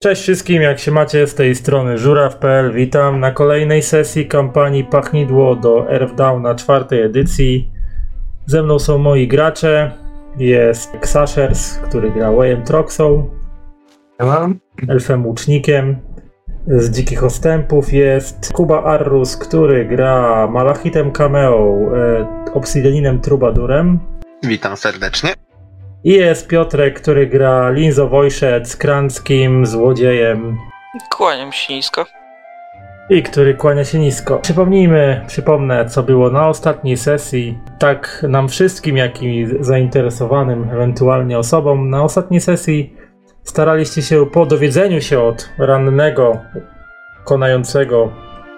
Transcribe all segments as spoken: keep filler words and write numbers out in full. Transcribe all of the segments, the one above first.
Cześć wszystkim, jak się macie, z tej strony żuraw kropka pe el. Witam na kolejnej sesji kampanii Pachnidło do Earthdowna czwartej edycji. Ze mną są moi gracze. Jest Xashers, który gra Wayem Troxą, elfem łucznikiem. Z Dzikich Ostępów jest Kuba Arrus, który gra Malachitem Cameo, e, Obsidianinem Trubadurem. Witam serdecznie. I jest Piotrek, który gra Linzo Wojszec, Kranckim Złodziejem. Kłaniam się nisko. I który kłania się nisko. Przypomnijmy, przypomnę, co było na ostatniej sesji. Tak nam wszystkim, jak i zainteresowanym ewentualnie osobom, na ostatniej sesji staraliście się po dowiedzeniu się od rannego, konającego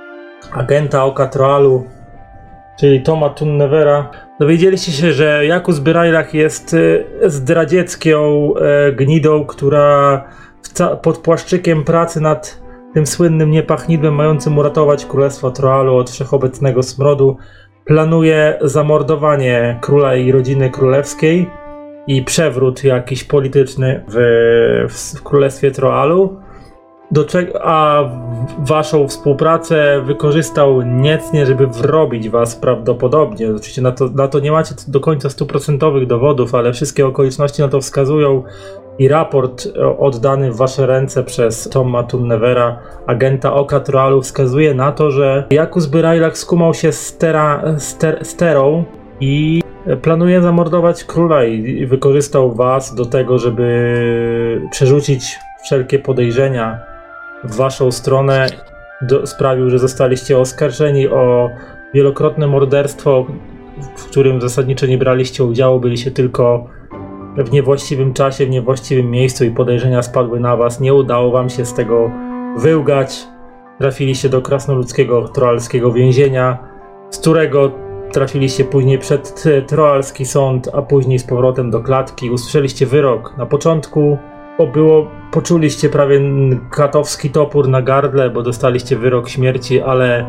agenta Oka Troalu, czyli Toma Tunnevera, dowiedzieliście się, że Jakus Byrajlach jest zdradziecką gnidą, która pod płaszczykiem pracy nad tym słynnym niepachnidłem mającym uratować Królestwo Troalu od wszechobecnego smrodu planuje zamordowanie króla i rodziny królewskiej i przewrót jakiś polityczny w, w Królestwie Troalu. Do czego, a waszą współpracę wykorzystał niecnie, żeby wrobić was prawdopodobnie. Oczywiście na to, na to nie macie do końca stuprocentowych dowodów, ale wszystkie okoliczności na to wskazują i raport oddany w wasze ręce przez Toma Tunnevera, agenta Oka Troalu, wskazuje na to, że Jakus Byrajlach skumał się z, tera, z, ter, z Terą i planuje zamordować króla i wykorzystał was do tego, żeby przerzucić wszelkie podejrzenia w waszą stronę. Do, sprawił, że zostaliście oskarżeni o wielokrotne morderstwo, w którym zasadniczo nie braliście udziału, byliście tylko w niewłaściwym czasie, w niewłaściwym miejscu i podejrzenia spadły na was. Nie udało wam się z tego wyłgać. Trafiliście do krasnoludzkiego troalskiego więzienia, z którego trafiliście później przed troalski sąd, a później z powrotem do klatki. Usłyszeliście wyrok. Na początku było, poczuliście prawie katowski topór na gardle, bo dostaliście wyrok śmierci, ale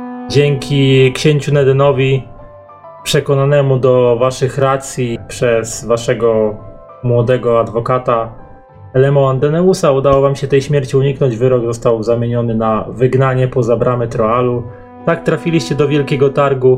dzięki księciu Nedenowi, przekonanemu do waszych racji przez waszego młodego adwokata Elemo Andeneusa, udało wam się tej śmierci uniknąć. Wyrok został zamieniony na wygnanie poza bramy Troalu. Tak trafiliście do Wielkiego Targu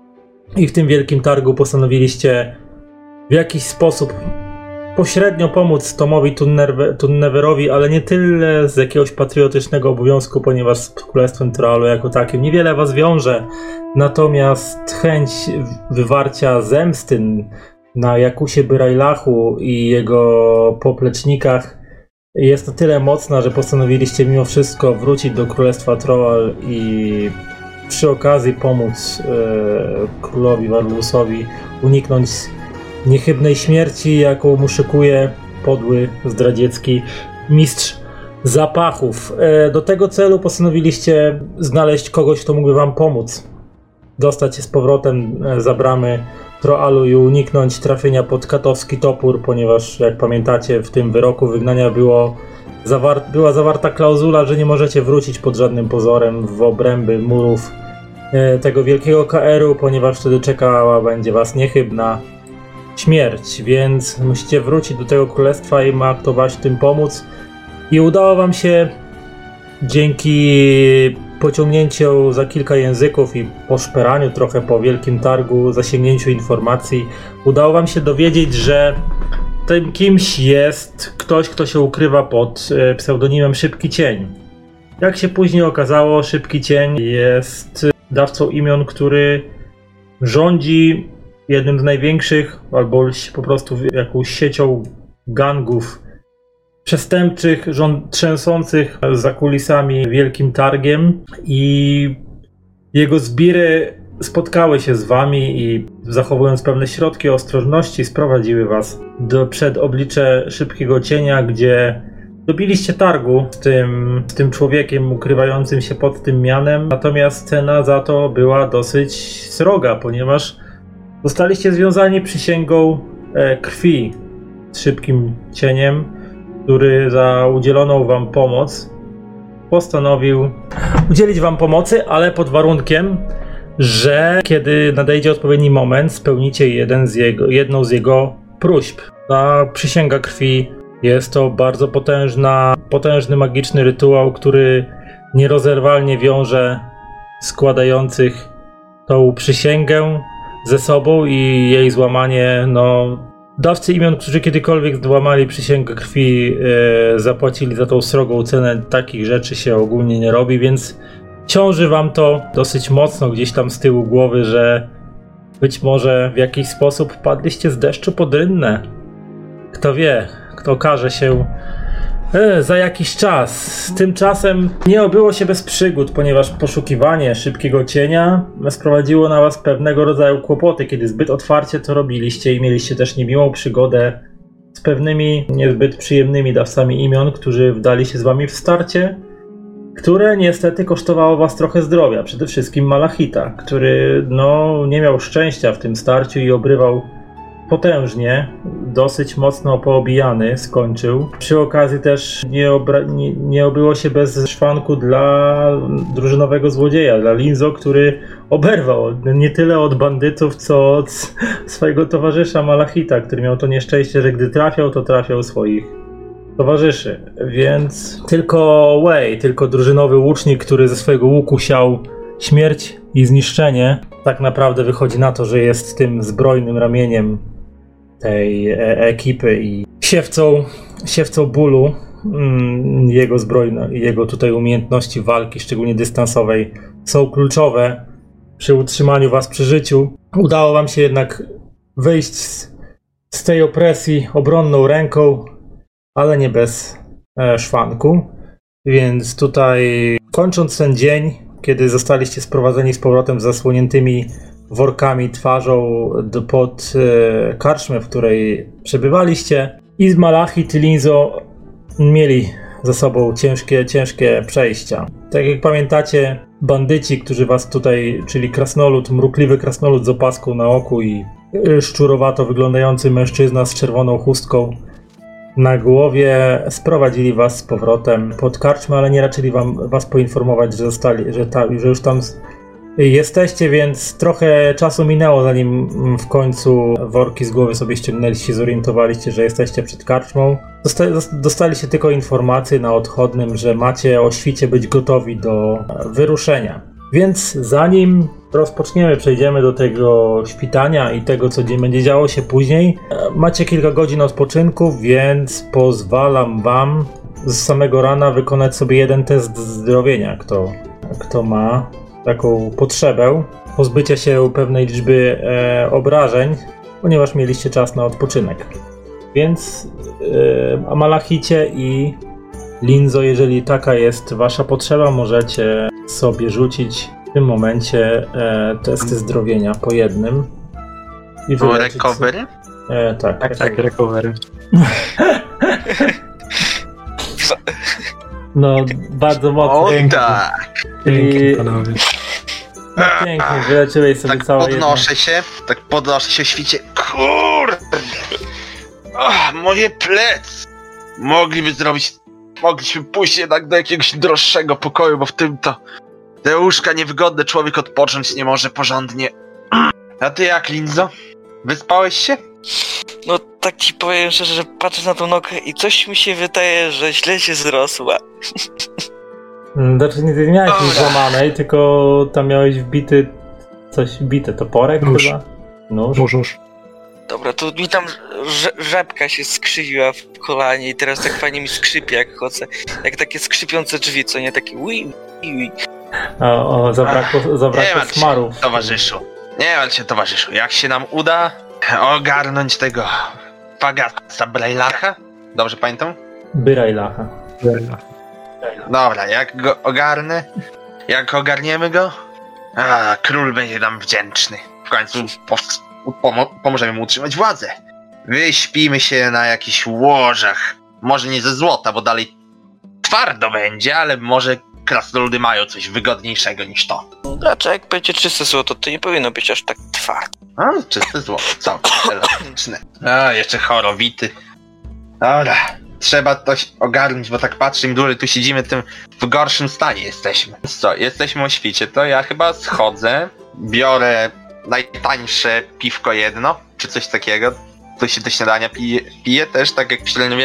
i w tym Wielkim Targu postanowiliście w jakiś sposób pośrednio pomóc Tomowi Tunneverowi, ale nie tyle z jakiegoś patriotycznego obowiązku, ponieważ z Królestwem Troalu jako takim niewiele was wiąże. Natomiast chęć wywarcia zemsty na Jakusie Byrajlachu i jego poplecznikach jest na tyle mocna, że postanowiliście mimo wszystko wrócić do Królestwa Troal i przy okazji pomóc e, królowi Warlusowi uniknąć niechybnej śmierci, jaką mu szykuje podły, zdradziecki mistrz zapachów. Do tego celu postanowiliście znaleźć kogoś, kto mógłby wam pomóc dostać się z powrotem za bramy Troalu i uniknąć trafienia pod katowski topór, ponieważ jak pamiętacie, w tym wyroku wygnania było zawar- była zawarta klauzula, że nie możecie wrócić pod żadnym pozorem w obręby murów tego wielkiego K R-u, ponieważ wtedy czekała będzie was niechybna śmierć, więc musicie wrócić do tego królestwa i ma kto was w tym pomóc. I udało wam się dzięki pociągnięciu za kilka języków i poszperaniu trochę po Wielkim Targu, zasięgnięciu informacji, udało wam się dowiedzieć, że tym kimś jest ktoś, kto się ukrywa pod pseudonimem Szybki Cień. Jak się później okazało, Szybki Cień jest dawcą imion, który rządzi jednym z największych, albo po prostu jakąś siecią gangów przestępczych, rząd, trzęsących za kulisami Wielkim Targiem, i jego zbiry spotkały się z wami i zachowując pewne środki ostrożności sprowadziły was do, przed oblicze Szybkiego Cienia, gdzie dobiliście targu z tym, z tym człowiekiem ukrywającym się pod tym mianem, natomiast cena za to była dosyć sroga, ponieważ zostaliście związani przysięgą e, krwi z Szybkim Cieniem, który za udzieloną wam pomoc postanowił udzielić wam pomocy, ale pod warunkiem, że kiedy nadejdzie odpowiedni moment, spełnicie jeden z jego, jedną z jego próśb. Ta przysięga krwi Jest to bardzo potężna, potężny magiczny rytuał, który nierozerwalnie wiąże składających tą przysięgę ze sobą i jej złamanie, no... Dawcy imion, którzy kiedykolwiek złamali przysięgę krwi, e, zapłacili za tą srogą cenę. Takich rzeczy się ogólnie nie robi, więc ciąży wam to dosyć mocno gdzieś tam z tyłu głowy, że być może w jakiś sposób padliście z deszczu pod rynnę. Kto wie, kto okaże się e, za jakiś czas. Tymczasem nie obyło się bez przygód, ponieważ poszukiwanie szybkiego cienia sprowadziło na was pewnego rodzaju kłopoty, kiedy zbyt otwarcie to robiliście i mieliście też niemiłą przygodę z pewnymi niezbyt przyjemnymi dawcami imion, którzy wdali się z wami w starcie, które niestety kosztowało was trochę zdrowia. Przede wszystkim Malachita, który no, nie miał szczęścia w tym starciu i obrywał potężnie, dosyć mocno poobijany skończył. Przy okazji też nie, obra- nie, nie obyło się bez szwanku dla drużynowego złodzieja, dla Linzo, który oberwał nie tyle od bandytów, co od swojego towarzysza Malachita, który miał to nieszczęście, że gdy trafiał, to trafiał swoich towarzyszy. Więc tylko Wei, tylko drużynowy łucznik, który ze swojego łuku siał śmierć i zniszczenie, tak naprawdę wychodzi na to, że jest tym zbrojnym ramieniem tej e- ekipy i siewcą, siewcą bólu. Mm, jego zbrojne, jego tutaj umiejętności walki, szczególnie dystansowej, są kluczowe przy utrzymaniu was przy życiu. Udało wam się jednak wyjść z, z tej opresji obronną ręką, ale nie bez e, szwanku. Więc tutaj, kończąc ten dzień, kiedy zostaliście sprowadzeni z powrotem z zasłoniętymi workami twarzą do, pod e, karczmę, w której przebywaliście, i z Malachit i Linzo mieli za sobą ciężkie, ciężkie przejścia. Tak jak pamiętacie, bandyci, którzy was tutaj, czyli krasnolud, mrukliwy krasnolud z opaską na oku i szczurowato wyglądający mężczyzna z czerwoną chustką na głowie, sprowadzili was z powrotem pod karczmę, ale nie raczyli wam, was poinformować, że, zostali, że, ta, że już tam jesteście, więc trochę czasu minęło, zanim w końcu worki z głowy sobie ściągnęliście, zorientowaliście, że jesteście przed karczmą. Dosta, dostaliście tylko informację na odchodnym, że macie o świcie być gotowi do wyruszenia. Więc zanim rozpoczniemy, przejdziemy do tego świtania i tego, co będzie działo się później, macie kilka godzin odpoczynku, więc pozwalam wam z samego rana wykonać sobie jeden test zdrowienia, kto, kto ma taką potrzebę pozbycia się pewnej liczby e, obrażeń, ponieważ mieliście czas na odpoczynek. Więc e, Malachicie i Linzo, jeżeli taka jest wasza potrzeba, możecie sobie rzucić w tym momencie e, testy zdrowienia po jednym. I po recovery? E, tak, tak, tak, recovery. No, bardzo mocno. O tak! Pięknie, panowie. No, pięknie, wyleczyłeś sobie tak całe podnoszę jedno. się, tak podnoszę się w świcie. Kurde! Ach, moje plecy! Mogliby zrobić... Mogliśmy pójść jednak do jakiegoś droższego pokoju, bo w tym to... Te łóżka niewygodne, człowiek odpocząć nie może porządnie. A ty jak, Linzo? Wyspałeś się? No tak ci powiem szczerze, że patrzę na tą nogę i coś mi się wydaje, że źle się zrosła. Znaczy nie, nie miałeś nic złamanej, tylko tam miałeś wbity coś, bite toporek Nóż. chyba? Nóż. Nóż, nóż. Dobra, to mi tam rze- rzepka się skrzywiła w kolanie i teraz tak fajnie mi skrzypie jak chodzę. Jak takie skrzypiące drzwi, co nie? Takie ui, ui. O, o zabrakło, zabrakło martw się, smarów. towarzyszu. Nie martw się, towarzyszu. Jak się nam uda ogarnąć tego Pagasa Brailacha? Dobrze pamiętam? Byrajlacha. Dobra, jak go ogarnę, jak ogarniemy go, a król będzie nam wdzięczny. W końcu po- pomo- pomożemy mu utrzymać władzę. Wyśpimy się na jakichś łożach. Może nie ze złota, bo dalej twardo będzie, ale może krasnoludy mają coś wygodniejszego niż to. Raczej jak będzie czyste złoto, to nie powinno być aż tak twarde. A, czyste złoto, całkiem elastyczne. A, jeszcze chorowity. Dobra, trzeba to ogarnąć, bo tak patrzę, im dłużej tu siedzimy, tym w gorszym stanie jesteśmy. Więc co, jesteśmy o świcie, to ja chyba schodzę, biorę najtańsze piwko jedno, czy coś takiego. To się do śniadania pije, pije też, tak jak w średniowieczu.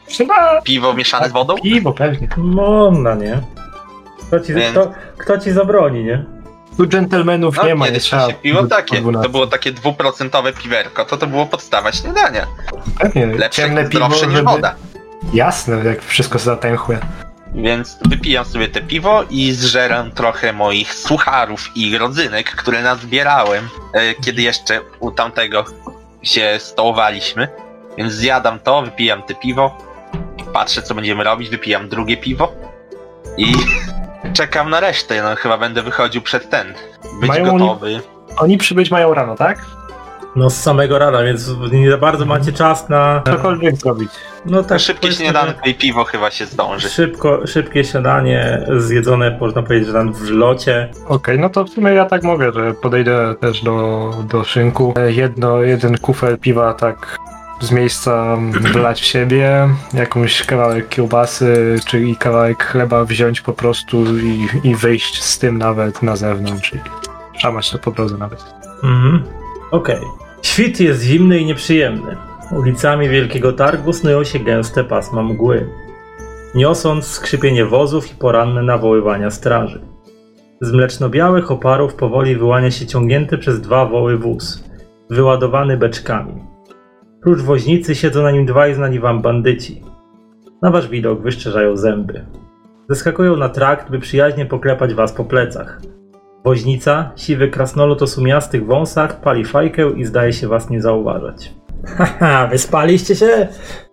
Chyba Piwo mieszane z wodą? piwo pewnie. Można, nie? Kto ci, Więc- kto, kto ci zabroni, nie? Tu dżentelmenów No, nie ma, nie kiedyś trzeba. się piło po takie, to dwunastu. było takie dwuprocentowe piwerko, to to było podstawa śniadania. Pewnie, Lepsze ciemne i piwo, zdrowsze niż żeby... woda. Jasne, jak wszystko zatęchłe. Więc wypijam sobie te piwo i zżeram trochę moich sucharów i rodzynek, które nazbierałem, e, kiedy jeszcze u tamtego się stołowaliśmy. Więc zjadam to, wypijam te piwo, patrzę co będziemy robić, wypijam drugie piwo i czekam na resztę. No chyba będę wychodził przed ten, być Mają oni- gotowy. Oni przybyć mają rano, tak? No z samego rana, więc nie za bardzo macie czas na... Cokolwiek zrobić. No tak, Szybkie powiedzmy, śniadanko i piwo chyba się zdąży. że Szybko, szybkie śniadanie zjedzone, można powiedzieć, że tam w locie. Okej, no to w sumie ja tak mogę, że podejdę też do, do szynku. Jedno, jeden kufel piwa tak z miejsca wlać w siebie, jakąś kawałek kiełbasy, czy i kawałek chleba wziąć po prostu i, i wyjść z tym nawet na zewnątrz i szamać to po drodze nawet. Mhm. Okej. Świt jest zimny i nieprzyjemny. Ulicami Wielkiego Targu snują się gęste pasma mgły, niosąc skrzypienie wozów i poranne nawoływania straży. Z mleczno-białych oparów powoli wyłania się ciągnięty przez dwa woły wóz, wyładowany beczkami. Prócz woźnicy siedzą na nim dwaj znani wam bandyci. Na wasz widok wyszczerzają zęby. Zeskakują na trakt, by przyjaźnie poklepać was po plecach. Woźnica, siwy krasnolud o sumiastych wąsach, pali fajkę i zdaje się was nie zauważać. Haha, wyspaliście się?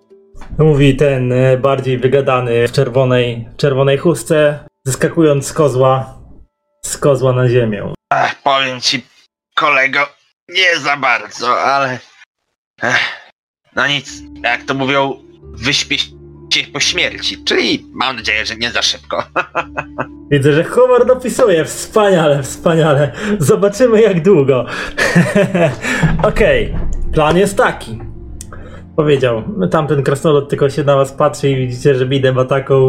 Mówi ten e, bardziej wygadany w czerwonej, czerwonej chustce, zeskakując z kozła, z kozła na ziemię. Ach, powiem ci, kolego, nie za bardzo, ale... Ech, no nic, jak to mówią, wyśpię się po śmierci, czyli mam nadzieję, że nie za szybko. Widzę, że humor dopisuje. Wspaniale, wspaniale. Zobaczymy jak długo. Okej, plan jest taki. Powiedział, tamten krasnolud tylko się na was patrzy i widzicie, że Bidem ma taką,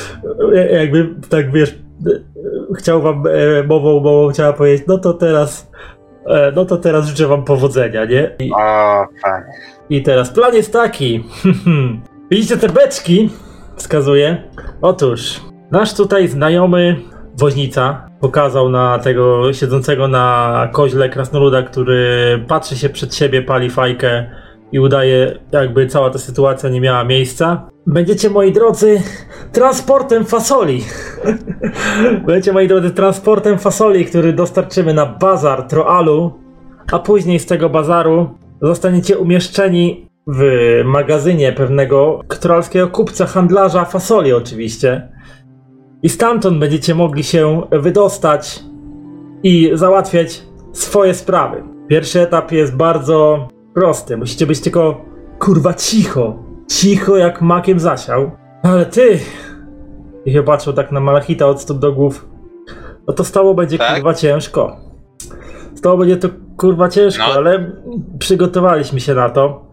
jakby tak wiesz, chciał wam mową, mową chciała powiedzieć, no to teraz, no to teraz życzę wam powodzenia, nie? I, O, panie. i teraz plan jest taki. Widzicie te beczki? Wskazuje. Otóż, nasz tutaj znajomy woźnica pokazał na tego siedzącego na koźle krasnoluda, który patrzy się przed siebie, pali fajkę i udaje, jakby cała ta sytuacja nie miała miejsca. Będziecie, moi drodzy, transportem fasoli. Będziecie, moi drodzy, transportem fasoli, który dostarczymy na bazar Troalu, a później z tego bazaru zostaniecie umieszczeni w magazynie pewnego troalskiego kupca, handlarza fasoli oczywiście. I stamtąd będziecie mogli się wydostać i załatwiać swoje sprawy. Pierwszy etap jest bardzo prosty. Musicie być tylko, kurwa, cicho. Cicho jak makiem zasiał. Ale ty... I się patrzą tak na Malachita od stóp do głów. No to z tobą będzie, Tak? kurwa, ciężko. Z tobą będzie to, kurwa, ciężko, No. ale przygotowaliśmy się na to.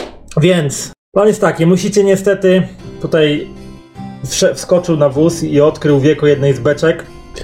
Więc plan jest taki, musicie niestety, tutaj wsze- wskoczył na wóz i odkrył wieko jednej z beczek.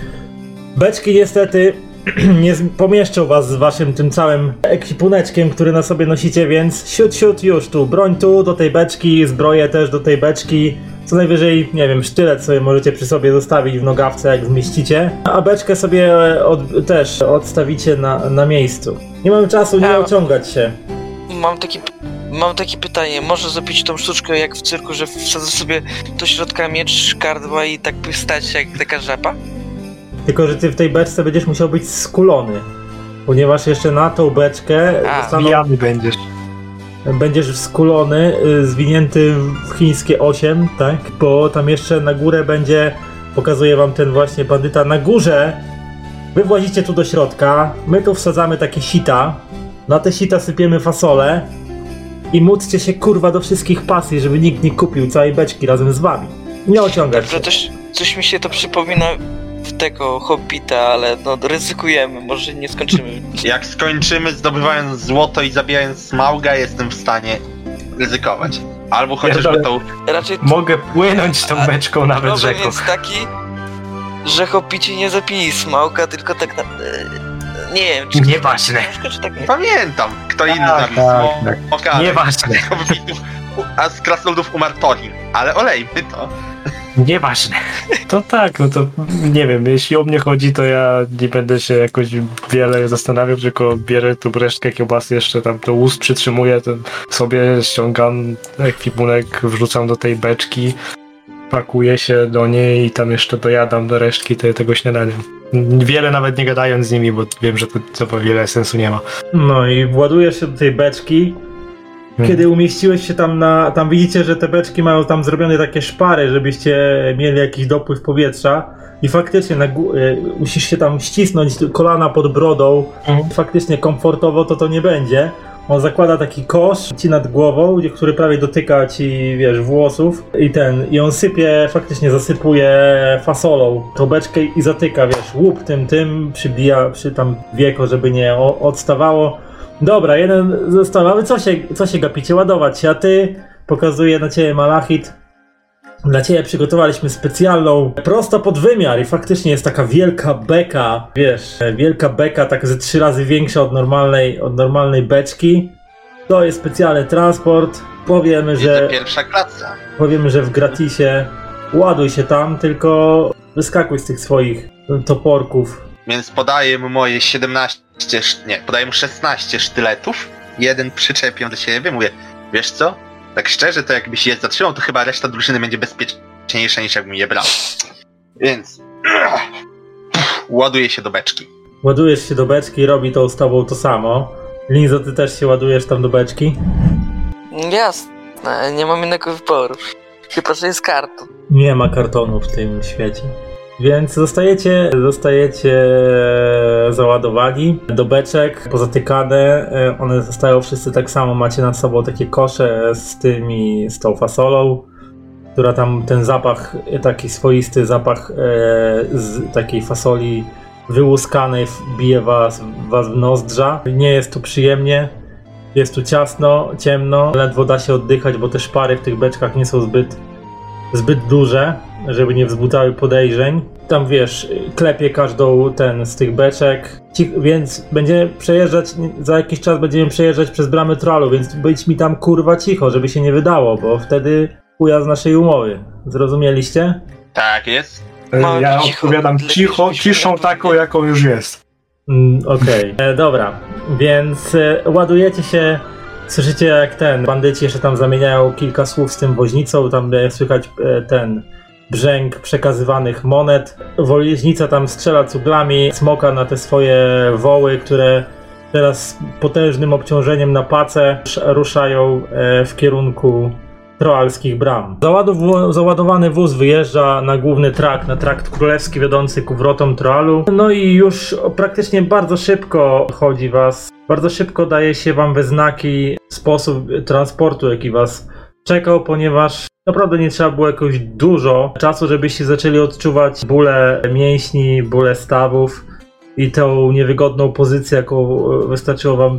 Beczki niestety nie z- pomieszczą was z waszym tym całym ekwipuneczkiem, który na sobie nosicie, więc siut, siut, już tu, broń tu, do tej beczki, zbroję też do tej beczki. Co najwyżej, nie wiem, sztylet sobie możecie przy sobie zostawić w nogawce, jak zmieścicie. A beczkę sobie od, też odstawicie na, na miejscu. Nie mamy czasu, nie A- ociągać się. Mam takie, mam takie pytanie, może zrobić tą sztuczkę jak w cyrku, że wsadzę sobie do środka miecz, gardła i tak by stać jak taka żaba? Tylko, że ty w tej beczce będziesz musiał być skulony. Ponieważ jeszcze na tą beczkę A, zostaną, Mijany będziesz. będziesz skulony, y, zwinięty w chińskie osiem, tak? Bo tam jeszcze na górę będzie, pokazuje wam ten właśnie bandyta, na górze wy włazicie tu do środka, my tu wsadzamy takie sita, na te sita sypiemy fasolę i módlcie się, kurwa, do wszystkich pasji, żeby nikt nie kupił całej beczki razem z wami. Nie ociągać Dobrze, się. też coś mi się to przypomina w tego Hobbita, ale no ryzykujemy, może nie skończymy. Jak skończymy zdobywając złoto i zabijając Smauga, jestem w stanie ryzykować. Albo chociażby tą... Raczej Mogę płynąć tą beczką nawet problem rzeką. jest taki, że Hobbici nie zabili Smauga, tylko tak na... Nie wiem, czy... Nieważne. Czy tak nie? Pamiętam, kto inny Tak, zabił tak, Smoka. tak. Nieważne. Hobbitów a z krasnoludów umarł Thorin. Ale olejmy to. Nieważne. To tak, no to nie wiem, jeśli o mnie chodzi, to ja nie będę się jakoś wiele zastanawiał, tylko bierę tu resztkę kiełbasy, jeszcze tam do ust przytrzymuję, to sobie ściągam ekwipunek, wrzucam do tej beczki, pakuję się do niej i tam jeszcze dojadam do resztki te, tego śniadania. Wiele nawet nie gadając z nimi, bo wiem, że to, to wiele sensu nie ma. No i władujesz się do tej beczki. Kiedy umieściłeś się tam na... Tam widzicie, że te beczki mają tam zrobione takie szpary, żebyście mieli jakiś dopływ powietrza. I faktycznie na, y, musisz się tam ścisnąć kolana pod brodą. Mhm. Faktycznie komfortowo to to nie będzie. On zakłada taki kosz ci nad głową, który prawie dotyka ci, wiesz, włosów. I ten... I on sypie, faktycznie zasypuje fasolą tą beczkę i zatyka, wiesz, łup tym, tym. Przybija przy tam wieko, żeby nie o, odstawało. Dobra, jeden został, ale co się, co się gapicie? Ładować się, a ty, pokazuje na ciebie Malachit. Dla ciebie przygotowaliśmy specjalną, prosto pod wymiar i faktycznie jest taka wielka beka, wiesz, wielka beka, tak ze trzy razy większa od normalnej, od normalnej beczki. To jest specjalny transport, powiemy, że... pierwsza klasa. Powiemy, że w gratisie ładuj się tam, tylko wyskakuj z tych swoich toporków. Więc podaję mu moje siedemnaście, nie, podaję mu szesnaście sztyletów. Jeden przyczepię do siebie, mówię, wiesz co? Tak szczerze, to jakbyś je zatrzymał, to chyba reszta drużyny będzie bezpieczniejsza niż jakbym je brał. Więc ładuję się do beczki. Ładujesz się do beczki, robi to z tobą to samo. Linzo, ty też się ładujesz tam do beczki? Jasne, nie mam innego wyboru. Chyba, że jest karton. Nie ma kartonu w tym świecie. Więc zostajecie, zostajecie załadowani do beczek, pozatykane, one zostają wszyscy tak samo, macie nad sobą takie kosze z tymi, z tą fasolą, która tam ten zapach, taki swoisty zapach e, z takiej fasoli wyłuskanej bije was, was w nozdrza. Nie jest tu przyjemnie, jest tu ciasno, ciemno, ledwo da się oddychać, bo te szpary w tych beczkach nie są zbyt zbyt duże, żeby nie wzbudzały podejrzeń. Tam wiesz, klepie każdą ten z tych beczek, Ci, więc będziemy przejeżdżać, za jakiś czas będziemy przejeżdżać przez bramy Tralu, więc być mi tam kurwa cicho, żeby się nie wydało, bo wtedy chuja z naszej umowy. Zrozumieliście? Tak jest. No, ja cicho. odpowiadam cicho, ciszą taką, jaką już jest. Mm, Okej, okay. Dobra, więc e, ładujecie się. Słyszycie, jak ten bandyci jeszcze tam zamieniają kilka słów z tym woźnicą, tam słychać ten brzęk przekazywanych monet. Woźnica tam strzela cuglami, smoka na te swoje woły, które teraz potężnym obciążeniem na pacę ruszają w kierunku troalskich bram. Załadow- załadowany wóz wyjeżdża na główny trakt, na trakt królewski wiodący ku wrotom Troalu. No i już praktycznie bardzo szybko chodzi was, bardzo szybko daje się wam we znaki sposób transportu, jaki was czekał, ponieważ naprawdę nie trzeba było jakoś dużo czasu, żebyście zaczęli odczuwać bóle mięśni, bóle stawów i tą niewygodną pozycję, jaką wystarczyło wam,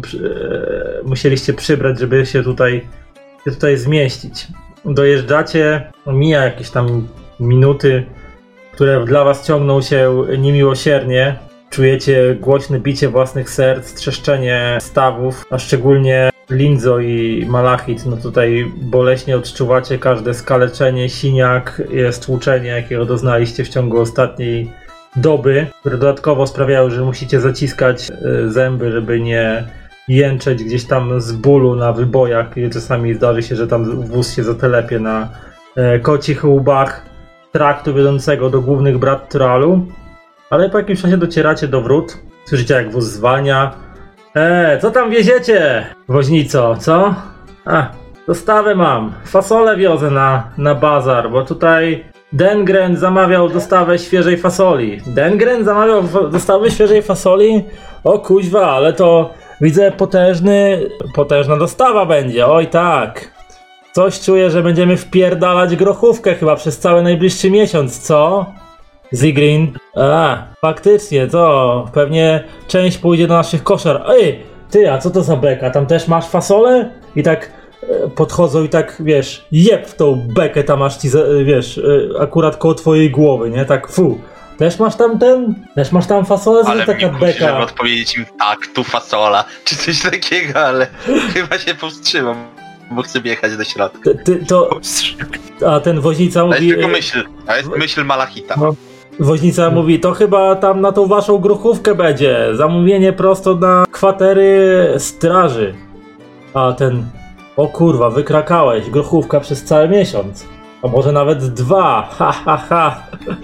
e, musieliście przybrać, żeby się tutaj się tutaj zmieścić. Dojeżdżacie, mija jakieś tam minuty, które dla was ciągną się niemiłosiernie. Czujecie głośne bicie własnych serc, trzeszczenie stawów, a szczególnie Linzo i Malachit. No tutaj boleśnie odczuwacie każde skaleczenie, siniak, stłuczenie, jakiego doznaliście w ciągu ostatniej doby, które dodatkowo sprawiają, że musicie zaciskać zęby, żeby nie jęczeć gdzieś tam z bólu na wybojach, gdzie czasami zdarzy się, że tam wóz się zatelepie na e, kocich łbach traktu wiodącego do głównych brat Troalu. Ale po jakimś czasie docieracie do wrót, słyszycie jak wóz zwalnia. Eee, co tam wieziecie, woźnico, co? A, dostawę mam, fasolę wiozę na, na bazar, bo tutaj Dengren zamawiał dostawę świeżej fasoli. Dengren zamawiał dostawę świeżej fasoli? O kuźwa, ale to widzę potężny, potężna dostawa będzie, oj tak. Coś czuję, że będziemy wpierdalać grochówkę chyba przez cały najbliższy miesiąc, co? Zigrin? A, faktycznie, to pewnie część pójdzie do naszych koszar. Ej, ty, a co to za beka? Tam też masz fasolę? I tak e, podchodzą i tak, wiesz, jeb w tą bekę tam aż ci, wiesz, e, akurat koło twojej głowy, nie? Tak, fu. Też masz tam ten? Też masz tam fasolę? Co ale to taka mi beka? żeby odpowiedzieć im tak, tu fasola, czy coś takiego, ale chyba się powstrzymam. bo chcę wjechać do środka. Ty, ty, to... A ten woźnica To jest mówi... tylko myśl, to jest myśl Malachita. No. Woźnica mówi, to chyba tam na tą waszą grochówkę będzie. Zamówienie prosto na kwatery straży. A ten... O kurwa, wykrakałeś. Grochówka przez cały miesiąc. A może nawet dwa. Ha, ha, ha.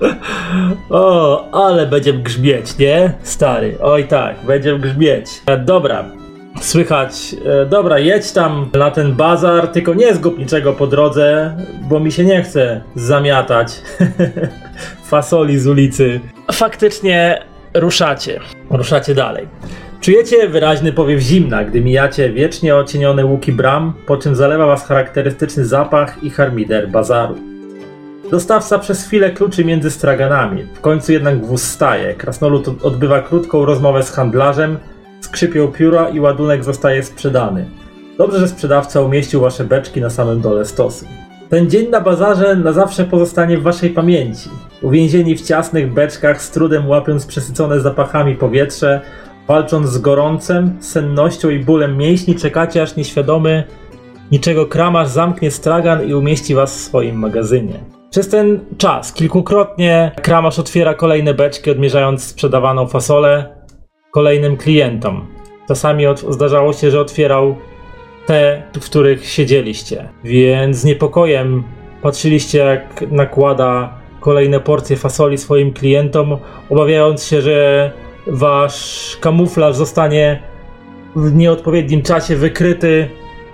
O, ale będzie grzmieć, nie? Stary, oj tak, będzie grzmieć. E, dobra, słychać. E, dobra, jedź tam na ten bazar, tylko nie zgub niczego po drodze, bo mi się nie chce zamiatać fasoli z ulicy. Faktycznie ruszacie. Ruszacie dalej. Czujecie wyraźny powiew zimna, gdy mijacie wiecznie ocienione łuki bram, po czym zalewa was charakterystyczny zapach i harmider bazaru. Dostawca przez chwilę kluczy między straganami, w końcu jednak wóz staje. Krasnolud odbywa krótką rozmowę z handlarzem, skrzypią pióra i ładunek zostaje sprzedany. Dobrze, że sprzedawca umieścił wasze beczki na samym dole stosu. Ten dzień na bazarze na zawsze pozostanie w waszej pamięci. Uwięzieni w ciasnych beczkach, z trudem łapiąc przesycone zapachami powietrze, walcząc z gorącem, sennością i bólem mięśni, czekacie aż nieświadomy niczego kramarz zamknie stragan i umieści was w swoim magazynie. Przez ten czas kilkukrotnie kramarz otwiera kolejne beczki, odmierzając sprzedawaną fasolę kolejnym klientom. Czasami od- zdarzało się, że otwierał te, w których siedzieliście, więc z niepokojem patrzyliście, jak nakłada kolejne porcje fasoli swoim klientom, obawiając się, że wasz kamuflaż zostanie w nieodpowiednim czasie wykryty,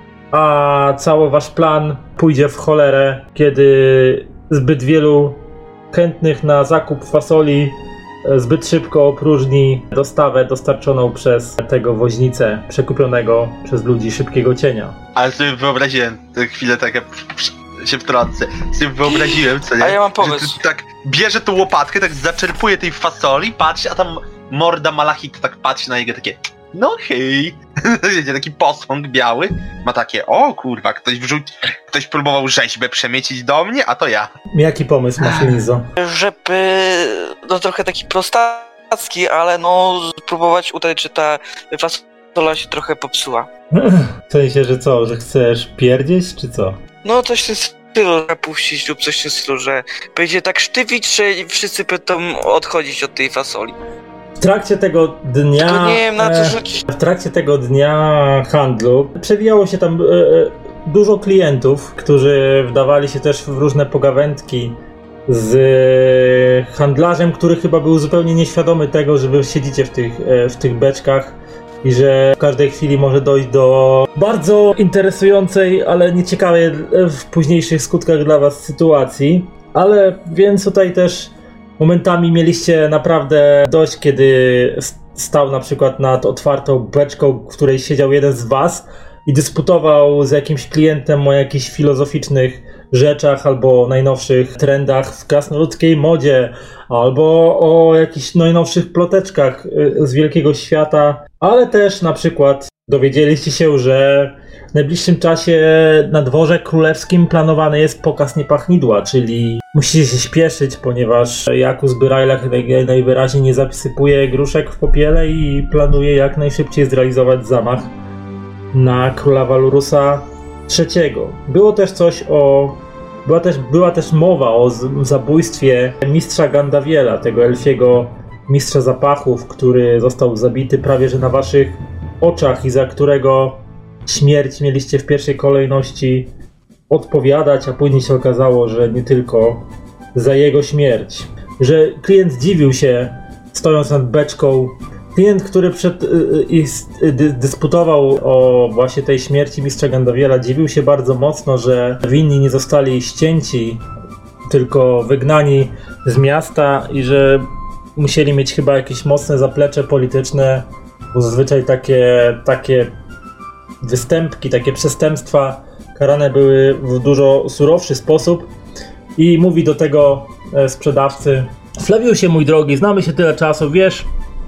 a cały wasz plan pójdzie w cholerę, kiedy zbyt wielu chętnych na zakup fasoli zbyt szybko opróżni dostawę dostarczoną przez tego woźnicę przekupionego przez ludzi szybkiego cienia. Ale sobie wyobraziłem, tę chwilę tak jak się wtrącę, sobie wyobraziłem, co nie? A ja mam Że pomysł. ty tak bierze tą łopatkę, tak zaczerpuje tej fasoli, patrzy, a tam morda Malachita tak patrzy na niego takie, no hej, wiecie, taki posąg biały, ma takie, o kurwa, ktoś wrzuci, ktoś próbował rzeźbę przemiecić do mnie, a to ja. Jaki pomysł masz, Lizo? Żeby, no trochę taki prostacki, ale no spróbować udać, że ta fasola się trochę popsuła. W sensie, że co, że chcesz pierdzieć, czy co? No coś w tym stylu, że puścić lub coś w tym stylu, że będzie tak sztywić, że wszyscy będą odchodzić od tej fasoli. W trakcie tego dnia... Tylko nie wiem na co e, rzucić. W trakcie tego dnia handlu przewijało się tam e, e, dużo klientów, którzy wdawali się też w różne pogawędki z e, handlarzem, który chyba był zupełnie nieświadomy tego, że wy siedzicie w tych, e, w tych beczkach i że w każdej chwili może dojść do bardzo interesującej, ale nieciekawej w późniejszych skutkach dla was sytuacji. Ale więc tutaj też momentami mieliście naprawdę dość, kiedy stał na przykład nad otwartą beczką, w której siedział jeden z was i dyskutował z jakimś klientem o jakichś filozoficznych rzeczach albo najnowszych trendach w krasnoludzkiej modzie, albo o jakichś najnowszych ploteczkach z wielkiego świata, ale też na przykład dowiedzieliście się, że w najbliższym czasie na dworze królewskim planowany jest pokaz niepachnidła, czyli musicie się śpieszyć, ponieważ Jakus Byrajlach najwyraźniej nie zasypuje gruszek w popiele i planuje jak najszybciej zrealizować zamach na króla Walurusa trzeciego. Było też coś o... Była też, była też mowa o z, zabójstwie mistrza Gandawiela, tego elfiego mistrza zapachów, który został zabity prawie że na waszych oczach i za którego śmierć mieliście w pierwszej kolejności odpowiadać, a później się okazało, że nie tylko za jego śmierć. Że klient dziwił się, stojąc nad beczką. Klient, który przed, y, y, dy, dysputował o właśnie tej śmierci mistrza Gandawiela, dziwił się bardzo mocno, że winni nie zostali ścięci, tylko wygnani z miasta i że musieli mieć chyba jakieś mocne zaplecze polityczne, bo zazwyczaj takie, takie występki, takie przestępstwa karane były w dużo surowszy sposób. I mówi do tego sprzedawcy: Flawiusie, mój drogi, znamy się tyle czasu, wiesz,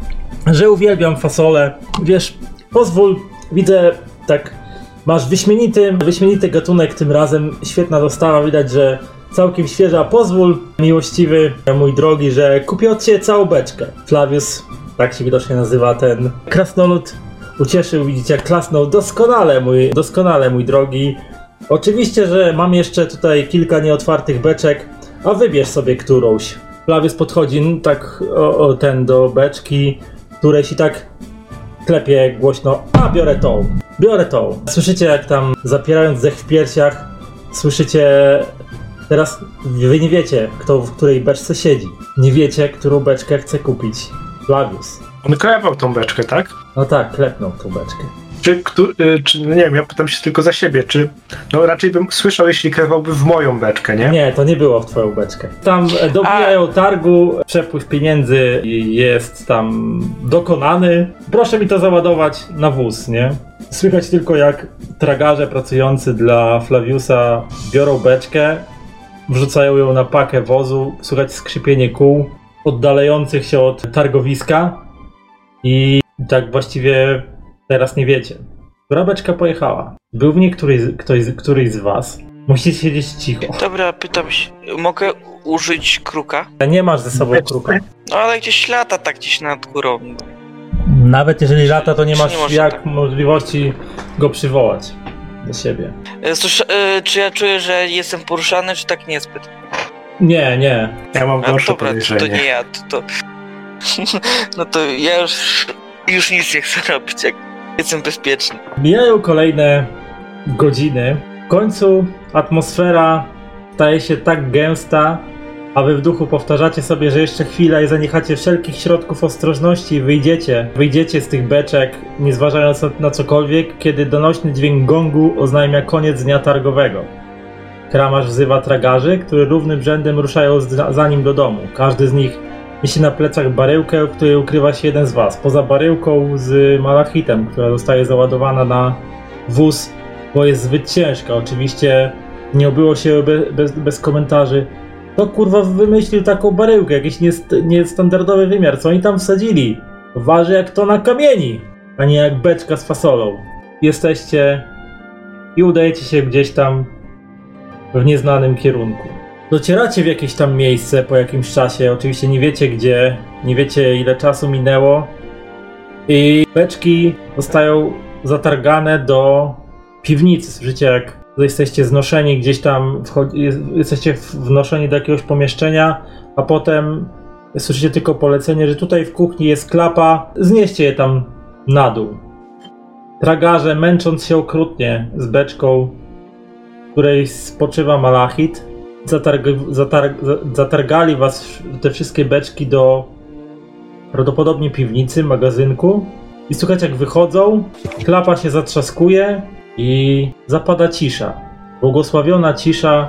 że uwielbiam fasolę, wiesz, pozwól, widzę, tak, masz wyśmienity, wyśmienity gatunek tym razem, świetna dostawa, widać, że całkiem świeża, pozwól, miłościwy, mój drogi, że kupię od ciebie całą beczkę. Flawius, tak się widocznie nazywa ten krasnolud, ucieszył, widzicie, jak klasnął. Doskonale, mój, doskonale, mój drogi. Oczywiście, że mam jeszcze tutaj kilka nieotwartych beczek, a wybierz sobie którąś. Flavius podchodzi tak o, o ten do beczki, którejś i tak klepie głośno. A, biorę tą, biorę tą. Słyszycie, jak tam zapierając dech w piersiach, słyszycie... Teraz wy nie wiecie, kto w której beczce siedzi. Nie wiecie, którą beczkę chce kupić Flavius. On klepał tą beczkę, tak? No tak, klepnął tą beczkę. Czy, kto, y, czy, nie wiem, ja pytam się tylko za siebie, czy, no raczej bym słyszał, jeśli klepałby w moją beczkę, nie? Nie, to nie było w twoją beczkę. Tam dobijają targu, przepływ pieniędzy jest tam dokonany. Proszę mi to załadować na wóz, nie? Słychać tylko, jak tragarze pracujący dla Flaviusa biorą beczkę, wrzucają ją na pakę wozu, słychać skrzypienie kół oddalających się od targowiska i tak właściwie teraz nie wiecie. Która beczka pojechała? Był w niej któryś, ktoś, któryś z was. Musicie siedzieć cicho. Dobra, pytam się, mogę użyć kruka? Nie masz ze sobą kruka. No ale gdzieś lata tak gdzieś nad górą. Nawet jeżeli lata, to nie Czy masz nie można jak tak? możliwości go przywołać do siebie. E, Cóż, e, czy ja czuję, że jestem poruszany, czy tak niezbyt? Nie, nie. Ja mam A gorsze dobra, to, podejrzenie. to nie ja, to, to... No to ja już, już nic nie chcę robić, jak jestem bezpieczny. Mijają kolejne godziny. W końcu atmosfera staje się tak gęsta, a wy w duchu powtarzacie sobie, że jeszcze chwila i zaniechacie wszelkich środków ostrożności i wyjdziecie. Wyjdziecie z tych beczek, nie zważając na, na cokolwiek, kiedy donośny dźwięk gongu oznajmia koniec dnia targowego. Kramarz wzywa tragarzy, którzy równym rzędem ruszają z, za nim do domu. Każdy z nich niesie na plecach baryłkę, w której ukrywa się jeden z was. Poza baryłką z malachitem, która zostaje załadowana na wóz, bo jest zbyt ciężka. Oczywiście nie obyło się be, bez, bez komentarzy. To kurwa wymyślił taką baryłkę, jakiś niest, niestandardowy wymiar. Co oni tam wsadzili? Waży jak tona kamieni, a nie jak beczka z fasolą. Jesteście i udajecie się gdzieś tam w nieznanym kierunku. Docieracie w jakieś tam miejsce po jakimś czasie, oczywiście nie wiecie gdzie, nie wiecie ile czasu minęło i beczki zostają zatargane do piwnicy. Słyszycie, jak jesteście znoszeni gdzieś tam, wchodzi, jesteście wnoszeni do jakiegoś pomieszczenia, a potem słyszycie tylko polecenie, że tutaj w kuchni jest klapa, znieście je tam na dół. Tragarze, męcząc się okrutnie z beczką, w której spoczywa malachit, zatarg, zatarg, zatargali was te wszystkie beczki do prawdopodobnie piwnicy, magazynku i słuchajcie, jak wychodzą, klapa się zatrzaskuje i zapada cisza. Błogosławiona cisza,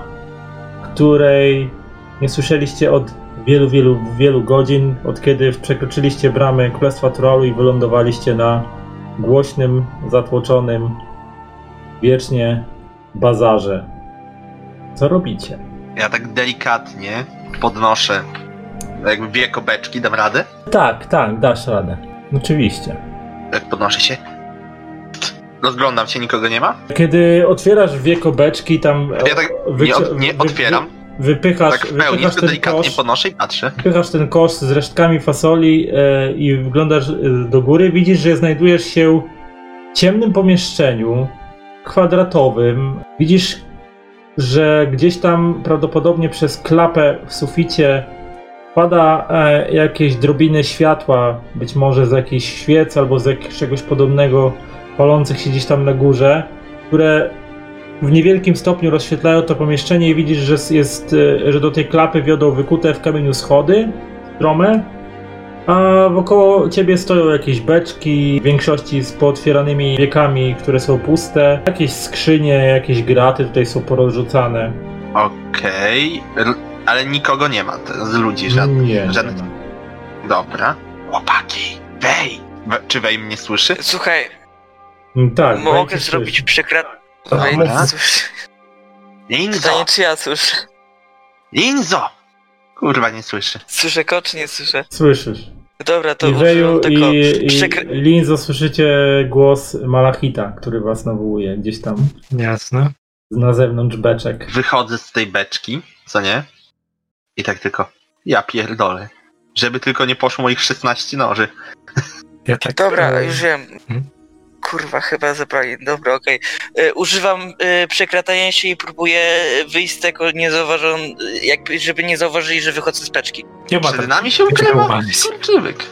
której nie słyszeliście od wielu, wielu, wielu godzin, od kiedy przekroczyliście bramę Królestwa Troalu i wylądowaliście na głośnym, zatłoczonym, wiecznie bazarze. Co robicie? Ja tak delikatnie podnoszę jakby wieko beczki, dam radę? Tak, tak, dasz radę. Oczywiście. Jak podnoszę się? Rozglądam się, nikogo nie ma? Kiedy otwierasz wieko beczki, tam... Ja tak nie, od, nie otwieram. Wy, wypychasz, Tak w pełni, wypychasz tylko ten delikatnie kosz, podnoszę i patrzę. wypychasz ten kosz z resztkami fasoli e, i wglądasz e, do góry. Widzisz, że znajdujesz się w ciemnym pomieszczeniu, kwadratowym. Widzisz, że gdzieś tam prawdopodobnie przez klapę w suficie pada e, jakieś drobiny światła, być może z jakichś świec albo z jakiegoś czegoś podobnego palących się gdzieś tam na górze, które w niewielkim stopniu rozświetlają to pomieszczenie i widzisz, że jest, że do tej klapy wiodą wykute w kamieniu schody strome, a wokoło ciebie stoją jakieś beczki, w większości z pootwieranymi wiekami, które są puste, jakieś skrzynie, jakieś graty tutaj są porozrzucane. Okej, okay. Ale nikogo nie ma to z ludzi żadnych. Nie, żadnych... nie ma. Dobra. Chłopaki, Wej! We, czy Wej mnie słyszy? Słuchaj, Tak, mogę Wejcie zrobić słyszy. przekrat... Dobra. Ej, no, słyszę. Linzo! Pytanie, czy ja słyszę? Linzo! Kurwa, nie słyszę. Słyszę go, czy nie słyszę? Słyszysz. Dobra, to I Weju używam tylko... i, i Przekra... Linzo słyszycie głos Malachita, który was nawołuje gdzieś tam Jasne. na zewnątrz beczek. Wychodzę z tej beczki, co nie? I tak tylko, ja pierdolę. Żeby tylko nie poszło moich szesnaście noży. Ja tak, Dobra, e, już wiem. Hmm? Kurwa, chyba zabrali. Dobra, okej. Okay. Używam y, przekratania się i próbuję wyjść z tego niezauważony, jakby, żeby nie zauważyli, że wychodzę z beczki. Nie ma Przed nami się ukrywa skurczybyk.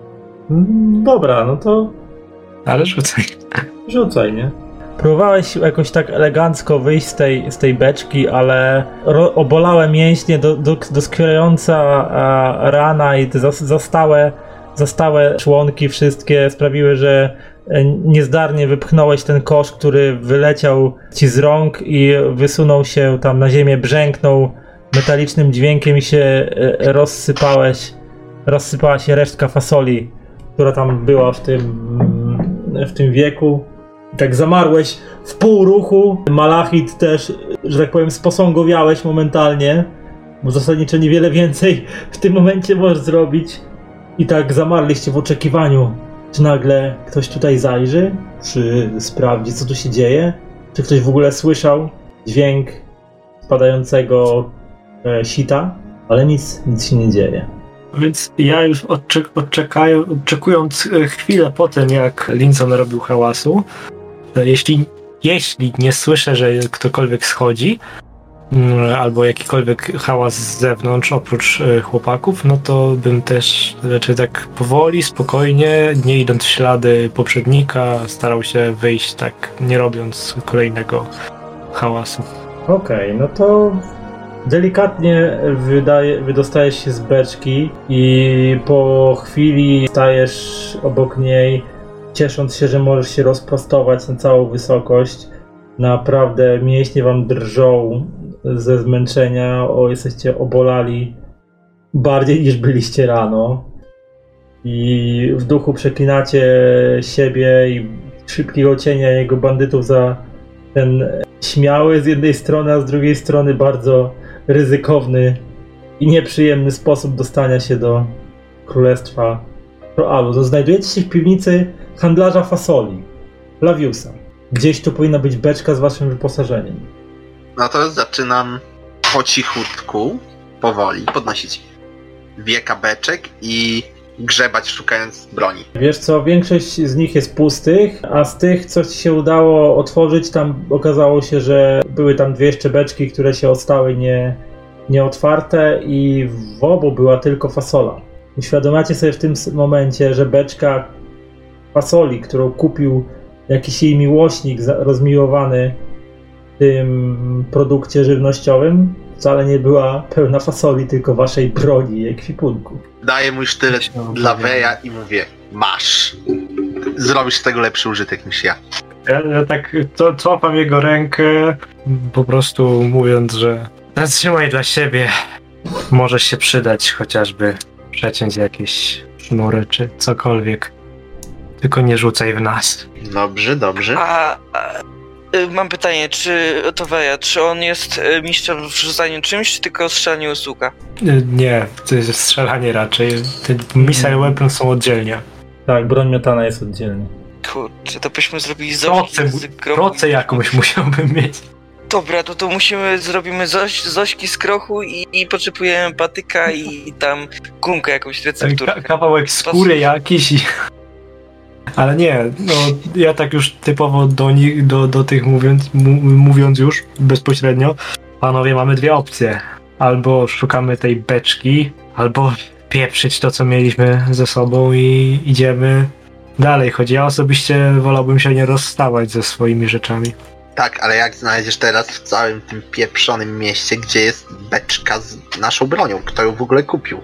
Dobra, no to Ale rzucaj. rzucaj, nie? Próbowałeś jakoś tak elegancko wyjść z tej, z tej beczki, ale ro, obolałe mięśnie, do, do, doskwierająca a, rana i te zastałe, zastałe członki wszystkie sprawiły, że niezdarnie wypchnąłeś ten kosz, który wyleciał ci z rąk i wysunął się tam na ziemię, brzęknął metalicznym dźwiękiem i się rozsypałeś, rozsypała się resztka fasoli, która tam była w tym, w tym wieku. Tak zamarłeś w pół ruchu. Malachit też, że tak powiem, sposągowiałeś momentalnie, bo zasadniczo niewiele więcej w tym momencie możesz zrobić. I tak zamarliście w oczekiwaniu, czy nagle ktoś tutaj zajrzy, czy sprawdzi, co tu się dzieje, czy ktoś w ogóle słyszał dźwięk spadającego e, sita, ale nic, nic się nie dzieje. Więc ja już odczek- odczekaję, oczekując chwilę po tym, jak Linson robił hałasu, jeśli, jeśli nie słyszę, że ktokolwiek schodzi, albo jakikolwiek hałas z zewnątrz, oprócz chłopaków, no to bym też raczej tak powoli, spokojnie, nie idąc w ślady poprzednika, starał się wyjść tak, nie robiąc kolejnego hałasu. Okej, okay, no to delikatnie wydaje, wydostajesz się z beczki i po chwili stajesz obok niej, ciesząc się, że możesz się rozprostować na całą wysokość. Naprawdę mięśnie wam drżą ze zmęczenia, o, jesteście obolali bardziej niż byliście rano. I w duchu przeklinacie siebie i szybkiego cienia jego bandytów za ten śmiały z jednej strony, a z drugiej strony bardzo ryzykowny i nieprzyjemny sposób dostania się do królestwa Proalu. To znajdujecie się w piwnicy handlarza fasoli, Flaviusa. Gdzieś tu powinna być beczka z waszym wyposażeniem. No to zaczynam po cichutku, powoli podnosić wieka beczek i grzebać, szukając broni. Wiesz co, większość z nich jest pustych, a z tych, co ci się udało otworzyć, tam okazało się, że były tam dwie jeszcze beczki, które się ostały nie, nieotwarte i w obu była tylko fasola. Uświadamiacie sobie w tym momencie, że beczka fasoli, którą kupił jakiś jej miłośnik rozmiłowany w tym produkcie żywnościowym, wcale nie była pełna fasoli, tylko waszej broni i ekwipunku. Daję mój sztylet dla Weja i mówię, masz. Zrobisz z tego lepszy użytek niż ja. Ja, ja tak to, cofam jego rękę, po prostu mówiąc, że zatrzymaj dla siebie. Możesz się przydać, chociażby przeciąć jakieś sznury czy cokolwiek. Tylko nie rzucaj w nas. Dobrze, dobrze. A, a y, mam pytanie, czy to Weja, czy on jest y, mistrzem w rzucaniu czymś, czy tylko strzelanie usługa? Nie, to jest strzelanie raczej. Te missile weapons są oddzielnie. Tak, broń miotana jest oddzielnie. Kurczę, to byśmy zrobili Proce, z grochu. proce jakąś musiałbym mieć. Dobra, to to musimy, zrobimy zoś, zośki z krochu i, i potrzebujemy patyka i tam gumkę jakąś recepturę. Ka- kawałek skóry jakiś i... Ale nie, no ja tak już typowo do nich, do, do tych mówiąc, m- mówiąc już bezpośrednio, panowie, mamy dwie opcje. Albo szukamy tej beczki, albo pieprzyć to, co mieliśmy ze sobą i idziemy dalej. Choć ja osobiście wolałbym się nie rozstawać ze swoimi rzeczami. Tak, ale jak znajdziesz teraz w całym tym pieprzonym mieście, gdzie jest beczka z naszą bronią? Kto ją w ogóle kupił?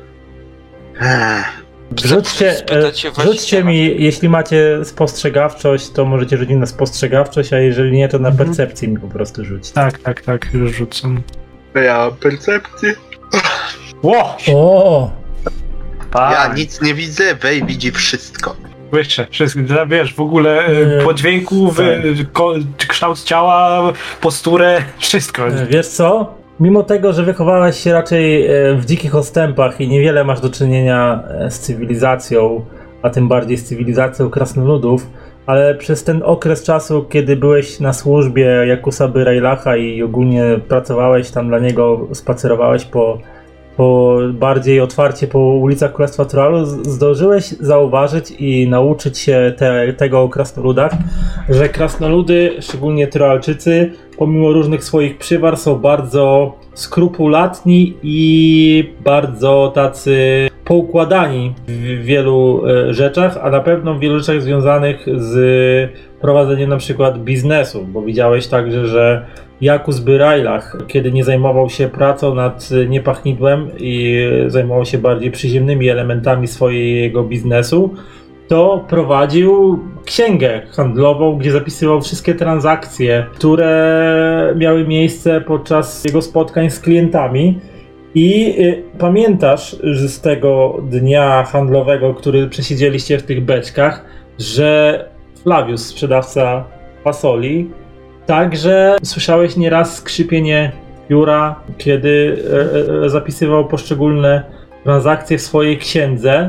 Ech. Rzućcie, rzućcie mi, jeśli macie spostrzegawczość, to możecie rzucić na spostrzegawczość, a jeżeli nie, to na Mhm. percepcję mi po prostu rzucić. Tak, tak, tak, już rzucam. Ja mam percepcję. Ło! O! Ja nic nie widzę, Wej widzi wszystko. Słyszę, wszystko, wiesz, w ogóle Yy, po dźwięku, w, ko, kształt ciała, posturę, wszystko. Wiesz co? Mimo tego, że wychowałeś się raczej w dzikich odstępach i niewiele masz do czynienia z cywilizacją, a tym bardziej z cywilizacją krasnoludów, ale przez ten okres czasu, kiedy byłeś na służbie Jakusa Byrajlacha i ogólnie pracowałeś tam dla niego, spacerowałeś po po bardziej otwarcie po ulicach Królestwa Troalu, zdążyłeś zauważyć i nauczyć się te, tego o krasnoludach, że krasnoludy, szczególnie Troalczycy, pomimo różnych swoich przywar, są bardzo skrupulatni i bardzo tacy poukładani w wielu rzeczach, a na pewno w wielu rzeczach związanych z prowadzeniem na przykład biznesu, bo widziałeś także, że Jakus Byrajlach, kiedy nie zajmował się pracą nad niepachnidłem i zajmował się bardziej przyziemnymi elementami swojego biznesu, to prowadził księgę handlową, gdzie zapisywał wszystkie transakcje, które miały miejsce podczas jego spotkań z klientami. I y, pamiętasz z tego dnia handlowego, który przesiedzieliście w tych beczkach, że Flavius, sprzedawca fasoli, także słyszałeś nieraz skrzypienie biura, kiedy e, e, zapisywał poszczególne transakcje w swojej księdze,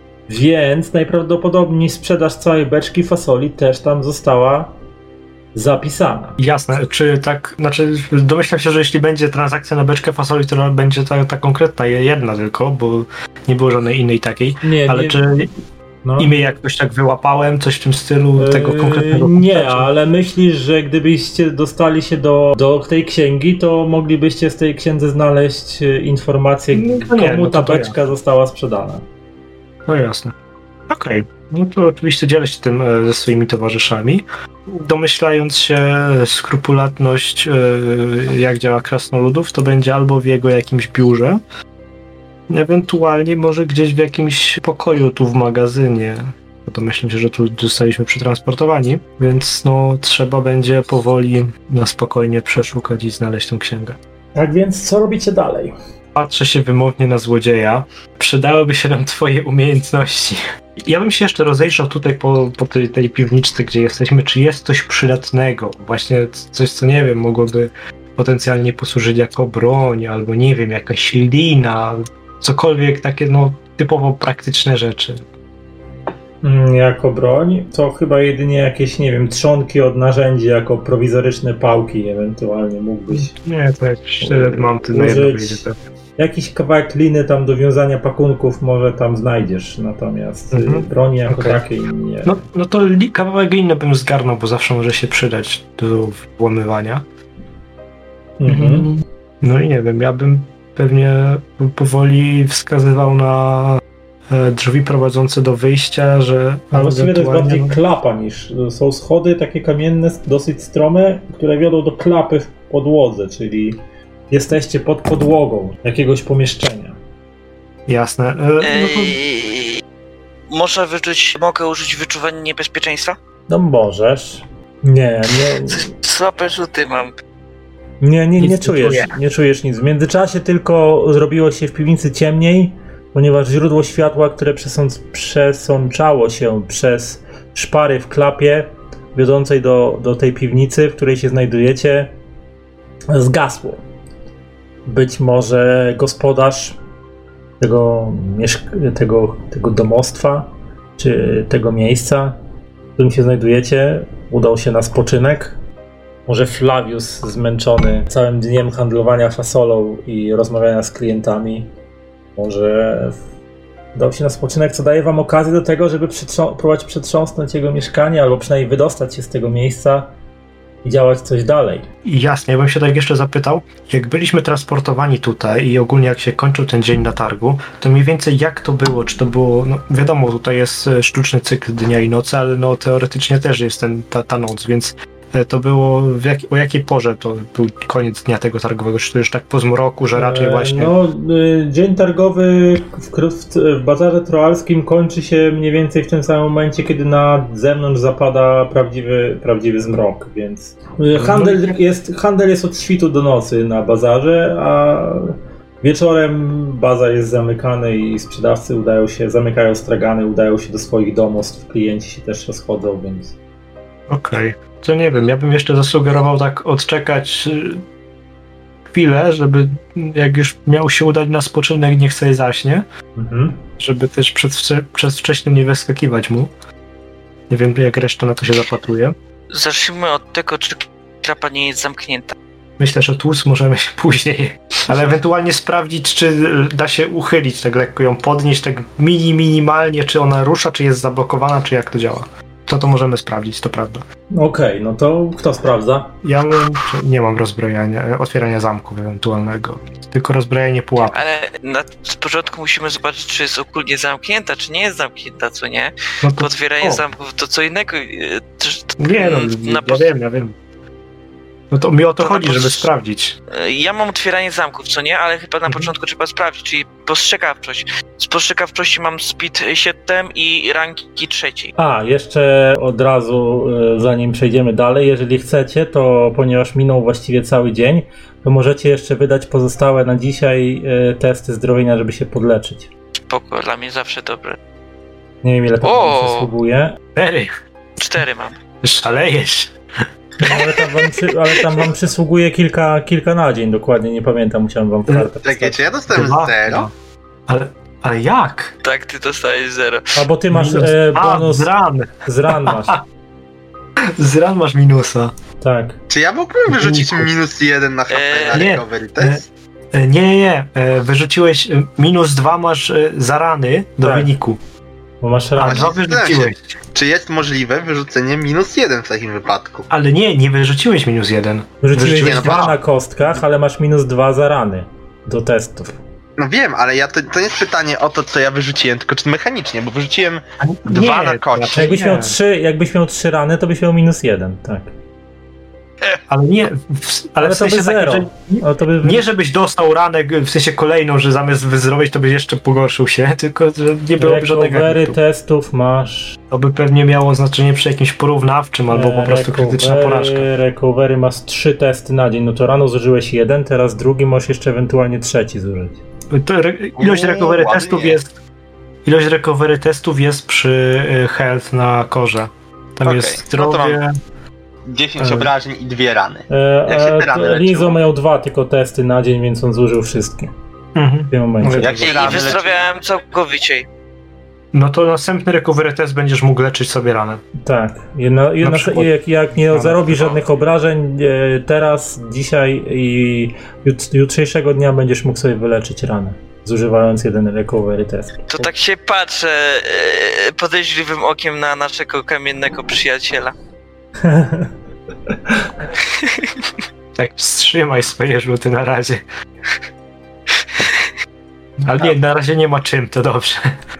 więc najprawdopodobniej sprzedaż całej beczki fasoli też tam została zapisana. Jasne, czy tak, znaczy domyślam się, że jeśli będzie transakcja na beczkę fasoli, to będzie ta, ta konkretna jedna tylko, bo nie było żadnej innej takiej, nie, ale nie, czy no. imię jakoś tak wyłapałem, coś w tym stylu tego konkretnego yy, Nie, ale myślisz, że gdybyście dostali się do, do tej księgi, to moglibyście z tej księdze znaleźć informację, no, komu nie, no ta beczka ja. została sprzedana. No jasne. Okej, okay. No to oczywiście dzielę się tym ze swoimi towarzyszami, domyślając się skrupulatność, jak działa krasnoludów, to będzie albo w jego jakimś biurze, ewentualnie może gdzieś w jakimś pokoju tu w magazynie. No to myślę, że tu zostaliśmy przetransportowani, więc no trzeba będzie powoli na spokojnie przeszukać i znaleźć tą księgę. Tak więc co robicie dalej? Patrzę się wymownie na złodzieja. Przydałyby się nam twoje umiejętności. Ja bym się jeszcze rozejrzał tutaj po, po tej, tej piwniczce, gdzie jesteśmy, czy jest coś przydatnego. Właśnie coś, co nie wiem, mogłoby potencjalnie posłużyć jako broń, albo nie wiem, jakaś lina, cokolwiek takie no typowo praktyczne rzeczy. Mm, jako broń? To chyba jedynie jakieś, nie wiem, trzonki od narzędzi, jako prowizoryczne pałki ewentualnie mógłbyś. Nie, to jak sztylet mam, ty na jedno wyjdzie pewnie. Jakiś kawałek liny tam do wiązania pakunków może tam znajdziesz, natomiast mhm. broni jako okay. takiej nie. No, no to li- kawałek liny bym zgarnął, bo zawsze może się przydać do włamywania. Mhm. No i nie wiem, ja bym pewnie powoli wskazywał na drzwi prowadzące do wyjścia, że... A właściwie to jest bardziej klapa niż... Są schody takie kamienne, dosyć strome, które wiodą do klapy w podłodze, czyli jesteście pod podłogą jakiegoś pomieszczenia. Jasne. No to... Eee, może wyczuć, mogę użyć wyczuwania niebezpieczeństwa? No możesz. Nie, nie... Słabe rzuty mam. Nie, nie, nie czujesz, nie czujesz nic. W międzyczasie tylko zrobiło się w piwnicy ciemniej, ponieważ źródło światła, które przesąc- przesączało się przez szpary w klapie wiodącej do, do tej piwnicy, w której się znajdujecie, zgasło. Być może gospodarz tego, mieszk- tego, tego domostwa, czy tego miejsca, w którym się znajdujecie, udał się na spoczynek. Może Flavius, zmęczony całym dniem handlowania fasolą i rozmawiania z klientami, może dał się na spoczynek, co daje wam okazję do tego, żeby przytrząs- próbować przetrząsnąć jego mieszkanie, albo przynajmniej wydostać się z tego miejsca i działać coś dalej. Jasnie, ja bym się tak jeszcze zapytał, jak byliśmy transportowani tutaj i ogólnie jak się kończył ten dzień na targu, to mniej więcej jak to było? Czy to było, no wiadomo, tutaj jest sztuczny cykl dnia i nocy, ale no teoretycznie też jest ten, ta, ta noc, więc to było, w jak, o jakiej porze to był koniec dnia tego targowego? Czy to już tak po zmroku, że raczej właśnie... No, dzień targowy w, w, w bazarze troalskim kończy się mniej więcej w tym samym momencie, kiedy na zewnątrz zapada prawdziwy, prawdziwy zmrok, więc handel jest, handel jest od świtu do nocy na bazarze, a wieczorem bazar jest zamykany i sprzedawcy udają się, zamykają stragany, udają się do swoich domostw, klienci się też rozchodzą, więc... Okej. Okay. To nie wiem, ja bym jeszcze zasugerował tak odczekać chwilę, żeby jak już miał się udać na spoczynek, niech sobie zaśnie, mhm. żeby też przed, przed wcześniej nie wyskakiwać mu. Nie wiem, jak reszta na to się zapatruje. Zacznijmy od tego, czy klapa nie jest zamknięta. Myślę, że tłuc możemy później, ale ewentualnie sprawdzić, czy da się uchylić tak lekko, ją podnieść tak mini, minimalnie, czy ona rusza, czy jest zablokowana, czy jak to działa. To to możemy sprawdzić, to prawda. Okej, okay, no to kto sprawdza? Ja mam, nie mam rozbrojenia, otwierania zamku ewentualnego, tylko rozbrojenie pułapki. Ale na początku musimy zobaczyć, czy jest ogólnie zamknięta, czy nie jest zamknięta, co nie? No to, Otwieranie o. zamków to co innego. Nie no, na ja wiem, ja wiem. No to mi o to, to chodzi, pos... żeby sprawdzić. Ja mam otwieranie zamków, co nie? Ale chyba na Mhm. początku trzeba sprawdzić, czyli postrzegawczość. Z postrzegawczości mam speed siedem i ranki trzeciej. A, jeszcze od razu, y, zanim przejdziemy dalej, jeżeli chcecie, to ponieważ minął właściwie cały dzień, to możecie jeszcze wydać pozostałe na dzisiaj y, testy zdrowienia, żeby się podleczyć. Spoko, dla mnie zawsze dobre. Nie wiem, ile to O! wam przysługuje. Cztery, Cztery mam. szalejesz. No, ale, tam wam przy, ale tam wam przysługuje kilka, kilka na dzień, dokładnie, nie pamiętam, musiałem wam kartę Czekaj, wstać. czy ja dostałem Dwa. zero? Ale, ale jak? Tak, ty dostajesz zero. A bo ty masz Minus- e, A, bonus z ran. z ran masz, Z ran masz minusa. tak. Czy ja mógłbym wyrzucić Wyniku. minus jeden na H P Eee, na nie. recovery test? E, Nie, nie, nie. E, Wyrzuciłeś e, minus dwa masz e, za rany do Tak. wyniku. Bo masz A ran. dwa wyrzuciłeś. Czy jest możliwe wyrzucenie minus jeden w takim wypadku? Ale nie, nie wyrzuciłeś minus jeden. Wyrzuciłeś wyrzuciłem dwa dwa. na kostkach, ale masz minus dwa za rany do testów. No wiem, ale ja to, to nie jest pytanie o to, co ja wyrzuciłem, tylko czy mechanicznie, bo wyrzuciłem A nie, Dwa na kość. raczej Jakbyś nie. miał trzy, jakbyś miał trzy rany, to byś miał minus jeden, tak. Ale nie, w, ale, Ale w to by sensie takim, zero. że No to by... nie żebyś dostał ranę w sensie kolejną, że zamiast wyzdrowieć to byś jeszcze pogorszył się, tylko że nie byłoby żadnego Recovery efektu. testów masz... To by pewnie miało znaczenie przy jakimś porównawczym albo po prostu krytyczna porażka. Recovery masz trzy testy na dzień, no to rano zużyłeś jeden, teraz drugi możesz jeszcze ewentualnie trzeci zużyć. To re, ilość O, recovery ładnie. testów jest ilość recovery testów jest przy y, health na korze. Tam Okej, jest no to mam- zdrowie. dziesięć E. obrażeń i dwie rany. E, Jak się te e, rany to leczą? Lizo miał dwa tylko testy na dzień, więc on zużył wszystkie Mhm. w tym momencie. Jak się I, i rany wyzdrowiałem całkowicie. No to następny recovery test będziesz mógł leczyć sobie ranę. Tak. Jedna, jedna, przykład- jak, jak nie Rany. zarobisz żadnych obrażeń, e, teraz, dzisiaj i jut, jutrzejszego dnia będziesz mógł sobie wyleczyć ranę, zużywając jeden recovery test. To tak się patrzę e, podejrzliwym okiem na naszego kamiennego przyjaciela. Tak, wstrzymaj swoje rzuty na razie. Ale nie, na razie nie ma czym, to dobrze.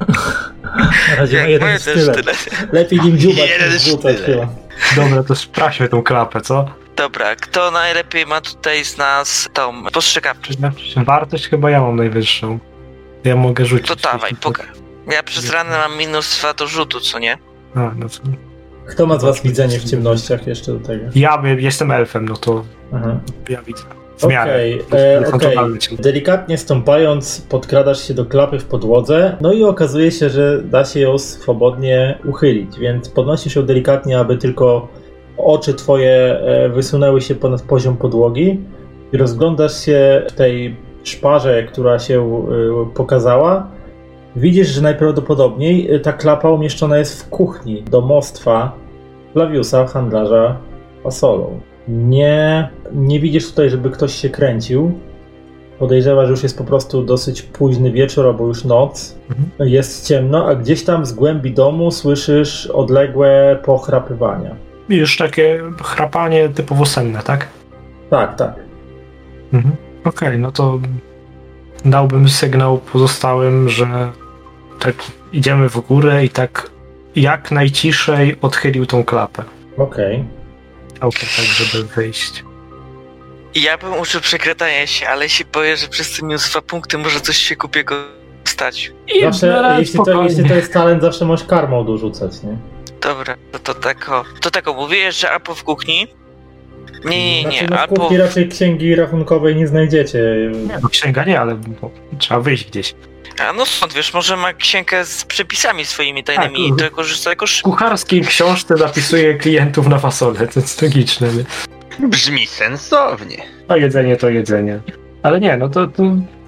Na razie ma Jak jeden moje też sztylet. tyle. Lepiej nim dziubać Jeden niż rzucać sztylet. chyba. Dobra, to sprawdźmy tą klapę, co? Dobra, kto najlepiej ma tutaj z nas tą postrzegawczość? Wartość chyba ja mam najwyższą. Ja mogę rzucić. To dawaj, poka. Ja przez ranę mam minus dwa do rzutu, co nie? A, no to... Kto ma z was widzenie w ciemnościach jeszcze do tego? Ja jestem elfem, no to Aha. ja widzę. W miarę. Okej, To e, są okej. totalne ciemno. Delikatnie stąpając, podkradasz się do klapy w podłodze, no i okazuje się, że da się ją swobodnie uchylić, więc podnosisz ją delikatnie, aby tylko oczy twoje e, wysunęły się ponad poziom podłogi i rozglądasz się w tej szparze, która się e, pokazała. Widzisz, że najprawdopodobniej e, ta klapa umieszczona jest w kuchni domostwa Flaviusa, handlarza fasolą. Nie, nie widzisz tutaj, żeby ktoś się kręcił. Podejrzewa, że już jest po prostu dosyć późny wieczór albo już noc. Mhm. Jest ciemno, a gdzieś tam z głębi domu słyszysz odległe pochrapywania. I już takie chrapanie typowo senne, tak? Tak, tak. Mhm. Okej, no to dałbym sygnał pozostałym, że tak idziemy w górę i tak jak najciszej odchylił tą klapę. Okej. Okej, tak, żeby wyjść. Ja bym uczył przekradania się, ale się boję, że przez te minus dwa punkty może coś się głupiego stać. Zawsze, jeśli to, jeśli to jest talent, zawsze możesz karmą dorzucać, nie? Dobra, to, to tak o. To tak o, mówiłeś, że albo w kuchni? Nie, nie, Znaczy, nie, no w albo... kuchni raczej księgi rachunkowej nie znajdziecie. Nie, no księga nie, ale no, trzeba wyjść gdzieś. A no skąd wiesz, może ma księgę z przepisami swoimi tajnymi Tak, i to korzysta jako W sz... kucharskiej książce zapisuje klientów na fasolę, to jest logiczne. Nie? Brzmi sensownie. A jedzenie to jedzenie. Ale nie, no to, to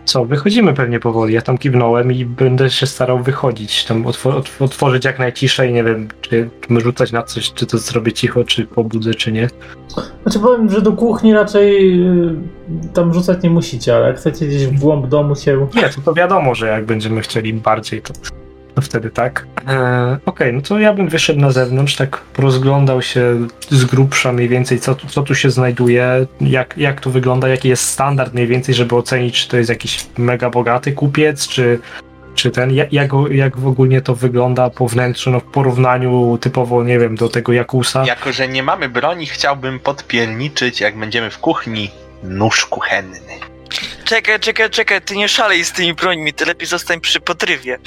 Co, wychodzimy pewnie powoli. Ja tam kiwnąłem i będę się starał wychodzić. Tam otw- otw- otworzyć jak najciszej. Nie wiem, czy, czy rzucać na coś, czy to zrobię cicho, czy pobudzę, czy nie. Znaczy powiem, że do kuchni raczej y, tam rzucać nie musicie, ale jak chcecie gdzieś w głąb domu się... Nie, to, to wiadomo, że jak będziemy chcieli bardziej, to, to wtedy tak. Eee, Okej, okay, no to ja bym wyszedł na zewnątrz, tak rozglądał się z grubsza mniej więcej, co tu, co tu się znajduje, jak, jak to wygląda, jaki jest standard mniej więcej, żeby ocenić, czy to jest jakiś mega bogaty kupiec, czy, czy ten, jak, jak, jak w ogóle to wygląda po wnętrzu, no w porównaniu typowo, nie wiem, do tego Jakusa. Jako, że nie mamy broni, chciałbym podpierniczyć, jak będziemy w kuchni, nóż kuchenny. Czekaj, czekaj, czekaj, ty nie szalej z tymi brońmi, ty lepiej zostań przy potrywie.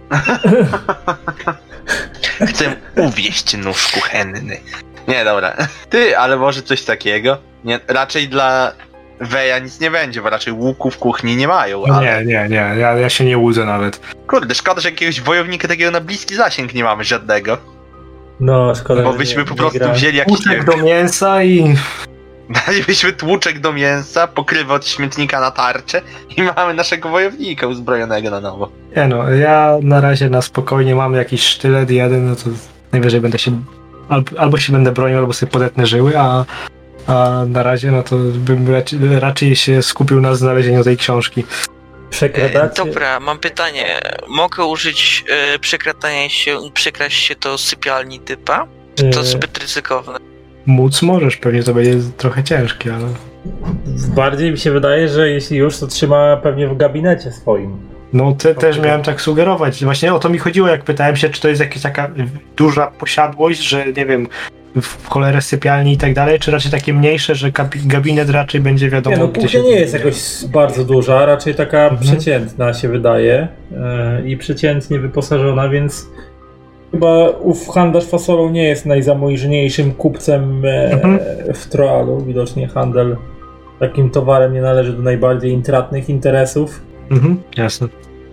Chcę uwieść nóż kuchenny. Nie, dobra. Ty, ale może coś takiego? Nie, raczej dla Weja nic nie będzie, bo raczej łuku w kuchni nie mają, ale... Nie, nie, nie, ja, ja się nie łudzę nawet. Kurde, szkoda, że jakiegoś wojownika takiego na bliski zasięg nie mamy żadnego. No, szkoda, Bo że byśmy nie, po nie prostu gra. wzięli jakiś... Łuczek do mięsa i... Dalibyśmy tłuczek do mięsa, pokrywę od śmietnika na tarczę i mamy naszego wojownika uzbrojonego na nowo. Nie no, ja na razie na spokojnie mam jakiś sztylet jeden, no to najwyżej będę się... Albo, albo się będę bronił, albo sobie podetnę żyły, a, a na razie no to bym raczej, raczej się skupił na znalezieniu tej książki. Przekradacie... Dobra, mam pytanie. Mogę użyć e, przekradania się, przekraść się do sypialni typa? Czy to Yy, zbyt ryzykowne? Móc możesz, pewnie to będzie trochę ciężkie, ale... Bardziej mi się wydaje, że jeśli już, to trzyma pewnie w gabinecie swoim. No te, też miałem tak sugerować. Właśnie o to mi chodziło, jak pytałem się, czy to jest jakaś taka duża posiadłość, że nie wiem, w cholerę sypialni i tak dalej, czy raczej takie mniejsze, że kabi- gabinet raczej będzie wiadomo, Nie, no gdzie kuchnia się... nie jest jakoś bardzo duża, raczej taka Mhm. przeciętna się wydaje yy, i przeciętnie wyposażona, więc chyba ów handlarz fasolą nie jest najzamożniejszym kupcem e, Mhm. w Troalu. Widocznie handel takim towarem nie należy do najbardziej intratnych interesów. Mhm, jasne.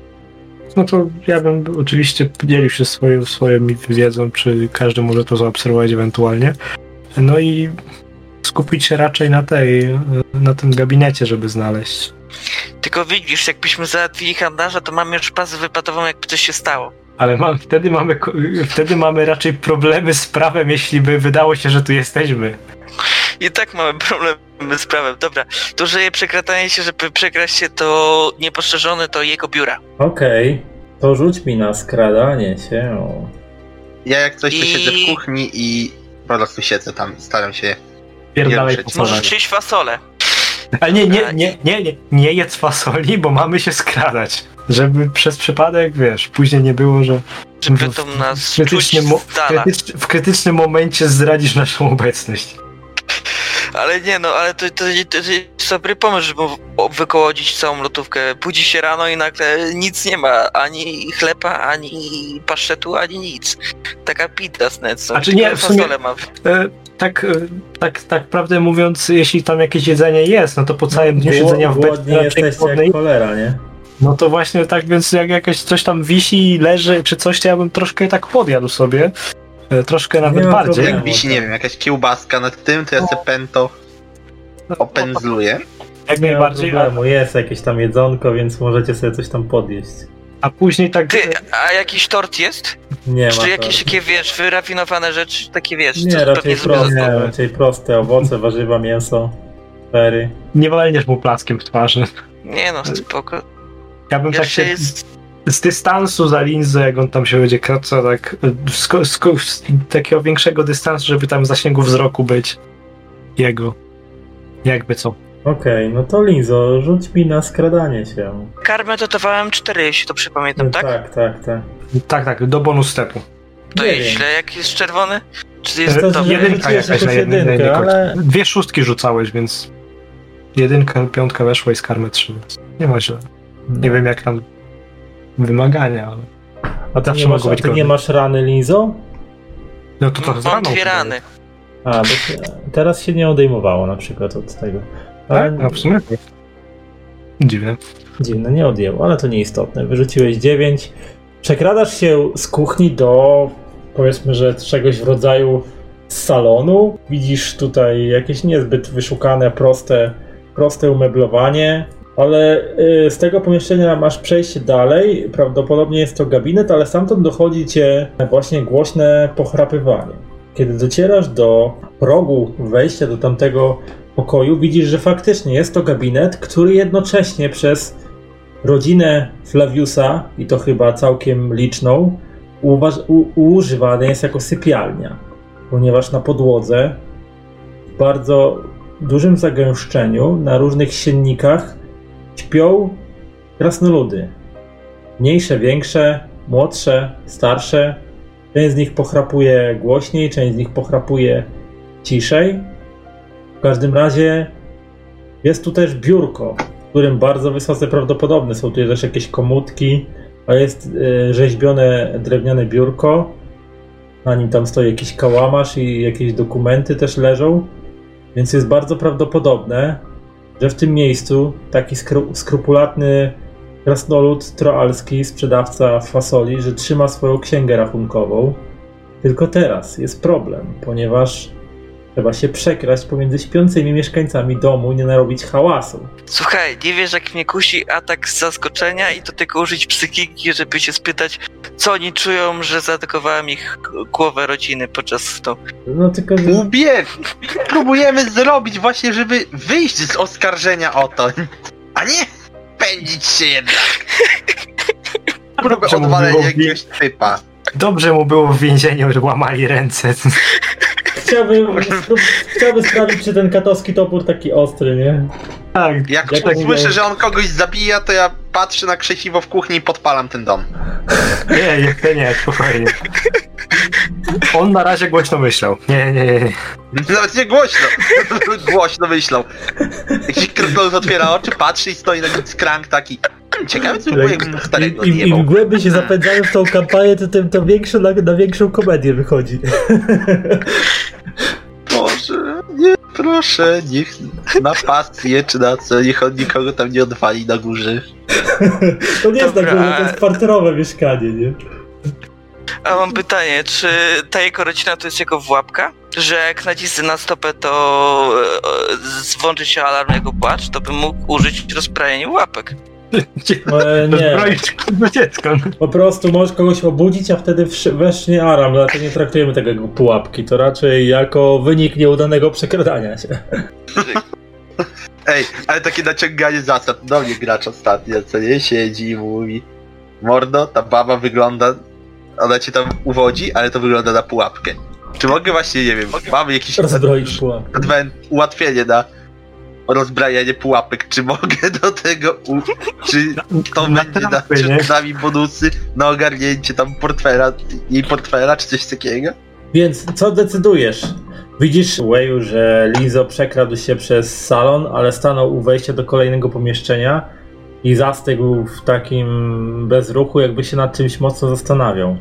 No to ja bym oczywiście podzielił się swoją, swoją wiedzą, czy każdy może to zaobserwować ewentualnie. No i skupić się raczej na tej, na tym gabinecie, żeby znaleźć. Tylko widzisz, jakbyśmy załatwili handlarza, to mamy już pasę wypadową, jakby coś się stało. Ale mam, wtedy, mamy, ko- wtedy mamy raczej problemy z prawem, jeśli by wydało się, że tu jesteśmy. I tak mamy problemy z prawem. Dobra, to że je przekradanie się, żeby przekraść się to niepostrzeżone, to jego biura. Okej, to rzuć mi na skradanie się. Ja jak coś to I- siedzę w kuchni i po prostu siedzę tam i staram się... Pierdalej Nie, po Możesz polach. jeść fasolę. Ale nie, nie, nie, nie, nie, nie jedz fasoli, bo mamy się skradać. Żeby przez przypadek, wiesz, później nie było, że Żeby w- to w nas czuć krytycznym, mo- z dala. krytycz, w krytycznym momencie zdradzisz naszą obecność. Ale nie no, ale to, to, to, to jest dobry pomysł, żeby wykołodzić całą lotówkę. Budzi się rano i nagle nic nie ma. Ani chleba, ani pasztetu, ani nic. Taka pita z necą. Znaczy nie, w sumie- fasolę ma. E, tak, e, tak, tak prawdę mówiąc, jeśli tam jakieś jedzenie jest, no to po całym dniu Gło- siedzenia w beczce Głodni raczej jesteście głodnej, jak cholera, nie? no to właśnie tak, więc jak jakieś coś tam wisi i leży, czy coś, to ja bym troszkę tak podjadł sobie. E, troszkę nawet ma bardziej. problemu. Jak wisi, nie wiem, jakaś kiełbaska nad tym, to ja se pęto opędzluję. Jak Nie ma najbardziej, a, problemu, jest jakieś tam jedzonko, więc możecie sobie coś tam podjeść. a później tak... Ty, a jakiś tort jest? Nie ma Czy jakieś to. takie, wiesz, wyrafinowane rzeczy, takie, wiesz, Nie, co raczej pewnie sobie proste, zostało. raczej proste owoce, warzywa, mięso, fery. Nie walniesz mu plackiem w twarzy. Nie no, spoko. Ja bym tak Jeszcze się jest... z dystansu za linzę, jak on tam się będzie kratca, tak z, z, z takiego większego dystansu, żeby tam w zasięgu wzroku być jego. Jakby co. Okej, no to Linzo, rzuć mi na skradanie się. Karmę dotowałem cztery, jeśli dobrze pamiętam, tak? Tak, tak, tak. Tak, tak, do bonus stepu. To Nie jest wiem. źle, jak jest czerwony? Czy jest E, to, to... że- jedynka rzuciłeś jakaś jakąś na jednej, na jedynkę, jednej ale- końcu. Dwie szóstki rzucałeś, więc jedynka, piątka weszła i z karmy trzy, więc nie ma źle. Nie wiem jak tam wymagania, ale A ty, zawsze nie masz, mogą a być ty nie gorzej. masz rany, Linzo? No to trochę Mam zraną dwie chyba rany. jest. A, bo się, teraz się nie odejmowało na przykład od tego. Ale Tak? No w sumie tak. Dziwne. dziwne, nie odjęło, ale to nieistotne. Wyrzuciłeś dziewięć. Przekradasz się z kuchni do, powiedzmy, że czegoś w rodzaju salonu. Widzisz tutaj jakieś niezbyt wyszukane, proste, proste umeblowanie. Ale y, z tego pomieszczenia masz przejście dalej, prawdopodobnie jest to gabinet, ale stamtąd dochodzi cię właśnie głośne pochrapywanie. Kiedy docierasz do progu wejścia do tamtego pokoju, widzisz, że faktycznie jest to gabinet, który jednocześnie przez rodzinę Flaviusa, i to chyba całkiem liczną, uważ- u- używany jest jako sypialnia, ponieważ na podłodze w bardzo dużym zagęszczeniu na różnych siennikach śpią krasnoludy. Mniejsze, większe, młodsze, starsze. Część z nich pochrapuje głośniej, część z nich pochrapuje ciszej. W każdym razie jest tu też biurko, w którym bardzo wysoce prawdopodobne są tu też jakieś komódki, a jest y, rzeźbione drewniane biurko. Na nim tam stoi jakiś kałamarz i jakieś dokumenty też leżą. Więc jest bardzo prawdopodobne, że w tym miejscu taki skru- skrupulatny krasnolud troalski, sprzedawca fasoli, że trzyma swoją księgę rachunkową. Tylko teraz jest problem, ponieważ trzeba się przekraść pomiędzy śpiącymi mieszkańcami domu i nie narobić hałasu. Słuchaj, nie wiesz jak mnie kusi atak z zaskoczenia i do tego użyć psychiki, żeby się spytać, co oni czują, że zaatakowałem ich głowę rodziny podczas snu. No tylko... Łbie! Próbujemy zrobić właśnie, żeby wyjść z oskarżenia o to, a nie pędzić się jednak. Próbę Dobrze mu odwalenia było w- jakiegoś typa. Dobrze mu było w więzieniu, że łamali ręce. Chciałbym, chciałbym sprawić, czy ten katowski topór taki ostry, nie? Tak, Jak Jak tak mówię- słyszę, że on kogoś zabija, to ja patrzę na krzesiwo w kuchni i podpalam ten dom. nie, jeszcze nie, spokojnie. On na razie głośno myślał. Nie, nie, nie. Nawet nie głośno. Głośno myślał. Jakiś krasnolud otwiera oczy, patrzy i stoi na nim skrank taki. Ciekawe, co było, jakbym starego Im, im, zjebał. Im głębiej się zapędzamy w tą kampanię, to tym to większe, na, na większą komedię wychodzi. Boże, nie, proszę, niech na pasję czy na co, niech on nikogo tam nie odwali na górze. To nie jest na Dobra. górze, to jest parterowe mieszkanie, nie? A mam pytanie, czy ta jego rodzina to jest jego włapka? Że jak nacisnę na stopę, to e, włączy się alarm jego płacz, to bym mógł użyć rozbrajania łapek. E, nie, Zbroić kurwa dziecko. po prostu możesz kogoś obudzić, a wtedy wsz- wesznie alarm, dlatego nie traktujemy tego jako pułapki, to raczej jako wynik nieudanego przekradania się. Ej, ale takie naciąganie zasad, do mnie gracz ostatnio, co nie, siedzi i mówi: mordo, ta baba wygląda, ona cię tam uwodzi, ale to wygląda na pułapkę. Czy mogę właśnie, nie wiem, mamy jakieś Rozbroić pułapkę. adwen- ułatwienie na rozbrajanie pułapek, czy mogę do tego, u- czy to Na będzie trapy, na, nie? przed nami bonusy na ogarnięcie tam portfela, jej portfela, czy coś takiego? Więc co decydujesz? Widzisz, Wayu, że Lizo przekradł się przez salon, ale stanął u wejścia do kolejnego pomieszczenia i zastygł w takim bezruchu, jakby się nad czymś mocno zastanawiał.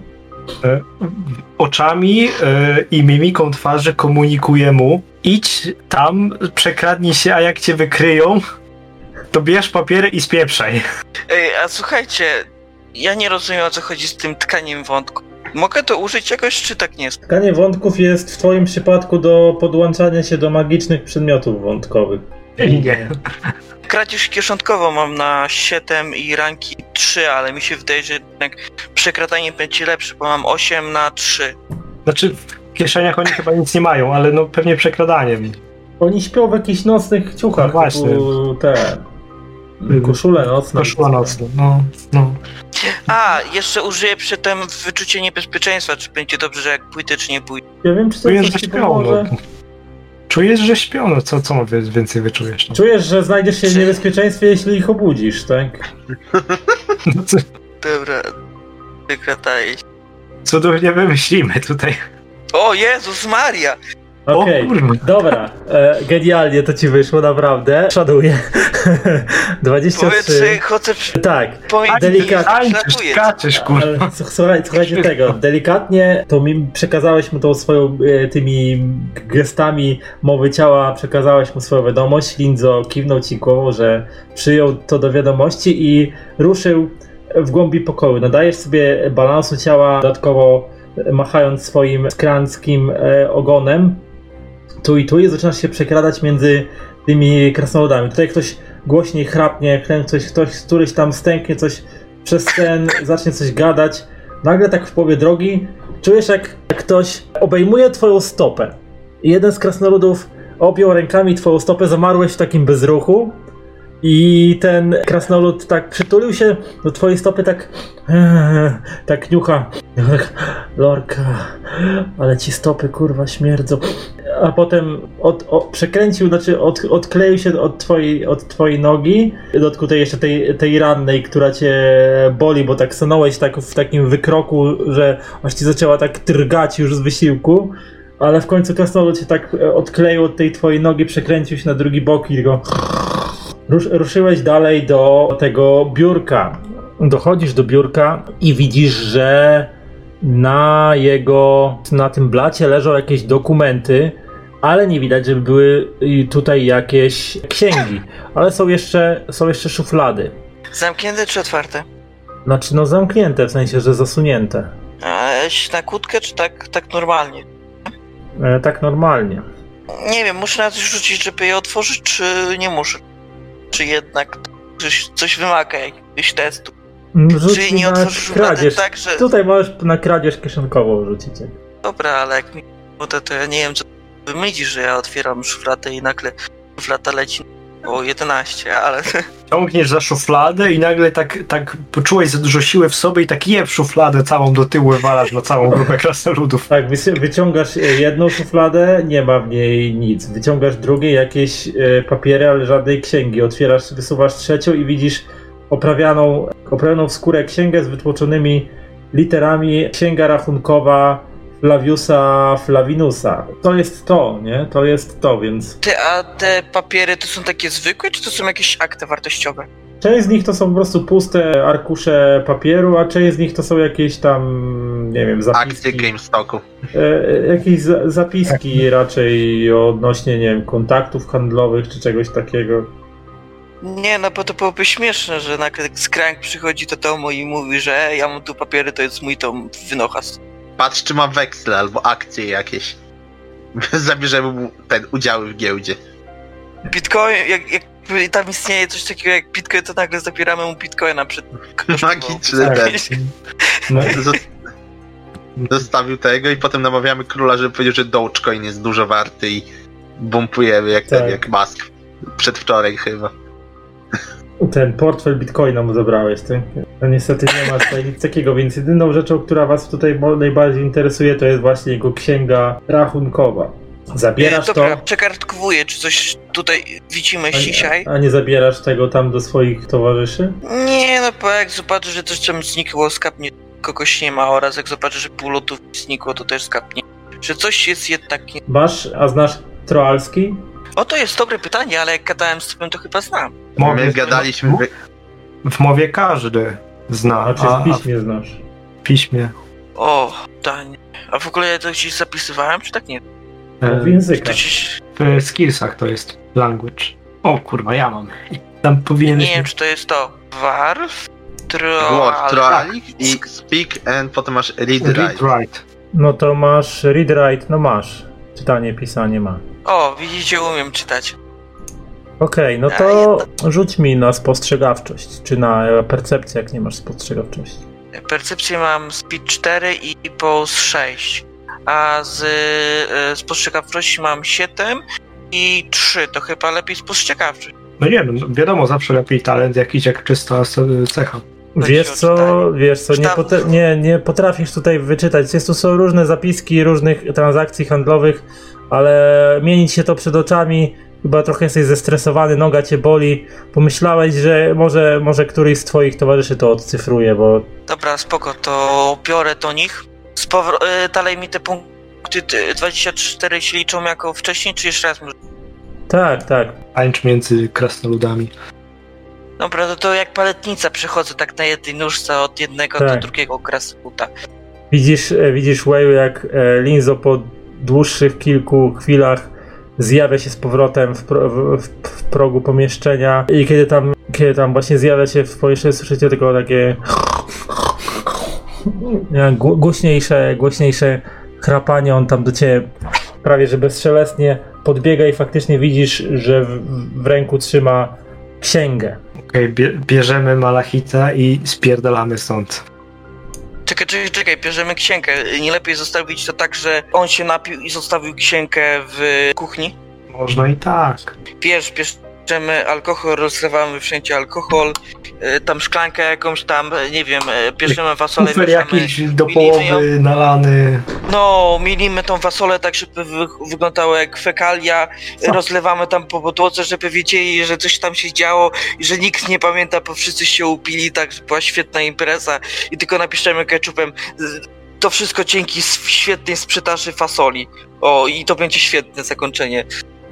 Oczami e, i mimiką twarzy komunikuje mu: idź tam, przekradnij się, a jak cię wykryją, to bierz papiery i spieprzaj. Ej, a słuchajcie, ja nie rozumiem o co chodzi z tym tkaniem wątku. Mogę to użyć jakoś, czy tak nie jest? Tkanie wątków jest w twoim przypadku do podłączania się do magicznych przedmiotów wątkowych. Nie. Kradzież kieszonkowo mam na siedem i ranki trzy, ale mi się wydaje, że jednak przekradanie będzie lepsze, bo mam osiem na trzy. Znaczy, w kieszeniach oni chyba nic nie mają, ale no pewnie przekradaniem. Oni śpią w jakichś nocnych ciuchach, No właśnie. typu te koszule nocne. Koszula nocna, no, no. A, jeszcze użyję przy tym wyczucie niebezpieczeństwa, czy będzie dobrze, że jak pójdę, czy nie pójdę. Ja wiem, czy to Czujesz, coś że ci śpią, pomoże. no. Czujesz, że śpią, no co, co więcej wyczujesz? No? Czujesz, że znajdziesz się w Czy- niebezpieczeństwie, jeśli ich obudzisz, tak? No, co- Dobra, wykradaję się. cudownie wymyślimy tutaj. O Jezus Maria! Okej, O kurwa. dobra. E, genialnie to ci wyszło, naprawdę. Szanuję. dwadzieścia Powiedz, trzy. że chodzę przy... Tak, Powiedz, delikatnie. Tańczysz, Żartuję. skaczesz, kurwa. ale s- słuchaj, słuchajcie tego, delikatnie to mi przekazałeś mu tą swoją, e, tymi gestami mowy ciała, przekazałeś mu swoją wiadomość. Linzo kiwnął ci głową, że przyjął to do wiadomości i ruszył w głębi pokoju. Nadajesz sobie balansu ciała, dodatkowo machając swoim skranckim e, ogonem tu i tu i zaczynasz się przekradać między tymi krasnoludami. Tutaj ktoś głośniej chrapnie, coś, ktoś, któryś tam stęknie coś przez ten, zacznie coś gadać. Nagle tak w połowie drogi czujesz, jak ktoś obejmuje twoją stopę. I jeden z krasnoludów objął rękami twoją stopę, zamarłeś w takim bezruchu. I ten krasnolud tak przytulił się do twojej stopy, tak tak niucha. Lorka, ale ci stopy kurwa śmierdzą. A potem od, od, przekręcił, znaczy od, odkleił się od twojej, od twojej nogi, w dodatku tej jeszcze tej, tej rannej, która cię boli, bo tak stanąłeś tak w takim wykroku, że aż ci zaczęła tak trgać już z wysiłku. Ale w końcu krasnolud się tak odkleił od tej twojej nogi, przekręcił się na drugi bok i go... Rusz, ruszyłeś dalej do tego biurka. Dochodzisz do biurka i widzisz, że na jego, na tym blacie leżą jakieś dokumenty, ale nie widać, żeby były tutaj jakieś księgi. Ale są jeszcze, są jeszcze szuflady. Zamknięte czy otwarte? Znaczy no zamknięte, w sensie, że zasunięte. A na kłódkę czy tak, tak normalnie? E, tak normalnie. Nie wiem, muszę na coś rzucić, żeby je otworzyć, czy nie muszę? Czy jednak coś, coś wymaga jakiegoś testu? Rzuć Czy nie otworzysz szuflady tak, że... Tutaj możesz na kradzież kieszonkową rzucić. Dobra, ale jak mi to, to ja nie wiem, co wymyślisz, że ja otwieram szufladę i nagle szuflada leci o jedenaście, ale... Ciągniesz za szufladę i nagle tak, tak poczułeś za dużo siły w sobie i tak jeb szufladę całą do tyłu walasz na całą grupę krasnoludów. Tak, wyciągasz jedną szufladę, nie ma w niej nic. Wyciągasz drugie, jakieś papiery, ale żadnej księgi. Otwierasz, wysuwasz trzecią i widzisz oprawianą, oprawianą w skórę księgę z wytłoczonymi literami. Księga rachunkowa Flaviusa Flavinusa. To jest to, nie? To jest to, więc... Ty, a te papiery to są takie zwykłe, czy to są jakieś akty wartościowe? Część z nich to są po prostu puste arkusze papieru, a część z nich to są jakieś tam, nie wiem, zapiski. Akcje GameStoku. E, jakieś za, zapiski raczej odnośnie, nie wiem, kontaktów handlowych czy czegoś takiego. Nie, no bo to byłoby śmieszne, że nagle Skrank przychodzi do domu i mówi, że ja mam tu papiery, to jest mój tom wynochas. Patrz, czy ma weksle albo akcje jakieś. Zabierzemy mu ten udziały w giełdzie. Bitcoin, jak, jak tam istnieje coś takiego jak Bitcoin, to nagle zabieramy mu Bitcoina przed... Magiczny Tak. ten. No. Zostawił tego i potem namawiamy króla, żeby powiedział, że Dogecoin jest dużo warty i bumpujemy jak Tak. ten, jak Musk. Przedwczoraj chyba. Ten portfel bitcoina mu zabrałeś, ty? No niestety nie ma tutaj nic takiego, więc jedyną rzeczą, która was tutaj najbardziej interesuje, to jest właśnie jego księga rachunkowa. Zabierasz e, dobra, to, przekartkowuję, czy coś tutaj widzimy a, dzisiaj. a nie zabierasz tego tam do swoich towarzyszy? Nie, no bo jak zobaczę, że coś tam znikło, skapnie, kogoś nie ma, oraz jak zobaczę, że pół lotów znikło, to też skapnie. Że coś jest jednak nie... Masz, a znasz troalski? O, to jest dobre pytanie, ale jak gadałem z tobą, to chyba znam. My gadaliśmy... W, w mowie każdy zna, A czy a, w piśmie znasz? w piśmie. O, danie. A w ogóle ja to gdzieś zapisywałem, czy tak nie? W E, językach. To gdzieś... w skillsach to jest language. O kurwa, ja mam. Tam powinien... Nie wiem, czy to jest to. Warf? Word, Troll... Troalik i Speak and potem masz Read Read Write. write. No to masz read write, no masz. Czytanie, pisanie ma. O, widzicie, umiem czytać. Okej, okay, no to rzuć mi na spostrzegawczość, czy na percepcję, jak nie masz spostrzegawczości. Percepcję mam speed cztery i pulse sześć, a z e, spostrzegawczości mam siedem i trzy, to chyba lepiej spostrzegawczość. No nie no, wiadomo, zawsze lepiej talent jakiś jak czysta cecha. Wiesz co, wiesz co, nie, pot- nie, nie potrafisz tutaj wyczytać. Jest tu są różne zapiski różnych transakcji handlowych, ale mienić się to przed oczami, chyba trochę jesteś zestresowany, noga cię boli. Pomyślałeś, że może, może któryś z twoich towarzyszy to odcyfruje, bo... Dobra, spoko, to biorę do nich. Z powro- e, dalej mi te punkty te dwadzieścia cztery się liczą jako wcześniej, czy jeszcze raz może? Tak, tak. Tańcz między krasnoludami. Dobra, no to jak paletnica przechodzę tak na jednej nóżce od jednego Tak. do drugiego krasnoluda. Widzisz, e, widzisz Wayne, jak e, Linzo po dłuższych kilku chwilach zjawia się z powrotem w, pro, w, w, w progu pomieszczenia i kiedy tam, kiedy tam właśnie zjawia się w pomieszczeniu, słyszycie tylko takie gł- głośniejsze, głośniejsze chrapanie. On tam do ciebie prawie że bezszelestnie podbiega i faktycznie widzisz, że w, w ręku trzyma księgę. Okej, okay, bierzemy malachita i spierdalamy stąd. Czekaj, czekaj, czekaj, bierzemy księgę. Nie lepiej zostawić to tak, że on się napił i zostawił księgę w kuchni? Można i tak. Bierz, bierzemy alkohol, rozlewamy wszędzie alkohol, y, tam szklankę jakąś tam, nie wiem, bierzemy fasolę, Kufer mieszamy, jakiś do połowy ją. nalany. No, milimy tą fasolę tak, żeby wy, wyglądało jak fekalia, Co? rozlewamy tam po podłodze, żeby wiedzieli, że coś tam się działo i że nikt nie pamięta, bo wszyscy się upili, tak, że była świetna impreza i tylko napiszemy ketchupem. To wszystko dzięki świetnej sprzedaży fasoli. O, i to będzie świetne zakończenie.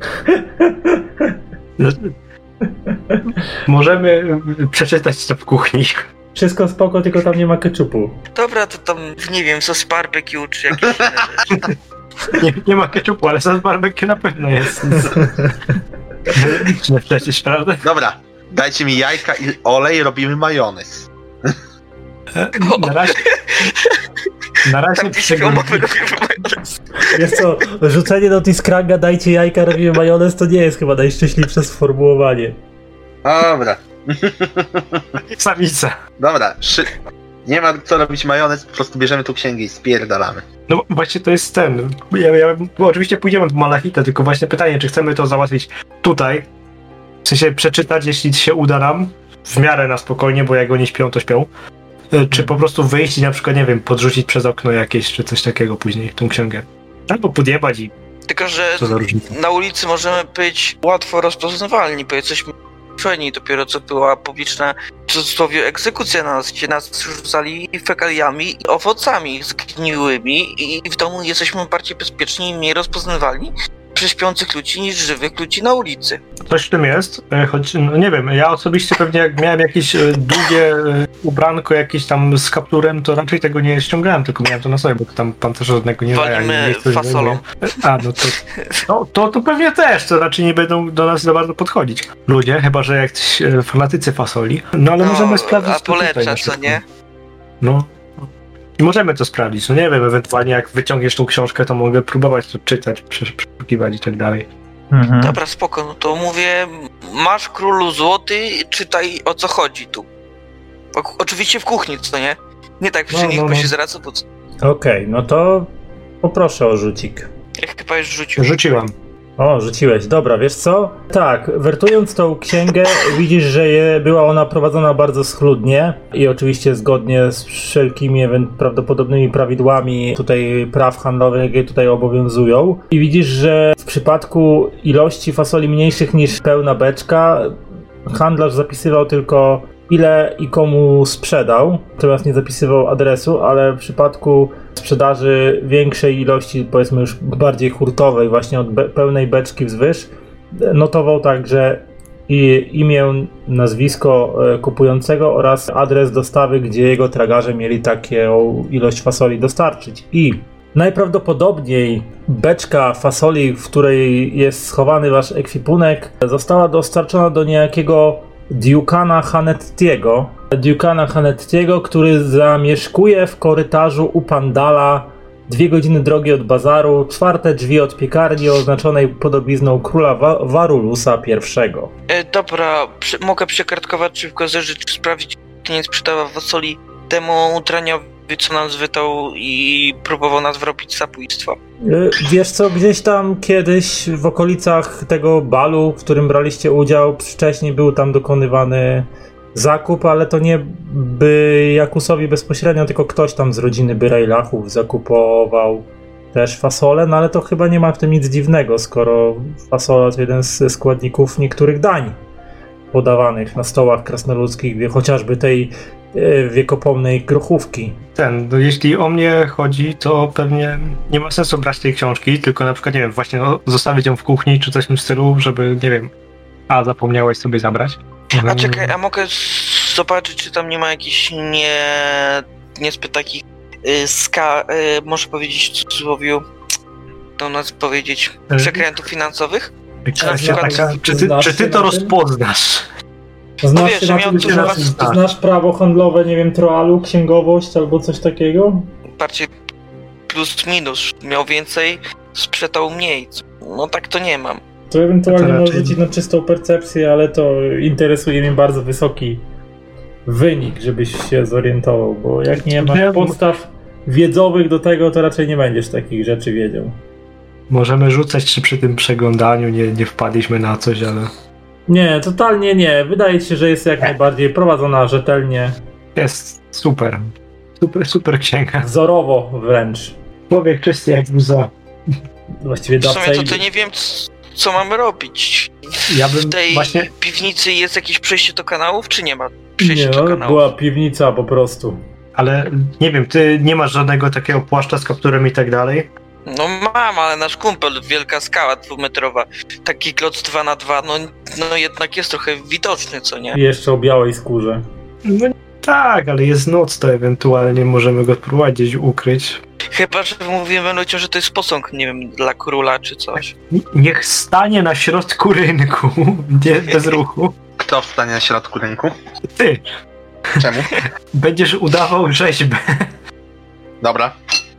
Możemy przeczytać to w kuchni. Wszystko spoko, tylko tam nie ma ketchupu. Dobra, to tam, nie wiem, sos barbecue czy jakieś inne rzeczy. Nie, nie ma ketchupu, ale sos barbecue na pewno jest. Liczne przecież, prawda? Dobra, dajcie mi jajka i olej, robimy majonez. Na razie... Na razie Wiesz co, rzucenie do Tiskranga, dajcie jajka, robimy majonez, to nie jest chyba najszczęśliwsze sformułowanie. Dobra. Samica. Dobra, szy... nie ma co robić majonez, po prostu bierzemy tu księgę i spierdalamy. No właśnie to jest ten. Ja, ja, bo oczywiście pójdziemy w malachitę, tylko właśnie pytanie, czy chcemy to załatwić tutaj, w sensie przeczytać, jeśli się uda nam, w miarę na spokojnie, bo jak oni śpią, to śpią. Czy po prostu wyjść i na przykład, nie wiem, podrzucić przez okno jakieś, czy coś takiego później, tą księgę. Albo podjebać i... Tylko, że Co za różnica? Na ulicy możemy być łatwo rozpoznawalni, bo jesteśmy wczoraj, dopiero co była publiczna, w cudzysłowie, egzekucja na nas, gdzie nas rzucali fekaliami i owocami zgniłymi i w domu jesteśmy bardziej bezpieczni i mniej rozpoznawalni przez śpiących ludzi niż żywych ludzi na ulicy. Coś w tym jest, choć no nie wiem, ja osobiście pewnie jak miałem jakieś długie ubranko jakieś tam z kapturem, to raczej tego nie ściągałem, tylko miałem to na sobie, bo tam pancerza żadnego nie ma. Walimy fasolą. A, no to, no to to pewnie też, to raczej nie będą do nas za bardzo podchodzić ludzie, chyba że jakiś fanatycy fasoli, no ale no, możemy sprawdzić a polepsza, co nie? No. I możemy to sprawdzić, no nie wiem, ewentualnie jak wyciągniesz tą książkę, to mogę próbować to czytać, przeszukiwać i tak dalej. Mhm. Dobra, spoko, no to mówię, masz królu złoty, czytaj o co chodzi tu. O, oczywiście w kuchni, co nie? Nie tak przy no, nich, no, bo no. się zwraca, bo... Okej, okay, no to poproszę o rzucik. Jak chyba już rzucił. Rzuciłam. O, rzuciłeś, dobra, wiesz co? Tak, wertując tą księgę, widzisz, że je, była ona prowadzona bardzo schludnie i oczywiście zgodnie z wszelkimi prawdopodobnymi prawidłami tutaj praw handlowych, jakie tutaj obowiązują. I widzisz, że w przypadku ilości fasoli mniejszych niż pełna beczka, handlarz zapisywał tylko ile i komu sprzedał, natomiast nie zapisywał adresu, ale w przypadku sprzedaży większej ilości, powiedzmy już bardziej hurtowej, właśnie od be- pełnej beczki wzwyż, notował także i imię, nazwisko kupującego oraz adres dostawy, gdzie jego tragarze mieli taką ilość fasoli dostarczyć. I najprawdopodobniej beczka fasoli, w której jest schowany wasz ekwipunek, została dostarczona do niejakiego Ducana Hanettiego. Ducana Hanettiego, który zamieszkuje w korytarzu u Pandala, dwie godziny drogi od bazaru, czwarte drzwi od piekarni oznaczonej podobizną króla Wa- Warulusa pierwszego. E, dobra, przy, mogę przekartkować szybko zeżyć, czy sprawdzić, czy nie sprzedała fasoli temu utraniowi, co nam zwytał i próbował nas wrobić zabójstwo. Wiesz co, gdzieś tam kiedyś w okolicach tego balu, w którym braliście udział, wcześniej był tam dokonywany zakup, ale to nie by Jakusowi bezpośrednio, tylko ktoś tam z rodziny Byrejlachów zakupował też fasolę, no ale to chyba nie ma w tym nic dziwnego, skoro fasola to jeden z składników niektórych dań podawanych na stołach krasnoludzkich, wie, chociażby tej wiekopomnej grochówki. Ten, no jeśli o mnie chodzi, to pewnie nie ma sensu brać tej książki, tylko na przykład, nie wiem, właśnie no, zostawić ją w kuchni, czy coś w tym stylu, żeby, nie wiem, a zapomniałeś sobie zabrać. A czekaj, a mogę zobaczyć, czy tam nie ma jakichś nie... niezbyt takich y, ska... Y, może powiedzieć w cudzysłowie, to nas powiedzieć, przekrętów finansowych? Taka, taka, czy, ty, czy ty to rozpoznasz? Znasz, no wiesz, na miał ty, to znasz, znasz prawo handlowe, nie wiem, troalu, księgowość albo coś takiego? Bardziej plus minus. Miał więcej, sprzedał mniej. No tak to nie mam. To ewentualnie To może raczej- rzucić na czystą percepcję, ale to interesuje mnie bardzo wysoki wynik, żebyś się zorientował, bo jak nie masz Nie, bo- podstaw wiedzowych do tego, to raczej nie będziesz takich rzeczy wiedział. Możemy rzucać, czy przy tym przeglądaniu nie, nie wpadliśmy na coś, ale Nie, totalnie nie. Wydaje ci się, że jest jak najbardziej prowadzona rzetelnie, jest super. Super, super księga. wzorowo wręcz. Człowiek czysty jak łza. Właściwie W dawca sumie to, i... to nie wiem, c- co mamy robić. Ja bym W tej właśnie- piwnicy jest jakieś przejście do kanałów, czy nie ma przejścia Nie, do no, kanałów? była piwnica po prostu. Ale nie wiem, ty nie masz żadnego takiego płaszcza z kapturem i tak dalej? No mam, ale nasz kumpel, wielka skała dwumetrowa, taki kloc dwa na dwa, no, no jednak jest trochę widoczny, co nie? I jeszcze o białej skórze. No tak, ale jest noc, to ewentualnie możemy go spróbować gdzieś ukryć. Chyba, że mówimy ludziom, że to jest posąg, nie wiem, dla króla czy coś. N- Niech stanie na środku rynku, nie, bez ruchu. Kto wstanie na środku rynku? Ty, Czemu? będziesz udawał rzeźbę, Dobra.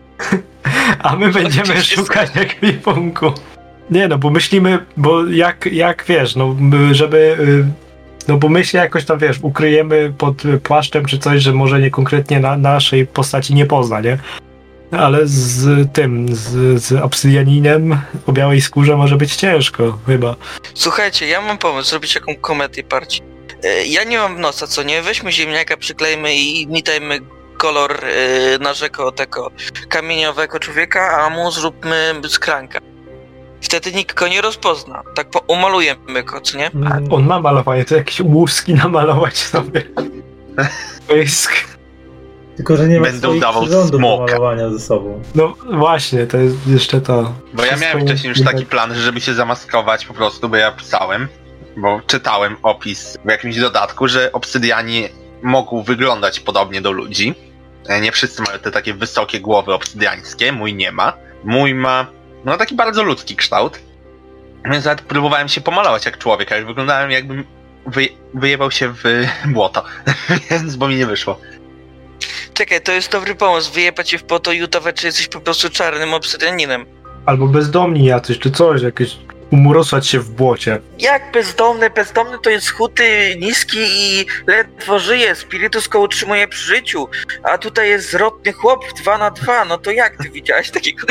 a my będziemy Oczywiście szukać ekwipunku. Nie no, bo myślimy, bo jak, jak wiesz, no my- żeby... y, No bo my się jakoś tam, wiesz, ukryjemy pod płaszczem czy coś, że może nie konkretnie na naszej postaci nie pozna, nie? Ale z tym, z, z obsydianinem o białej skórze może być ciężko, chyba. Słuchajcie, ja mam pomysł, zrobić jaką komedię bardziej. E, Ja nie mam nosa, co nie? Weźmy ziemniaka, przyklejmy i imitajmy kolor e, naszego tego kamieniowego człowieka, a mu zróbmy skranka. Wtedy nikt go nie rozpozna. Tak po- umalujemy go, co nie? Mm, On ma malowanie, to jakieś łuski namalować sobie. To jest... Tylko, że nie ma Będę swoich udawał przyrządów do smoka. malowania ze sobą. No właśnie, to jest jeszcze to. Bo ja miałem Wszystko wcześniej już widać. taki plan, żeby się zamaskować po prostu, bo ja pisałem, bo czytałem opis w jakimś dodatku, że obsydiani mogą wyglądać podobnie do ludzi. E, Nie wszyscy mają te takie wysokie głowy obsydiańskie, mój nie ma. Mój ma, no taki bardzo ludzki kształt. Więc nawet próbowałem się pomalować jak człowiek, ale wyglądałem jakbym wyje- wyjebał się w błoto, więc bo mi nie wyszło. Czekaj, to jest dobry pomysł. Wyjebać się w poto i udawać, że jesteś po prostu czarnym obsydianinem. Albo bezdomni jacyś, czy coś, jakieś umurosać się w błocie. Jak bezdomny? Bezdomny to jest chudy, niski i ledwo żyje. Spirytus go utrzymuje przy życiu. A tutaj jest zwrotny chłop dwa na dwa. No to jak ty widziałeś takiego?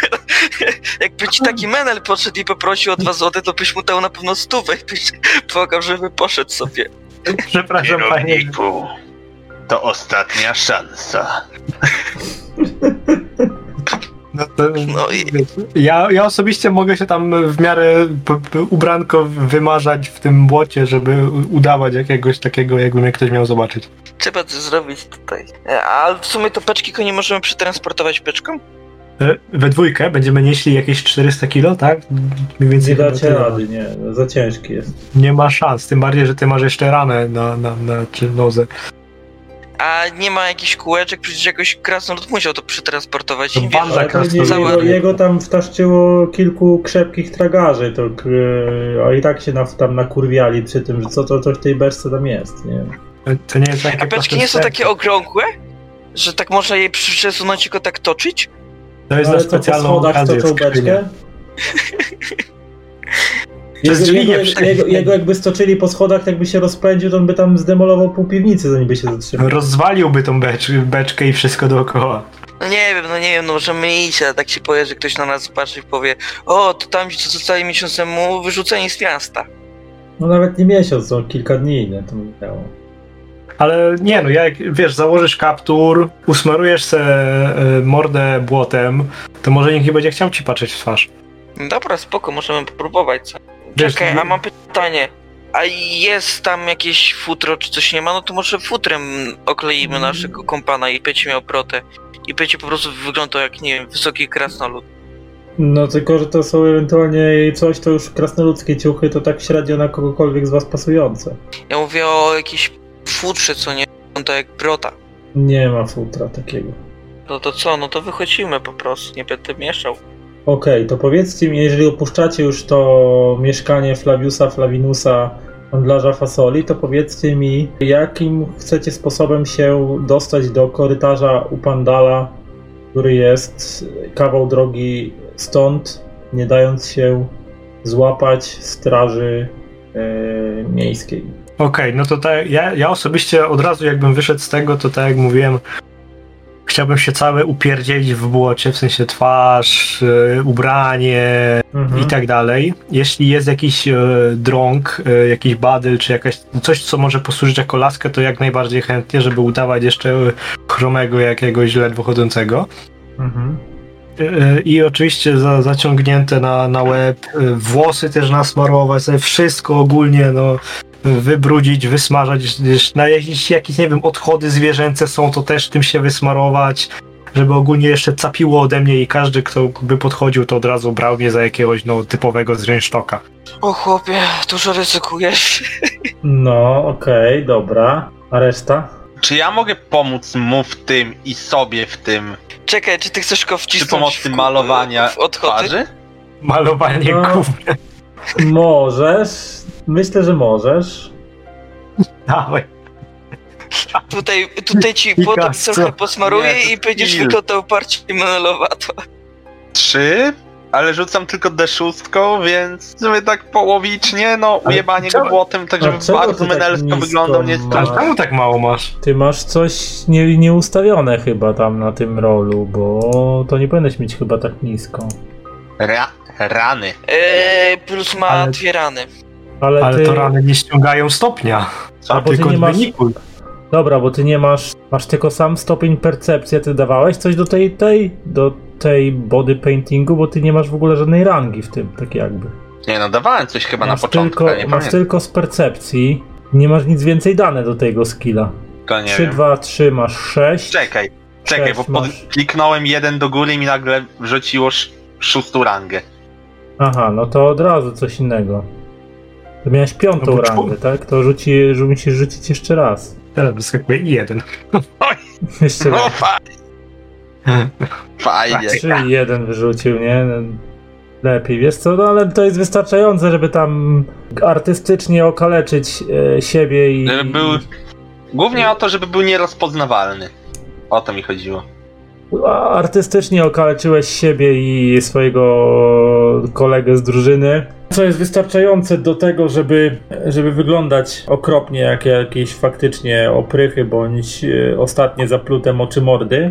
Jakby ci taki menel podszedł i poprosił o dwa złote, to byś mu dał na pewno stówę i byś błagał, żeby poszedł sobie. Przepraszam, panie. Kierowniku, to ostatnia szansa. No to, No i- ja, ja osobiście mogę się tam w miarę p- p- ubranko wymarzać w tym błocie, żeby udawać jakiegoś takiego, jakby mnie ktoś miał zobaczyć. Trzeba to zrobić tutaj. E, A w sumie to beczki go nie możemy przetransportować beczką? E, We dwójkę będziemy nieśli jakieś czterysta kilo, tak? Mniej więcej Nie chyba dacie tyle. rady, nie. Za ciężki jest. Nie ma szans, tym bardziej, że ty masz jeszcze ranę na, na, na czy nodze. A nie ma jakichś kółeczek, przecież jakoś krasnolud musiał to przetransportować. To I wiesz, banda Ale to nie, krasnoludów. jego, jego tam wtaszczyło kilku krzepkich tragarzy, to, yy, a i tak się na, tam nakurwiali przy tym, że co to, to w tej beczce tam jest, nie wiem. To nie jest takie A beczki nie są takie okrągłe? Że tak można je przesunąć i go tak toczyć? To jest na Ale co, po specjalną schodach okazję stoczą w skrzyni. beczkę? To jest Jego, dźwignia jego, wszędzie. jego, jego jakby stoczyli po schodach, tak by się rozpędził, to on by tam zdemolował pół piwnicy, zanim by się zatrzymał. Rozwaliłby tą becz, beczkę i wszystko dookoła. No nie wiem, no nie wiem, no możemy iść, ale tak się powie, że ktoś na nas zobaczy i powie: o, to tam ci co zostali miesiąc temu wyrzuceni z miasta. No nawet nie miesiąc, no kilka dni, nie, to minęło. Ale nie no, jak wiesz, założysz kaptur, usmarujesz se e, mordę błotem, to może nikt nie będzie chciał ci patrzeć w twarz. Dobra, spoko, możemy popróbować. Co? Wiesz, Czekaj, to- a mam pytanie. A jest tam jakieś futro, czy coś nie ma? No to może futrem okleimy naszego kompana i będzie miał protę. I będzie po prostu wyglądał jak, nie wiem, wysoki krasnolud. No tylko, że to są ewentualnie coś, to już krasnoludzkie ciuchy, to tak średnio na kogokolwiek z was pasujące. Ja mówię o jakiejś futrze, co nie? To jak brota. Nie ma futra takiego. No to co? No to wychodzimy po prostu, nie będę mieszał. Okej, to powiedzcie mi, jeżeli opuszczacie już to mieszkanie Flaviusa Flavinusa, handlarza fasoli, to powiedzcie mi, jakim chcecie sposobem się dostać do korytarza u Pandala, który jest kawał drogi stąd, nie dając się złapać straży yy, miejskiej. Okej, okay, no to tak, ja, ja osobiście od razu jakbym wyszedł z tego, to tak jak mówiłem, chciałbym się cały upierdzielić w błocie, w sensie twarz, yy, ubranie mhm. i tak dalej. Jeśli jest jakiś yy, drąg, yy, jakiś badyl, czy jakaś coś, co może posłużyć jako laskę, to jak najbardziej chętnie, żeby udawać jeszcze yy, chromego jakiegoś ledwo chodzącego. Mhm. Yy, I oczywiście za, zaciągnięte na, na łeb, yy, włosy też nasmarować, sobie wszystko ogólnie, no wybrudzić, wysmażać, na jakieś, jakieś, nie wiem, odchody zwierzęce są, to też tym się wysmarować, żeby ogólnie jeszcze capiło ode mnie i każdy, kto by podchodził, to od razu brał mnie za jakiegoś, no, typowego zręcztoka. O chłopie, dużo ryzykujesz. No, okej, okay, dobra. A reszta? Czy ja mogę pomóc mu w tym i sobie w tym? Czekaj, czy ty chcesz go wcisnąć przy pomocy w, malowania w odchody? twarzy? Malowanie no, gówna. Możesz. Myślę, że możesz. Dawaj. Tutaj, tutaj ci potem trochę posmaruję nie, i będziesz skill. wyglądał bardziej melowato. Trzy, ale rzucam tylko D sześć, więc sobie tak połowicznie, no Ale ujebanie czemu- go błotem, tak a żeby czemu bardzo ty tak menelsko nisko wyglądał, nie masz? Ale czemu tak mało masz? Ty masz coś nie, nieustawione chyba tam na tym rolu, bo to nie powinieneś mieć chyba tak nisko. Ra rany. Eee, plus ma Ale- dwie rany. Ale, Ale ty... to rany nie ściągają stopnia, A, bo ty tylko nie masz... wyniku. Dobra, bo ty nie masz... Masz tylko sam stopień percepcji, a ty dawałeś coś do tej, tej... do tej body paintingu, bo ty nie masz w ogóle żadnej rangi w tym, tak jakby. Nie no, dawałem coś chyba Masz na początku, tylko, ale nie masz pamiętam. tylko z percepcji, nie masz nic więcej dane do tego skilla. Tylko nie trzy, wiem. dwa, trzy masz sześć. Czekaj, czekaj, Sześć bo pod... masz. kliknąłem jeden do góry i mi nagle wrzuciło sz szóstą rangę. Aha, no to od razu coś innego. To miałeś piątą No bo rangę, czwór- tak? To rzuci, że musisz rzucić jeszcze raz. Teraz wyskakuje jeden. Jeszcze No raz. fajnie. Fajnie. trzy i jeden wyrzucił, nie? Lepiej, wiesz co? No ale to jest wystarczające, żeby tam artystycznie okaleczyć e, siebie i... Żeby był... Głównie o to, żeby był nierozpoznawalny. O to mi chodziło. A, artystycznie okaleczyłeś siebie i swojego kolegę z drużyny, co jest wystarczające do tego, żeby, żeby wyglądać okropnie jak jakieś faktycznie oprychy bądź e, ostatnie zaplute moczymordy.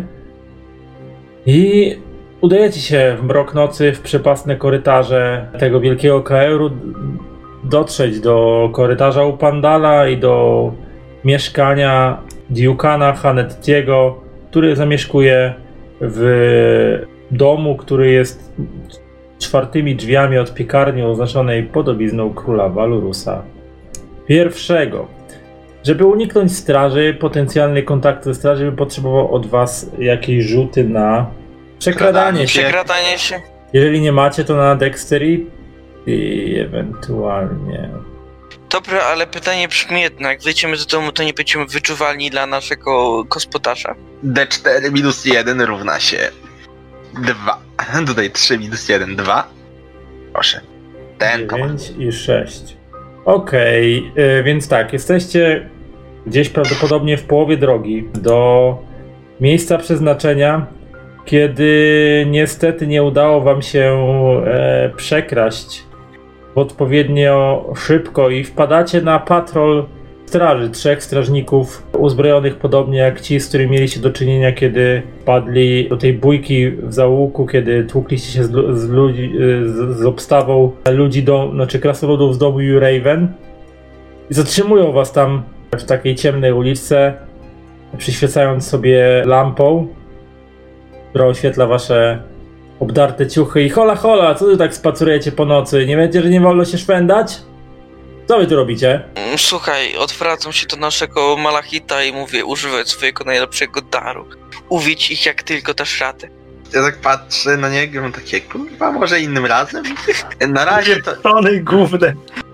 I udajecie się w mrok nocy, w przepastne korytarze tego wielkiego K R-u, dotrzeć do korytarza u Pandala i do mieszkania Diukana Hanettiego, który zamieszkuje w domu, który jest czwartymi drzwiami od piekarni oznaczonej podobizną króla Walurusa pierwszego. Żeby uniknąć straży, potencjalny kontakt ze straży, by potrzebował od was jakieś rzuty na przekradanie się. Przekradanie się. Jeżeli nie macie, to na dexterity i ewentualnie... Dobra, ale pytanie brzmi jednak, jak wyjdziemy z domu, to nie będziemy wyczuwalni dla naszego gospodarza? D cztery minus jeden równa się dwa. Tutaj trzy minus jeden, dwa. Proszę. Ten to ma. dziewięć i sześć. Okej, okay, więc tak, jesteście gdzieś prawdopodobnie w połowie drogi do miejsca przeznaczenia, kiedy niestety nie udało wam się e, przekraść odpowiednio szybko i wpadacie na patrol straży, trzech strażników uzbrojonych podobnie jak ci, z którymi mieliście do czynienia, kiedy padli do tej bójki w zaułku, kiedy tłukliście się z, lu- z, ludzi, z, z obstawą ludzi, do, znaczy krasnoludów z domu Raven. I zatrzymują was tam w takiej ciemnej uliczce, przyświecając sobie lampą, która oświetla wasze obdarte ciuchy i hola hola, co tu tak spacerujecie po nocy? Nie wiecie, że nie wolno się szwendać? Co wy tu robicie? Słuchaj, odwracam się do naszego Malachita i mówię, używaj swojego najlepszego daru. Uwiedź ich jak tylko dasz radę. Ja tak patrzę na niego, mam takie, kurwa, może innym razem? Na razie to... Tony gówne.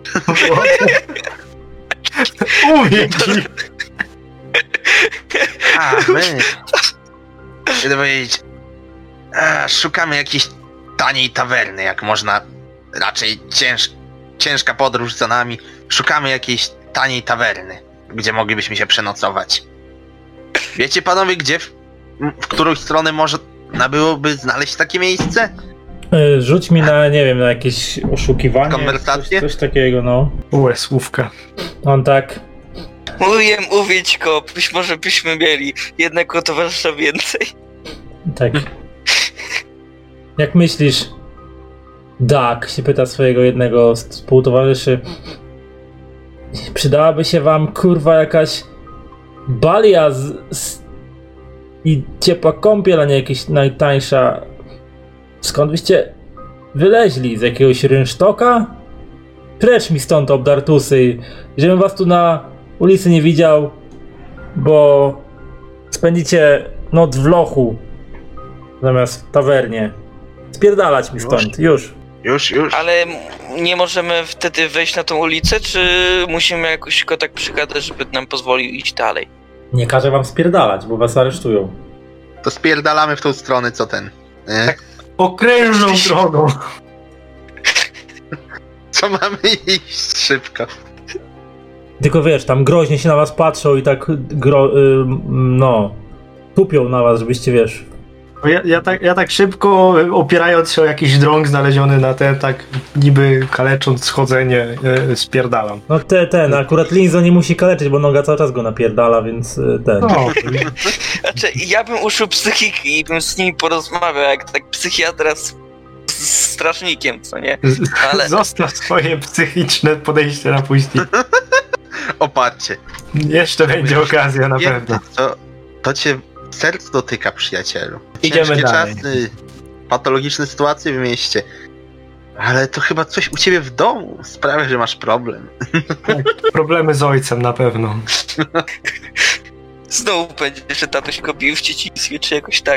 Uwieki. A, my... Chcę powiedzieć... A, szukamy jakiejś taniej tawerny, jak można... Raczej cięż... ciężka podróż za nami. Szukamy jakiejś taniej tawerny, gdzie moglibyśmy się przenocować. Wiecie panowie, gdzie... W, w którą stronę można byłoby znaleźć takie miejsce? Rzuć mi na, nie wiem, na jakieś oszukiwanie. Konwersację? Coś, coś takiego, no. Ue, słówka. On tak. Mówiłem, uwiedź go, być może byśmy mieli jednego towarzysza więcej. Tak. Jak myślisz, Doug się pyta swojego jednego z współtowarzyszy, przydałaby się wam, kurwa, jakaś balia z, z... i ciepła kąpiel, a nie jakaś najtańsza. Skąd byście wyleźli? Z jakiegoś rynsztoka? Precz mi stąd, obdartusy, żebym was tu na ulicy nie widział, bo spędzicie noc w lochu zamiast w tawernie. Spierdalać mi stąd, już. Już, już. Ale m- nie możemy wtedy wejść na tą ulicę, czy musimy jakoś go tak przygadać, żeby nam pozwolił iść dalej? Nie każę wam spierdalać, bo was aresztują. To spierdalamy w tą stronę, co ten. Nie? Tak. Okrężną drogą. Co mamy iść szybko? Tylko wiesz, tam groźnie się na was patrzą i tak gro... Y, no... tupią na was, żebyście, wiesz... Ja, ja, tak, ja tak szybko, opierając się o jakiś drąg znaleziony na ten, tak niby kalecząc schodzenie, e, spierdalam. No te, ten, akurat Linzo nie musi kaleczyć, bo noga cały czas go napierdala, więc y, ten... No, Znaczy, ja bym uszył psychiki i bym z nimi porozmawiał, jak tak psychiatra z, z strażnikiem, co nie? Ale- zostaw swoje psychiczne podejście na później. Oparcie. Jeszcze będzie okazja na pewno. To, to cię serc dotyka, przyjacielu. Idziemy Ciężkie dalej. czasy, patologiczne sytuacje w mieście. Ale to chyba coś u ciebie w domu sprawia, że masz problem. Tak, problemy z ojcem na pewno. Znowu będzie, że tatuś go bił w dzieciństwie, czy jakoś tak.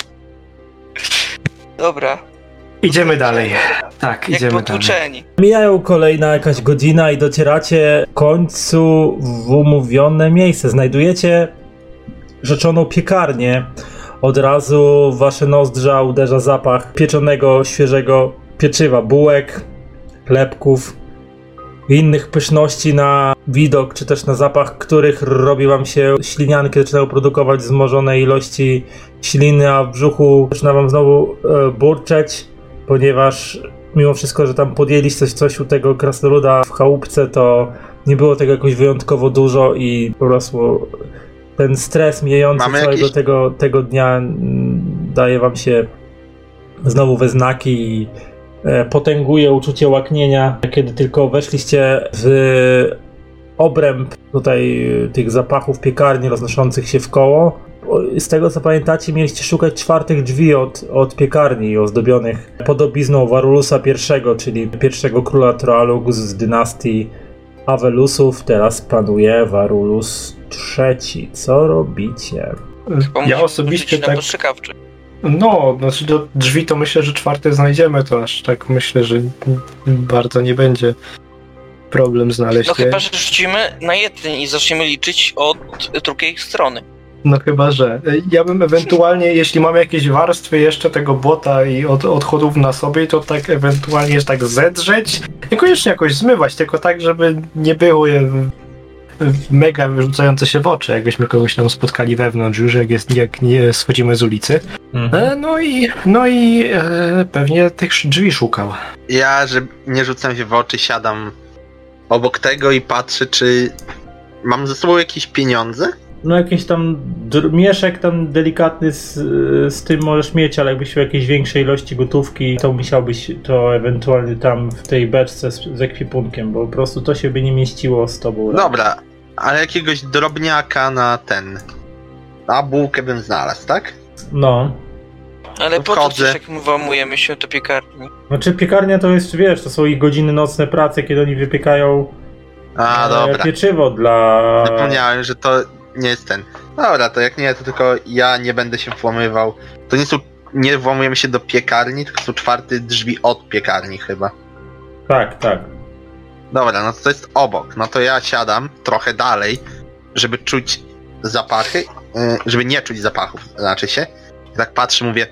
Dobra, Idziemy dalej. Tak, jak idziemy dalej. potłuczeni. Mijają kolejna jakaś godzina i docieracie w końcu w umówione miejsce. Znajdujecie rzeczoną piekarnię. Od razu w wasze nozdrza uderza zapach pieczonego, świeżego pieczywa, bułek, chlebków i innych pyszności na widok, czy też na zapach, których robi wam się ślinianki, zaczynają produkować wzmożone ilości śliny, a w brzuchu zaczyna wam znowu e, burczeć, ponieważ mimo wszystko, że tam podjęliście coś, coś u tego krasnoluda w chałupce, to nie było tego jakoś wyjątkowo dużo i po prostu ten stres mijający Mamy całego jakieś- tego, tego dnia mm, daje wam się znowu we znaki i e, potęguje uczucie łaknienia. Kiedy tylko weszliście w obręb tutaj e, tych zapachów piekarni roznoszących się w koło, o, z tego co pamiętacie, mieliście szukać czwartych drzwi od, od piekarni ozdobionych podobizną Varulusa I, czyli pierwszego króla Troalug z dynastii Avelusów. Teraz panuje Varulus trzeci. Co robicie? Bo Ja musimy osobiście rzucić na tak... postrzegawczy. No, znaczy do drzwi to myślę, że czwarte znajdziemy, to aż tak myślę, że bardzo nie będzie problem znaleźć No je. chyba, że rzucimy na jeden i zaczniemy liczyć od drugiej strony. No chyba, że. Ja bym ewentualnie, jeśli mamy jakieś warstwy jeszcze tego błota i od, odchodów na sobie, to tak ewentualnie tak zedrzeć. Niekoniecznie jakoś zmywać, tylko tak, żeby nie było je mega wyrzucające się w oczy, jakbyśmy kogoś tam spotkali wewnątrz już, jak, jest, jak nie schodzimy z ulicy. Mhm. E, no i, no i e, pewnie tych drzwi szukał. Ja, że nie rzucam się w oczy, siadam obok tego i patrzę, czy mam ze sobą jakieś pieniądze? No jakiś tam dr- mieszek tam delikatny z, z tym możesz mieć, ale jakbyś miał jakieś większej ilości gotówki, to musiałbyś to ewentualnie tam w tej beczce z, z ekwipunkiem, bo po prostu to się by nie mieściło z tobą. Dobra, ale jakiegoś drobniaka na ten... Na bułkę bym znalazł, tak? No. Ale po co Wchodzę. też jak my włamujemy się do piekarni? Znaczy piekarnia to jest, wiesz, to są ich godziny nocne pracy, kiedy oni wypiekają A, e, dobra. pieczywo dla... Zapomniałem, że to nie jest ten. Dobra, to jak nie, to tylko ja nie będę się włamywał. To nie są... Nie włamujemy się do piekarni, tylko są czwarte drzwi od piekarni chyba. Tak, tak. Dobra, no to, to jest obok. No to ja siadam trochę dalej, żeby czuć zapachy, yy, żeby nie czuć zapachów, znaczy się. I tak patrzę, mówię,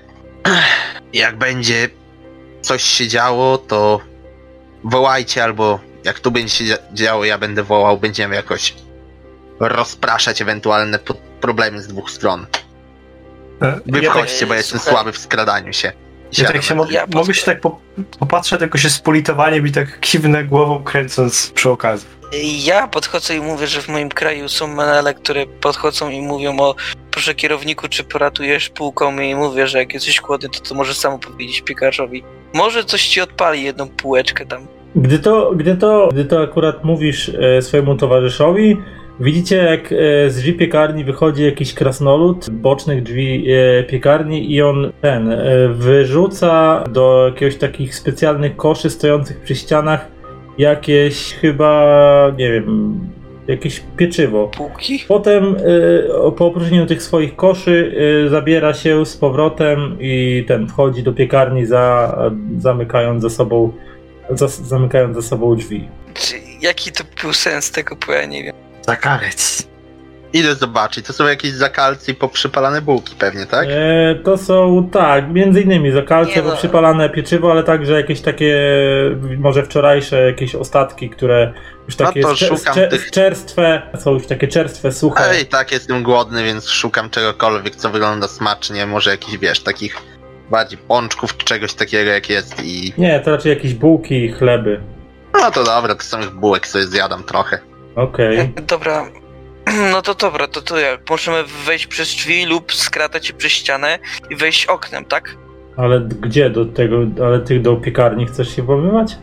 jak będzie coś się działo, to wołajcie, albo jak tu będzie się dzia- działo, ja będę wołał, będziemy jakoś rozpraszać ewentualne po- problemy z dwóch stron. E, Wychodźcie, tak- bo ja jestem Słuchaj. słaby w skradaniu się. Ja tak się mo- Ja mogę się tak po- popatrzeć, tylko się z politowaniem i tak kiwnę głową, kręcąc przy okazji. Ja podchodzę i mówię, że w moim kraju są menele, które podchodzą i mówią o proszę kierowniku, czy poratujesz półką i mówię, że jak jesteś głodny, to to możesz samo powiedzieć piekarzowi. Może coś ci odpali, jedną półeczkę tam. Gdy to, gdy to, gdy to akurat mówisz e, swojemu towarzyszowi, widzicie jak e, z drzwi piekarni wychodzi jakiś krasnolud, bocznych drzwi e, piekarni i on ten e, wyrzuca do jakiegoś takich specjalnych koszy stojących przy ścianach jakieś chyba, nie wiem, jakieś pieczywo. Półki? Potem y, po opróżnieniu tych swoich koszy y, zabiera się z powrotem i ten wchodzi do piekarni za, zamykając za sobą za, zamykając za sobą drzwi. Czy, jaki to był sens tego, bo ja nie wiem. Zakalec. Idę zobaczyć, to są jakieś zakalce i poprzypalane bułki pewnie, tak? E, to są, tak, między innymi zakalce, Nie no. bo przypalane pieczywo, ale także jakieś takie, może wczorajsze jakieś ostatki, które już takie No to zcze- szukam zcze- tych- czerstwe, są już takie czerstwe, suche. Ale i tak jestem głodny, więc szukam czegokolwiek, co wygląda smacznie, może jakichś, wiesz, takich bardziej pączków, czy czegoś takiego jak jest i... Nie, to raczej jakieś bułki i chleby. No to dobra, to samych bułek sobie zjadam trochę. Okej. E, Dobra. No to dobra, to to jak? Możemy wejść przez drzwi lub skradać się przez ścianę i wejść oknem, tak? Ale gdzie do tego, ale ty do piekarni chcesz się włamywać?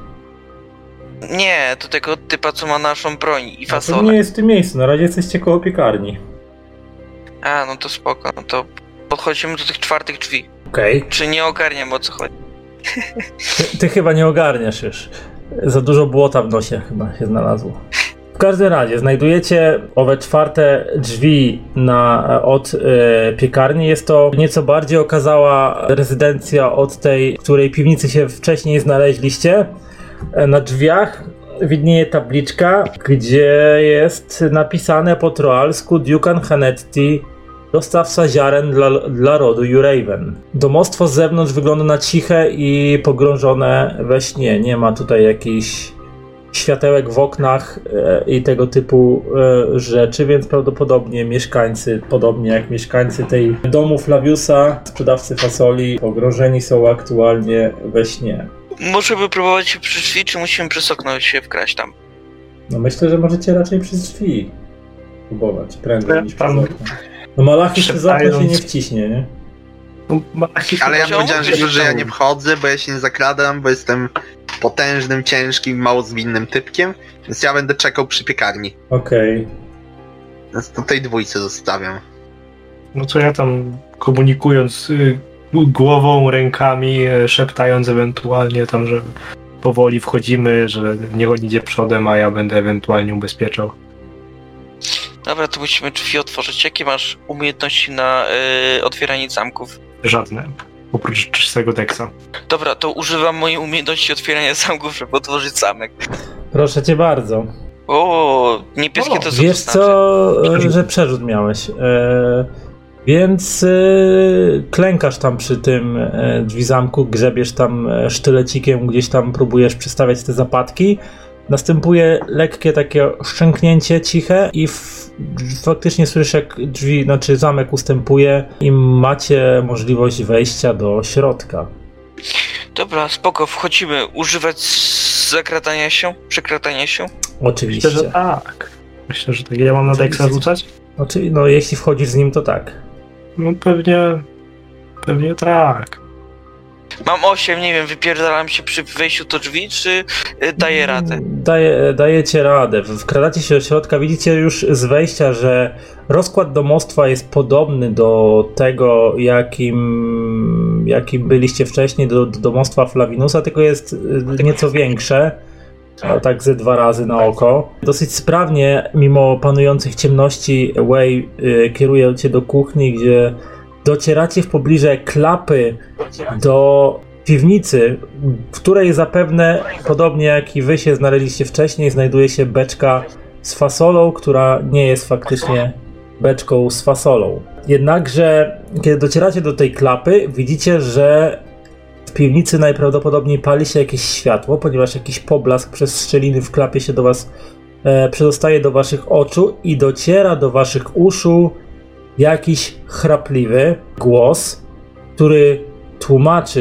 Nie, do tego typa, co ma naszą broń i A to fasolę. nie jest w tym miejscu, na razie jesteście koło piekarni. A, no to spoko, no to podchodzimy do tych czwartych drzwi. Okej. Czy nie ogarniam, o co chodzi? Ty, ty chyba nie ogarniasz już. Za dużo błota w nosie chyba się znalazło. W każdym razie znajdujecie owe czwarte drzwi na, od e, piekarni. Jest to nieco bardziej okazała rezydencja od tej, w której piwnicy się wcześniej znaleźliście. E, na drzwiach widnieje tabliczka, gdzie jest napisane po troalsku Dukan Hanetti, dostawca ziaren dla, dla rodu Juraven. Domostwo z zewnątrz wygląda na ciche i pogrążone we śnie. Nie ma tutaj jakichś światełek w oknach e, i tego typu e, rzeczy, więc prawdopodobnie mieszkańcy, podobnie jak mieszkańcy tej domu Flaviusa, sprzedawcy fasoli, pogrążeni są aktualnie we śnie. Możemy próbować się przez drzwi, czy musimy przez okno się wkraść tam? No myślę, że możecie raczej przez drzwi próbować, prędzej Ja niż tam- przez okno. No Malachis przez okno się Szeptając- nie wciśnie, nie? No, Malachis Ale ja Czemu? powiedziałem, że, że ja nie wchodzę, bo ja się nie zakradam, bo jestem potężnym, ciężkim, mało zwinnym typkiem, więc ja będę czekał przy piekarni. Okej. Więc to tej dwójce zostawiam. No co ja tam komunikując y, głową, rękami, y, szeptając ewentualnie tam, że powoli wchodzimy, że niech on idzie przodem, a ja będę ewentualnie ubezpieczał. Dobra, to musimy drzwi otworzyć. Jakie masz umiejętności na y, otwieranie zamków? Żadne. Oprócz czystego deksa. Dobra, to używam mojej umiejętności otwierania zamków, żeby otworzyć zamek. Proszę cię bardzo. O, niebieskie to co Wiesz to znaczy? co, e, że przerzut miałeś. E, więc e, klękasz tam przy tym e, drzwi zamku, grzebiesz tam e, sztylecikiem, gdzieś tam próbujesz przystawiać te zapadki. Następuje lekkie takie szczęknięcie ciche i f- faktycznie słyszysz, jak drzwi, znaczy zamek ustępuje i macie możliwość wejścia do środka. Dobra, spoko, wchodzimy. Używać zakradania się? Przekradania się? Oczywiście. Myślę, że tak. Myślę, że tak. Ja mam na deksa rzucać? Znaczy, no jeśli wchodzisz z nim, to tak. No pewnie... Pewnie tak. Mam osiem, nie wiem, wypierdalam się przy wejściu do drzwi, czy y, daję radę? Daje, dajecie radę. Wkradacie się do środka, widzicie już z wejścia, że rozkład domostwa jest podobny do tego, jakim, jakim byliście wcześniej, do, do domostwa Flavinusa, tylko jest nieco większe. A tak ze dwa razy na oko. Dosyć sprawnie, mimo panujących ciemności, Way y, kieruje cię do kuchni, gdzie docieracie w pobliże klapy do piwnicy, w której zapewne, podobnie jak i wy się znaleźliście wcześniej, znajduje się beczka z fasolą, która nie jest faktycznie beczką z fasolą. Jednakże, kiedy docieracie do tej klapy, widzicie, że w piwnicy najprawdopodobniej pali się jakieś światło, ponieważ jakiś poblask przez szczeliny w klapie się do was e, przedostaje do waszych oczu i dociera do waszych uszu jakiś chrapliwy głos, który tłumaczy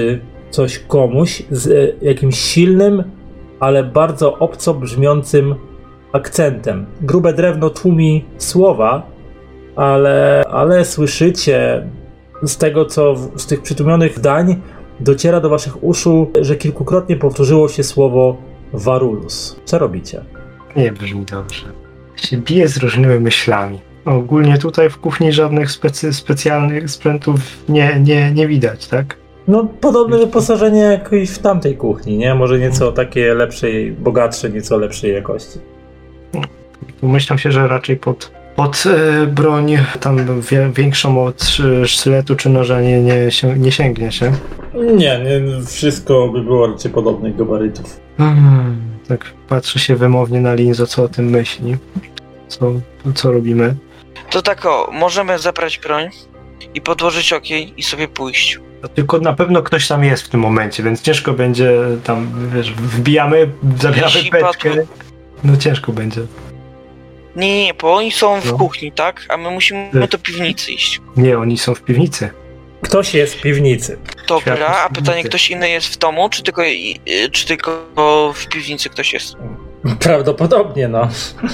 coś komuś z y, jakimś silnym, ale bardzo obco brzmiącym akcentem. Grube drewno tłumi słowa, ale, ale słyszycie z tego, co w, z tych przytłumionych zdań dociera do waszych uszu, że kilkukrotnie powtórzyło się słowo Varulus. Co robicie? Nie brzmi dobrze. Się bije z różnymi myślami. Ogólnie tutaj w kuchni żadnych specy- specjalnych sprzętów nie, nie, nie widać, tak? No, podobne wyposażenie jak i w tamtej kuchni, nie? Może nieco takie lepszej, bogatsze, nieco lepszej jakości. Myślę się, że raczej pod, pod e, broń tam wie, większą od sztyletu czy noża nie, nie, się, nie sięgnie się. Nie, nie, wszystko by było raczej podobnych gabarytów. Hmm, tak patrzę się wymownie na Linzo, co o tym myśli. Co, co robimy? To tak o, możemy zabrać broń i podłożyć ogień i sobie pójść. Tylko na pewno ktoś tam jest w tym momencie, więc ciężko będzie tam, wiesz, wbijamy, zabieramy Jeśli beczkę. padł- No ciężko będzie. Nie, nie, bo oni są w No. kuchni, tak? A my musimy Tak. do piwnicy iść. Nie, oni są w piwnicy. Ktoś jest w piwnicy. Dobra, Światło a z pytanie, piwnicy. ktoś inny jest w domu, czy tylko, i- y, czy tylko w piwnicy ktoś jest? Prawdopodobnie, no.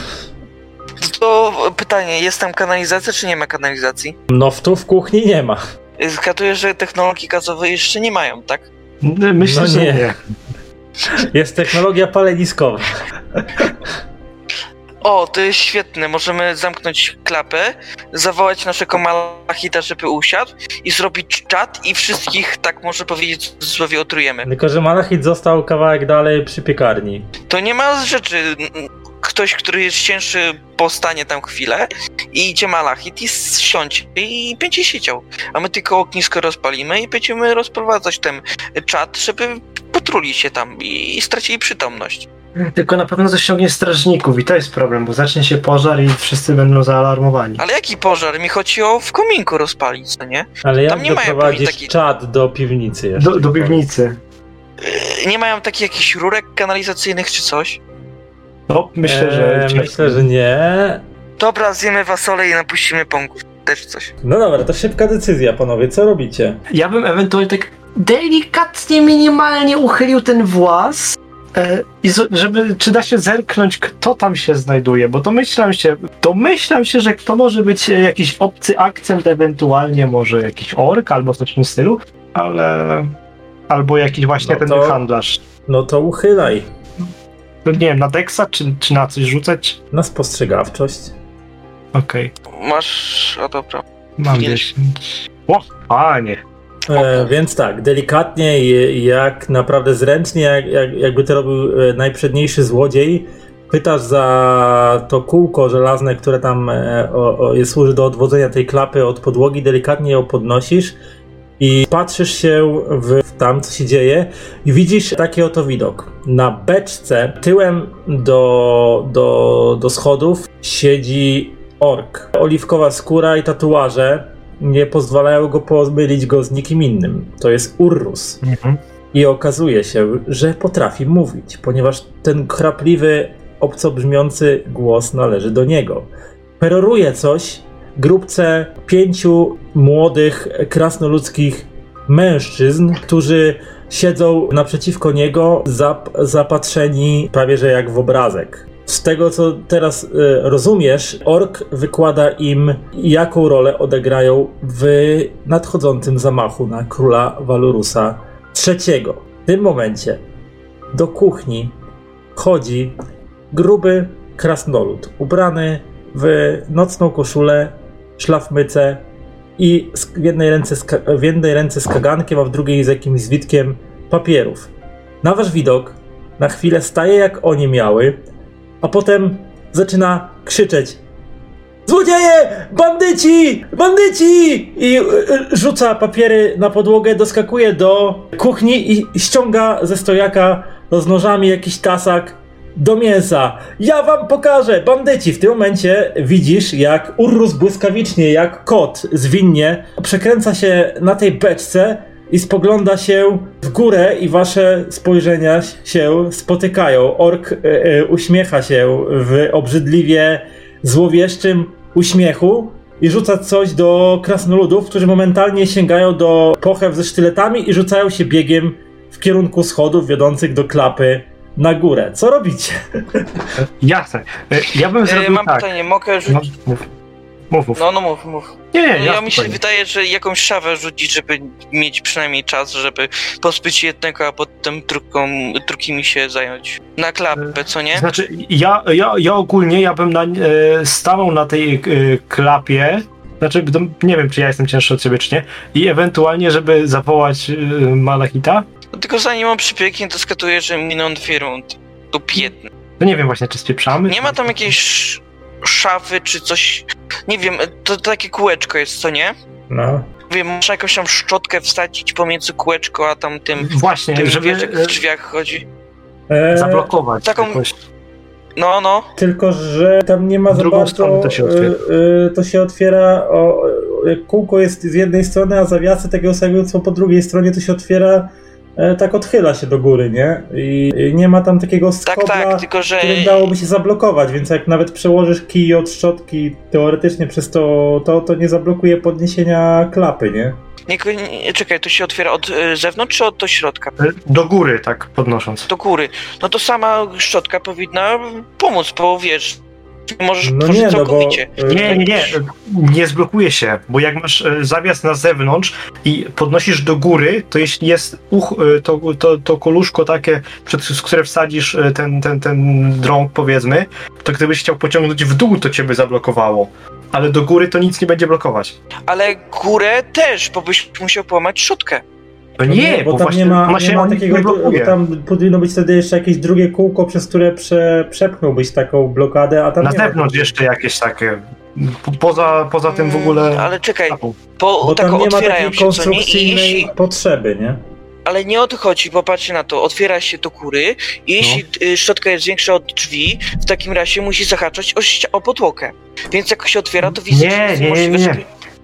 To pytanie, jest tam kanalizacja, czy nie ma kanalizacji? No, w tu w kuchni nie ma. Zgaduję, że technologii gazowej jeszcze nie mają, tak? No, myślę, No że nie. nie. Jest technologia paleniskowa. O, to jest świetne, możemy zamknąć klapę, zawołać naszego Malachita, żeby usiadł i zrobić czat i wszystkich, tak można powiedzieć, w cudzysłowie otrujemy. Tylko że Malachit został kawałek dalej przy piekarni. To nie ma rzeczy. Ktoś, który jest cięższy, postanie tam chwilę i idzie Malachit i siądzie i będzie siedział. A my tylko ognisko rozpalimy i będziemy rozprowadzać ten czat, żeby potruli się tam i stracili przytomność. Tylko na pewno to ściągnie strażników i to jest problem, bo zacznie się pożar i wszyscy będą zaalarmowani. Ale jaki pożar? Mi chodzi o w kominku rozpalić, co nie? Ale jak Tam nie mają doprowadzisz pewnie takiej- czat do piwnicy jeszcze? Do, do piwnicy. Yy, Nie mają takich jakichś rurek kanalizacyjnych czy coś? No, myślę, że... Eee, myślę, że nie. Dobra, zjemy fasolę i napuścimy pąków. Też coś. No dobra, to szybka decyzja, panowie. Co robicie? Ja bym ewentualnie tak delikatnie, minimalnie uchylił ten włas, e, i z, żeby, czy da się zerknąć, kto tam się znajduje, bo domyślam się, domyślam się, że to może być jakiś obcy akcent, ewentualnie może jakiś ork albo coś w tym stylu, ale... albo jakiś właśnie No ten to- handlarz. No to uchylaj. No nie wiem, na Dexa, czy, czy na coś rzucać? Na spostrzegawczość. Okej, Masz... O dobra. mam Nie. dziesięć. O, panie! E, więc tak, delikatnie i jak naprawdę zręcznie, jak, jak, jakby to robił e, najprzedniejszy złodziej, pytasz za to kółko żelazne, które tam e, o, o, jest, służy do odwodzenia tej klapy od podłogi, delikatnie ją podnosisz i patrzysz się w, w tam, co się dzieje i widzisz taki oto widok. Na beczce tyłem do, do, do schodów siedzi ork. Oliwkowa skóra i tatuaże nie pozwalają go pomylić go z nikim innym. To jest Urrus. Mhm. I okazuje się, że potrafi mówić, ponieważ ten chrapliwy, obco brzmiący głos należy do niego. Peroruje coś grupce pięciu młodych, krasnoludzkich mężczyzn, którzy siedzą naprzeciwko niego, zap- zapatrzeni prawie że jak w obrazek. Z tego, co teraz y, rozumiesz, ork wykłada im, jaką rolę odegrają w nadchodzącym zamachu na króla Valurusa trzeciego. W tym momencie do kuchni wchodzi gruby krasnolud, ubrany w nocną koszulę, szlafmycę i z- w jednej ręce, ska- w jednej ręce z kagankiem, a w drugiej z jakimś zwitkiem papierów. Na wasz widok na chwilę staje jak oni miały, a potem zaczyna krzyczeć: złodzieje! Bandyci! Bandyci! I y, y, rzuca papiery na podłogę, doskakuje do kuchni i ściąga ze stojaka z nożami jakiś tasak do mięsa. Ja wam pokażę! Bandyci! W tym momencie widzisz, jak Urrus błyskawicznie, jak kot zwinnie, przekręca się na tej beczce i spogląda się w górę i wasze spojrzenia się spotykają. Ork e, e, uśmiecha się w obrzydliwie złowieszczym uśmiechu i rzuca coś do krasnoludów, którzy momentalnie sięgają do pochew ze sztyletami i rzucają się biegiem w kierunku schodów wiodących do klapy na górę. Co robicie? Jasne. Ja bym zrobił E, mam tak. pytanie, mogę No, rzucić... mów. Mów, mów. No, no mów, mów. Nie, nie, No, ja ja mi się spokojnie. wydaje, że jakąś szawę rzucić, żeby mieć przynajmniej czas, żeby pozbyć się jednego, a potem drugą, drugimi się zająć. Na klapę, co nie? Znaczy, ja, ja, ja ogólnie ja bym na, e, stawał na tej e, klapie, znaczy, no, nie wiem, czy ja jestem cięższy od ciebie, czy nie, i ewentualnie, żeby zawołać e, Malachita, No, tylko zanim on przybiegnie, to skatuję, że miną dwie rundy. Lub jedne. to nie wiem właśnie, czy spieprzamy. Nie ma tam jakiejś szafy, czy coś... Nie wiem, to, to takie kółeczko jest, co nie? No. Wiem, można jakąś tam szczotkę wsadzić pomiędzy kółeczko, a tam tym... Właśnie, tym żeby wiesz, jak w e, drzwiach chodzi. E, zablokować taką- jakoś. No, no. Tylko, że tam nie ma za Drugą bardzo... stronę to się otwiera. e, e, to się otwiera... O, e, kółko jest z jednej strony, a zawiasy takiego samego są po drugiej stronie, to się otwiera... E, tak odchyla się do góry, nie? I, i nie ma tam takiego Tak, skobla, tak, tylko że... którym dałoby się zablokować, więc jak nawet przełożysz kij od szczotki teoretycznie przez to, to, to nie zablokuje podniesienia klapy, nie? Nie, nie, czekaj, to się otwiera od y, zewnątrz, czy od do środka? E, Do góry, tak podnosząc. Do góry. No to sama szczotka powinna pomóc, bo wiesz, możesz No otworzyć nie, no bo... całkowicie. e, Nie, nie, nie, nie zblokuje się, bo jak masz e, zawias na zewnątrz i podnosisz do góry, to jeśli jest uch, e, to, to, to koluszko takie, przed z które wsadzisz e, ten, ten, ten drąg, powiedzmy, to gdybyś chciał pociągnąć w dół, to cię by zablokowało. Ale do góry to nic nie będzie blokować. Ale górę też, bo byś musiał połamać szczotkę. No nie, bo, bo tam właśnie nie ma, ona nie się ma on takiego, nie blokuje. bo tam powinno być wtedy jeszcze jakieś drugie kółko, przez które prze, przepchnąłbyś taką blokadę, a tam Na nie ma zewnątrz tego. jeszcze jakieś takie, po- poza, poza tym w ogóle... Mm, Ale czekaj, klapą. bo, Bo tak tam nie ma otwierają takiej się, co nie? I konstrukcyjnej jeśli, potrzeby, nie? ale nie o to chodzi, popatrzcie na to, otwiera się do góry i jeśli y, szczotka jest większa od drzwi, w takim razie musi zahaczać o, ścia- o podłokę. Więc jak się otwiera, to widzicie, Nie, jest nie, nie, możliwe, nie. żeby...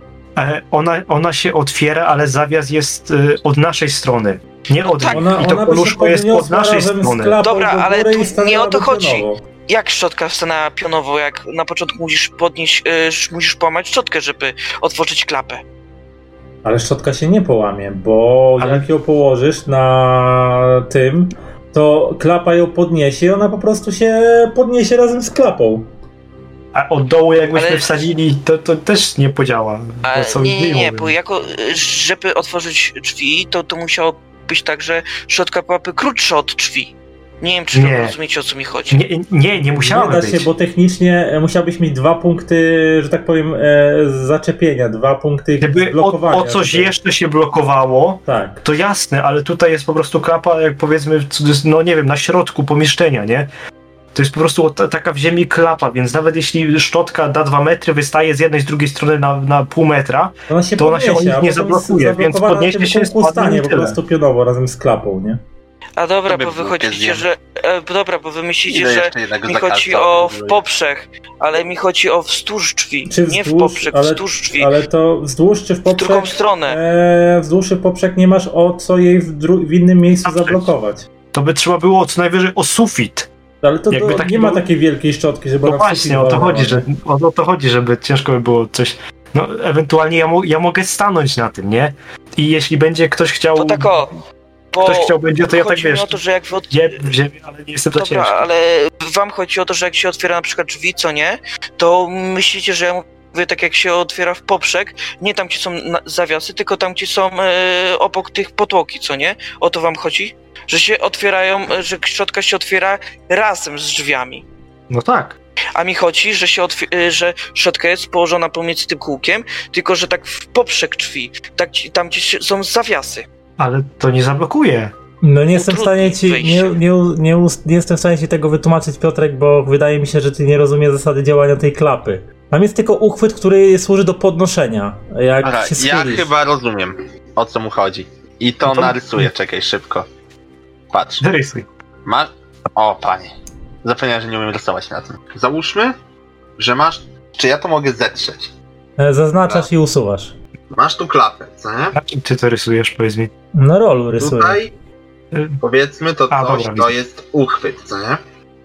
E, Ona, ona się otwiera, ale zawias jest e, od naszej strony. Nie od tak. niej. Ona, I to ona by się koluszko jest od podniosła naszej razem z strony. klapą Dobra, do ale góry tu i stanęłaby nie o to chodzi. pionowo. Jak szczotka stanęła pionowo, jak na początku musisz podnieść, y, musisz połamać szczotkę, żeby otworzyć klapę. Ale szczotka się nie połamie, bo Ale- jak ją położysz na tym, to klapa ją podniesie i ona po prostu się podniesie razem z klapą. A od dołu jakbyśmy Ale- wsadzili, to, to też nie podziała. Ale Bo co nie, nie, nie, wyjąłem. bo jako, y, żeby otworzyć drzwi, to, to musiało być tak, że szczotka byłaby krótsza od drzwi. Nie wiem, czy Nie. to rozumiecie, o co mi chodzi. Nie, nie, nie musiałaby Nie da się, być. bo technicznie e, musiałbyś mieć dwa punkty, że tak powiem, e, zaczepienia, dwa punkty Gdyby o, blokowania. o coś tego. jeszcze się blokowało, Tak. to jasne, ale tutaj jest po prostu klapa, jak powiedzmy, w cudzys- no nie wiem, na środku pomieszczenia, nie? To jest po prostu ta, taka w ziemi klapa, więc nawet jeśli szczotka da dwa metry, wystaje z jednej, z drugiej strony na, na pół metra, Ona się To ona się podniesie, o nich a nie potem zablokuje, jest więc zablokowana podniesie na tym się, kółku, spadnie stanie i po tyle. prostu pionowo razem z klapą, nie? A dobra, Sobie bo wy bułkę chodzicie, zjem. że... E, dobra, bo wy myślicie, Ile że jeszcze jednego mi zakazu chodzi o w organizuję? poprzech, ale mi chodzi o wzdłuż drzwi. Czy nie w wzdłuż, poprzek, ale- wzdłuż drzwi. Ale to wzdłuż czy w W drugą poprzek? stronę. E, wzdłuż czy w poprzek nie masz o co jej w, dru- w innym miejscu Naprzeciw. zablokować. to by trzeba było co najwyżej o sufit. Ale to, Jakby to taki nie ma był- takiej wielkiej szczotki, żeby No ona właśnie, wszystkich o to walnęła, chodzi, że, nie? o, o to chodzi, żeby ciężko by było coś... No, ewentualnie ja, mo- ja mogę stanąć na tym, nie? I jeśli będzie ktoś chciał... To tak o, bo Ktoś chciał będzie, to ja tak chodzi mi wiesz, o to, że jak wy od... jeb w ziemię, ale nie jestem za Dobra, ciężki. ale wam chodzi o to, że jak się otwiera na przykład drzwi, co nie, to myślicie, że ja mówię tak jak się otwiera w poprzek, nie tam gdzie są na- zawiasy, tylko tam gdzie są e, obok tych podłogi, co nie? O to wam chodzi? Że się otwierają, e, że szczotka się otwiera razem z drzwiami. No tak. A mi chodzi, że się otwi- e, że szczotka jest położona pomiędzy tym kółkiem, tylko że tak w poprzek drzwi, tak, gdzie- tam gdzie się- są zawiasy. Ale to nie zablokuje. No nie jestem w Utrudni stanie ci, nie, wejście. nie, nie, us- nie jestem w stanie ci tego wytłumaczyć, Piotrek, bo wydaje mi się, że ty nie rozumiesz zasady działania tej klapy. Tam jest tylko uchwyt, który służy do podnoszenia, jak Dobra, się ja schylisz. chyba rozumiem, o co mu chodzi. I to No to- narysuję, czekaj szybko. Patrz, Zarysuj. masz... O, panie. Zapomniałem, że nie umiem rysować na tym. Załóżmy, że masz... Czy ja to mogę zetrzeć? E, Zaznaczasz i usuwasz. Masz tu klapę, co nie? Na czym ty to rysujesz, powiedz mi? Na rolu rysuję. Tutaj, Y, powiedzmy, to A, coś, dobra, to widzę. jest uchwyt, co nie?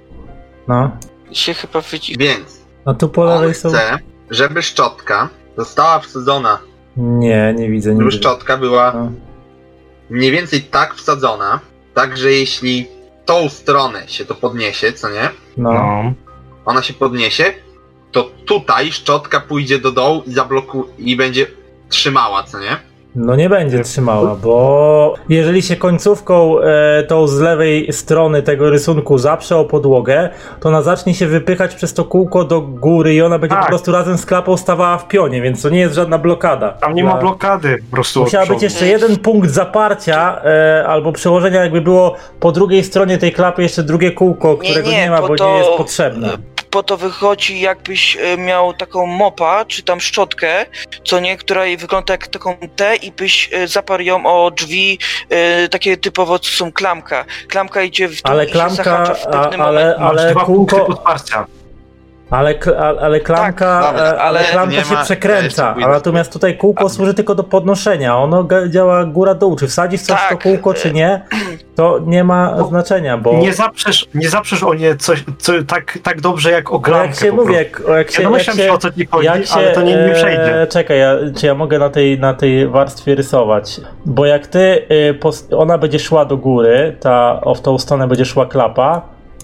No. Się chyba widzi. Więc A tu po on lewej są... chce, żeby szczotka została wsadzona, Nie, nie widzę, nie żeby widzę. szczotka była No. mniej więcej tak wsadzona, tak, że jeśli tą stronę się to podniesie, co nie? No. No. Ona się podniesie, to tutaj szczotka pójdzie do dołu i zablokuje i będzie trzymała, co nie? No nie będzie trzymała, bo jeżeli się końcówką e, tą z lewej strony tego rysunku zaprze o podłogę, to ona zacznie się wypychać przez to kółko do góry i ona będzie Tak. po prostu razem z klapą stawała w pionie, więc to nie jest żadna blokada. Tam nie ma blokady po prostu. Musiała od być przodu. jeszcze jeden punkt zaparcia e, albo przełożenia, jakby było po drugiej stronie tej klapy jeszcze drugie kółko, którego nie, nie, ma, bo bo to- nie jest potrzebne. Po to wychodzi, jakbyś e, miał taką mopa, czy tam szczotkę, co nie, która wygląda jak taką T i byś e, zaparł ją o drzwi, e, takie typowo, co są klamka. Klamka idzie w dół Ale i się klamka, zahacza w a, pewnym ale, momencie. Masz ale dwa punkty kółko... podparcia. Ale, kl- ale, ale klamka, Tak, dobra, e, ale ale klamka nie się ma- przekręca, ja a natomiast tutaj kółko służy tylko do podnoszenia. Ono ga- działa góra-dół. Czy wsadzisz coś w to Tak. kółko, czy nie, to nie ma Bo znaczenia, bo Nie zaprzesz, nie zaprzesz o nie coś, co, tak, tak dobrze jak o bo klamkę. jak się po mówi, prostu. jak, jak się... Ja domyślam jak się, się o co ci chodzi, jak się, ale to nie, nie przejdzie. E, czekaj, ja, czy ja mogę na tej, na tej warstwie rysować? Bo jak ty, e, pos- ona będzie szła do góry, ta, o, w tą stronę będzie szła klapa,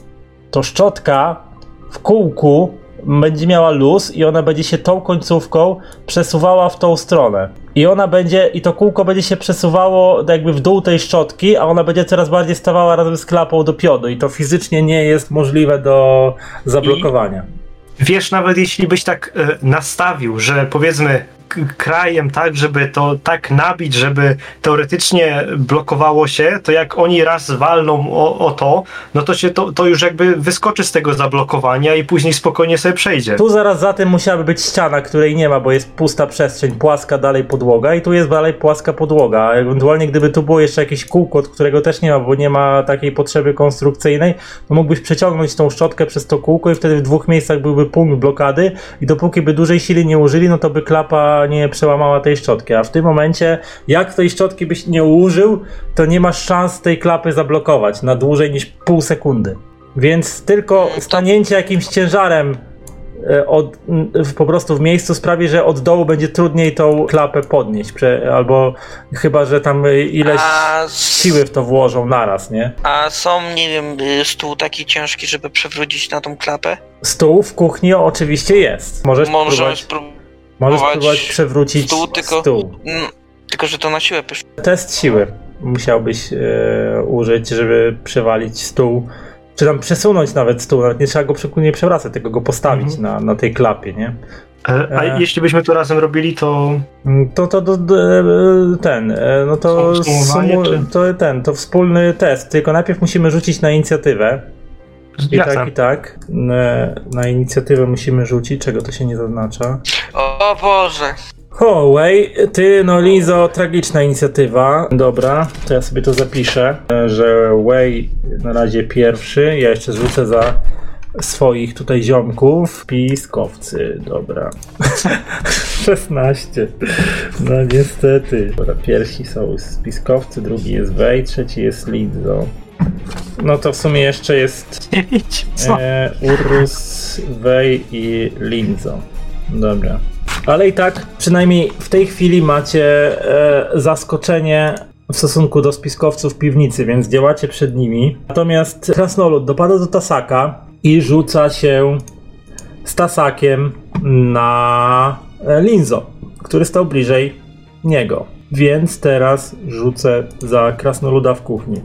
to szczotka w kółku będzie miała luz i ona będzie się tą końcówką przesuwała w tą stronę. I ona będzie, i to kółko będzie się przesuwało jakby w dół tej szczotki, a ona będzie coraz bardziej stawała razem z klapą do piodu i to fizycznie nie jest możliwe do zablokowania. Wiesz, nawet jeśli byś tak e, nastawił, że powiedzmy k- krajem tak, żeby to tak nabić, żeby teoretycznie blokowało się, to jak oni raz walną o, o to, no to się to, to już jakby wyskoczy z tego zablokowania i później spokojnie sobie przejdzie. Tu zaraz za tym musiałaby być ściana, której nie ma, bo jest pusta przestrzeń, płaska dalej podłoga i tu jest dalej płaska podłoga, a ewentualnie gdyby tu było jeszcze jakieś kółko, którego też nie ma, bo nie ma takiej potrzeby konstrukcyjnej, to mógłbyś przeciągnąć tą szczotkę przez to kółko i wtedy w dwóch miejscach byłby punkt blokady i dopóki by dużej sily nie użyli, no to by klapa nie przełamała tej szczotki, a w tym momencie jak tej szczotki byś nie użył, to nie masz szans tej klapy zablokować na dłużej niż pół sekundy. Więc tylko stanięcie jakimś ciężarem e, od, w, po prostu w miejscu sprawi, że od dołu będzie trudniej tą klapę podnieść, prze, albo chyba, że tam ileś A s- siły w to włożą naraz, nie? A są, nie wiem, y, stół taki ciężki, żeby przewrócić na tą klapę? Stół w kuchni oczywiście jest. Możesz Możemy próbować, spróbować, możesz próbować przewrócić stół, tylko- stół. mm, tylko że to na siłę pysz. Test siły musiałbyś e, użyć, żeby przewalić stół, czy tam przesunąć nawet stół, nawet nie trzeba go przy- nie przewracać, tylko go postawić Mhm. na, na tej klapie, nie? E, A E. jeśli byśmy to razem robili, to To, to, to, to ten, e, no to, Sumowanie, sumu, czy- to ten, to wspólny test, tylko najpierw musimy rzucić na inicjatywę. I jasne. tak, i tak. E, Na inicjatywę musimy rzucić, czego to się nie zaznacza. O Boże! Hołej, ty, no Lizo, tragiczna inicjatywa. Dobra, to ja sobie to zapiszę, e, że Way na razie pierwszy, ja jeszcze zrzucę za swoich tutaj ziomków. Piskowcy, dobra. szesnaście. No niestety. Dobra, pierwsi są spiskowcy, drugi jest Way, trzeci jest Lizo. No to w sumie jeszcze jest Idź, co? e, Urus, Way i Linzo. Dobra. Ale i tak, przynajmniej w tej chwili macie e, zaskoczenie w stosunku do spiskowców piwnicy, więc działacie przed nimi. Natomiast krasnolud dopada do Tasaka i rzuca się z Tasakiem na e, Linzo, który stał bliżej niego. Więc teraz rzucę za krasnoluda w kuchni.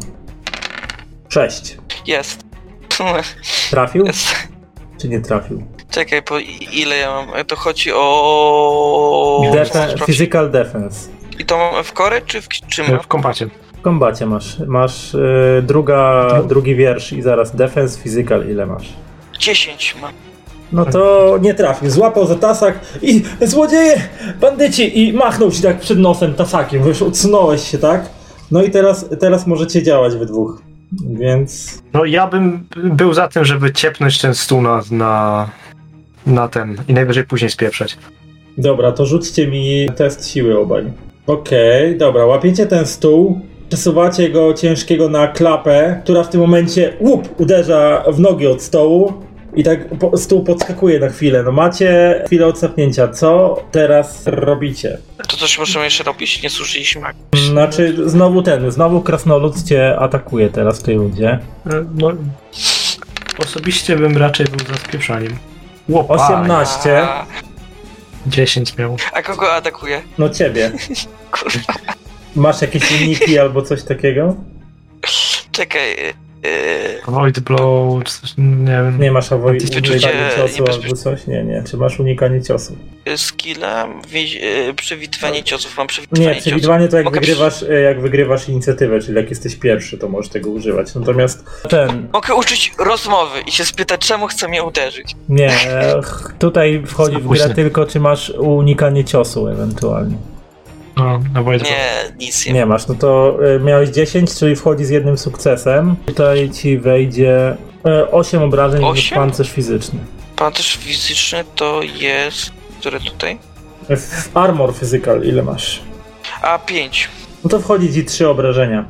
Sześć. Jest. Trafił? Jest. Czy nie trafił? Czekaj, po i- ile ja mam? To chodzi o... Defe- physical defense. I to mam w korę, czy w czym? W kompacie. W kombacie masz. Masz e, druga, drugi wiersz i zaraz defense, physical ile masz? dziesięć mam. No to nie trafił. Złapał za tasak i złodzieje, bandyci i machnął ci tak przed nosem tasakiem. Wiesz, odsunąłeś się, tak? No i teraz, teraz możecie działać we dwóch. Więc... No ja bym był za tym, żeby ciepnąć ten stół na, na, na ten i najwyżej później spieprzeć. Dobra, to rzućcie mi test siły obaj. Okej, okay, dobra, łapiecie ten stół, przesuwacie go ciężkiego na klapę, która w tym momencie łup uderza w nogi od stołu I tak po, stół podskakuje na chwilę. No macie chwilę odsapnięcia. Co teraz robicie? To coś możemy jeszcze robić? Nie słyszeliśmy. Znaczy, znowu ten, znowu krasnolud cię atakuje teraz w tej rundzie. No, osobiście bym raczej był za spieprzaniem. Łopa, osiemnaście. A, dziesięć miał. a kogo atakuje? No ciebie. Kurwa. Masz jakieś uniki albo coś takiego? Czekaj. Yy, Void blow, czy coś, nie wiem. Nie masz avo- Wyczucie unikanie ciosu niebezpieczne. albo coś? Nie, nie. Czy masz unikanie ciosu? skilla, wie, yy, przewidywanie ciosów. Mam przewidywanie Nie, przewidywanie to jak Mogę wygrywasz, jak wygrywasz inicjatywę, czyli jak jesteś pierwszy, to możesz tego używać. Natomiast ten... Mogę uczyć rozmowy i się spytać, czemu chce mnie uderzyć. Nie, ch- tutaj wchodzi w grę tylko, czy masz unikanie ciosu ewentualnie. No, na Void blow. Nie, nic nie. Nie masz, no to y, miałeś dziesięć, czyli wchodzi z jednym sukcesem. Tutaj ci wejdzie y, osiem obrażeń Osiem? w pancerz fizyczny. Pancerz fizyczny to jest... Które tutaj? W armor physical ile masz? A, pięć. No to wchodzi ci trzy obrażenia.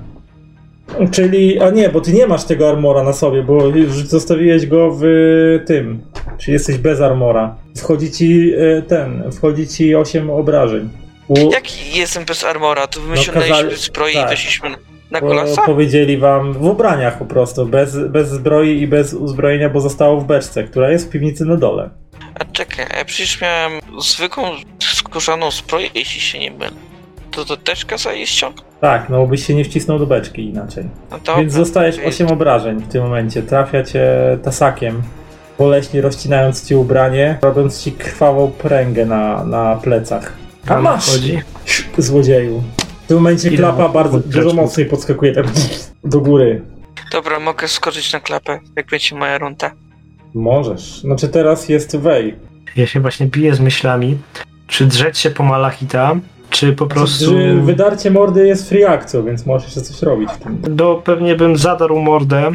Czyli, a nie, bo ty nie masz tego armora na sobie, bo już zostawiłeś go w tym. Czyli jesteś bez armora. Wchodzi ci y, ten, wchodzi ci osiem obrażeń. U, Jaki jestem bez armora? To wyciągnęliśmy kazali- zbroję tak. i weszliśmy na bo kolasa? powiedzieli wam w ubraniach po prostu, bez, bez zbroi i bez uzbrojenia, bo zostało w beczce, która jest w piwnicy na dole. A czekaj, ja przecież miałem zwykłą skórzaną zbroję, jeśli się nie mylę. To to też kazali ściągnąć? Tak, no byś się nie wcisnął do beczki inaczej. No dobra, Więc dostajesz to jest- osiem obrażeń w tym momencie. Trafia cię tasakiem, boleśnie rozcinając ci ubranie, robiąc ci krwawą pręgę na, na plecach. A Tam masz! chodzi. Złodzieju. W tym momencie Ile klapa mam bardzo podręcznych? dużo mocniej podskakuje tak do góry. Dobra, mogę skoczyć na klapę, jak będzie moja runda. Możesz. Znaczy teraz jest wej. Ja się właśnie biję z myślami, czy drzeć się po Malachita, czy po prostu... Znaczy, wydarcie mordy jest free akcją, więc możesz jeszcze coś robić w tym. No pewnie bym zadarł mordę,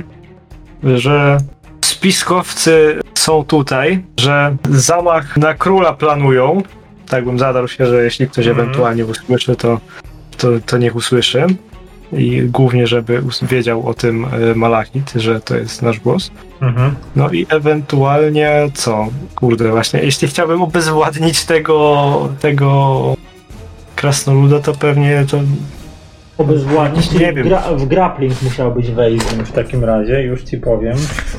że spiskowcy są tutaj, że zamach na króla planują. Tak bym zadarł się, że jeśli ktoś Mhm. ewentualnie usłyszy, to, to, to niech usłyszy. I głównie, żeby us- wiedział o tym e, Malachit, że to jest nasz głos. Mhm. No i ewentualnie co? Kurde, właśnie, jeśli chciałbym obezwładnić tego, tego krasnoluda, to pewnie to... Obezwładnić. Nie wiem. Gra, w grappling musiałbyś wejść w takim razie, już ci powiem.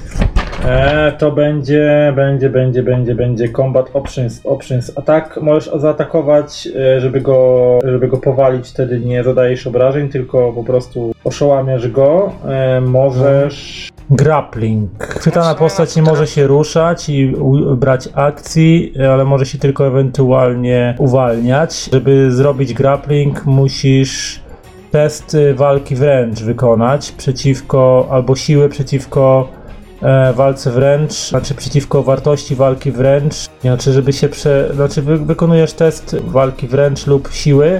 E, to będzie, będzie, będzie, będzie, będzie combat options, options attack. Możesz zaatakować, e, żeby go, żeby go powalić, wtedy nie zadajesz obrażeń, tylko po prostu oszołamiasz go. E, możesz... Grappling. Chwytana postać nie może się ruszać i u- brać akcji, ale może się tylko ewentualnie uwalniać. Żeby zrobić grappling, musisz test y, walki wręcz wykonać przeciwko, albo siły przeciwko e, walce wręcz, znaczy przeciwko wartości walki wręcz, znaczy żeby się prze, znaczy wy, wykonujesz test walki wręcz lub siły,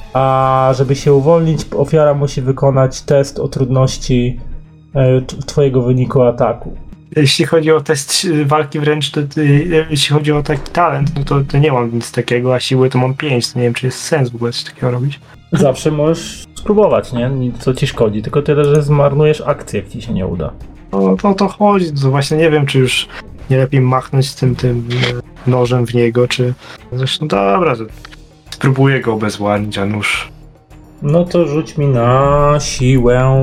a żeby się uwolnić, ofiara musi wykonać test o trudności e, t- twojego wyniku ataku. Jeśli chodzi o test y, walki wręcz, to y, jeśli chodzi o taki talent, no to, to nie mam nic takiego, a siły to mam pięć, to nie wiem, czy jest sens w ogóle coś takiego robić. Zawsze możesz spróbować, nie? Nic, co ci szkodzi, tylko tyle, że zmarnujesz akcję, jak ci się nie uda. No to o to chodzi, to właśnie nie wiem, czy już nie lepiej machnąć tym, tym e, nożem w niego, czy... Zresztą dobra, to spróbuję go obezwładnić, a nóż... No to rzuć mi na siłę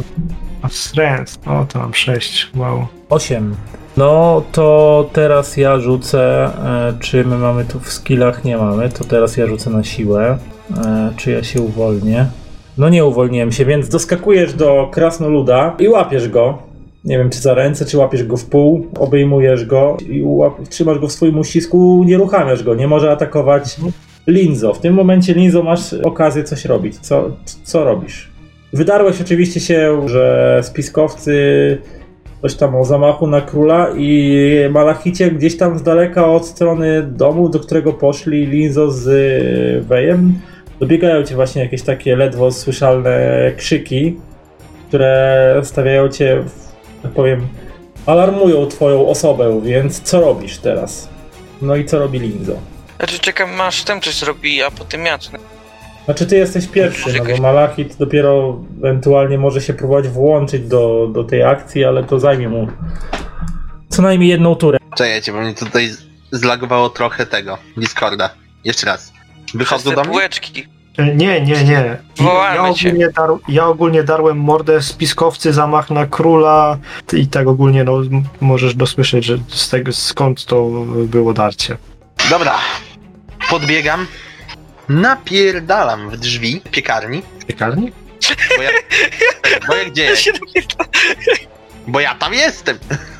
A strength, o to mam sześć, wow. osiem. No to teraz ja rzucę, e, czy my mamy tu w skillach? Nie mamy, to teraz ja rzucę na siłę. E, czy ja się uwolnię? No nie uwolniłem się, więc doskakujesz do krasnoluda i łapiesz go. Nie wiem, czy za ręce, czy łapiesz go w pół, obejmujesz go i łap- trzymasz go w swoim uścisku, nie uruchamiasz go, nie może atakować Linzo. W tym momencie, Linzo, masz okazję coś robić. Co, co robisz? Wydarłeś oczywiście się, że spiskowcy coś tam o zamachu na króla i Malachicie gdzieś tam z daleka od strony domu, do którego poszli Linzo z Wejem, dobiegają cię właśnie jakieś takie ledwo słyszalne krzyki, które stawiają cię, tak powiem, alarmują twoją osobę, więc co robisz teraz? No i co robi Linzo? Znaczy czekam, aż ten coś zrobi, a potem ja. Znaczy ty jesteś pierwszy, no bo Malachit dopiero ewentualnie może się próbować włączyć do, do tej akcji, ale to zajmie mu Co najmniej jedną turę. Czekajcie, bo mnie tutaj z- zlagowało trochę tego Discorda. Jeszcze raz. Wychodzą Przez do te mnie? półeczki. Nie, nie, nie. Wołamy Ja cię. ogólnie, dar, ja ogólnie darłem mordę, spiskowcy, zamach na króla i tak ogólnie no, m- możesz dosłyszeć, że z tego, skąd to było darcie. Dobra. Podbiegam. Napierdalam w drzwi piekarni. Piekarni? Bo ja... Bo ja gdzie Ja jest? się dopiero- Bo ja tam jestem.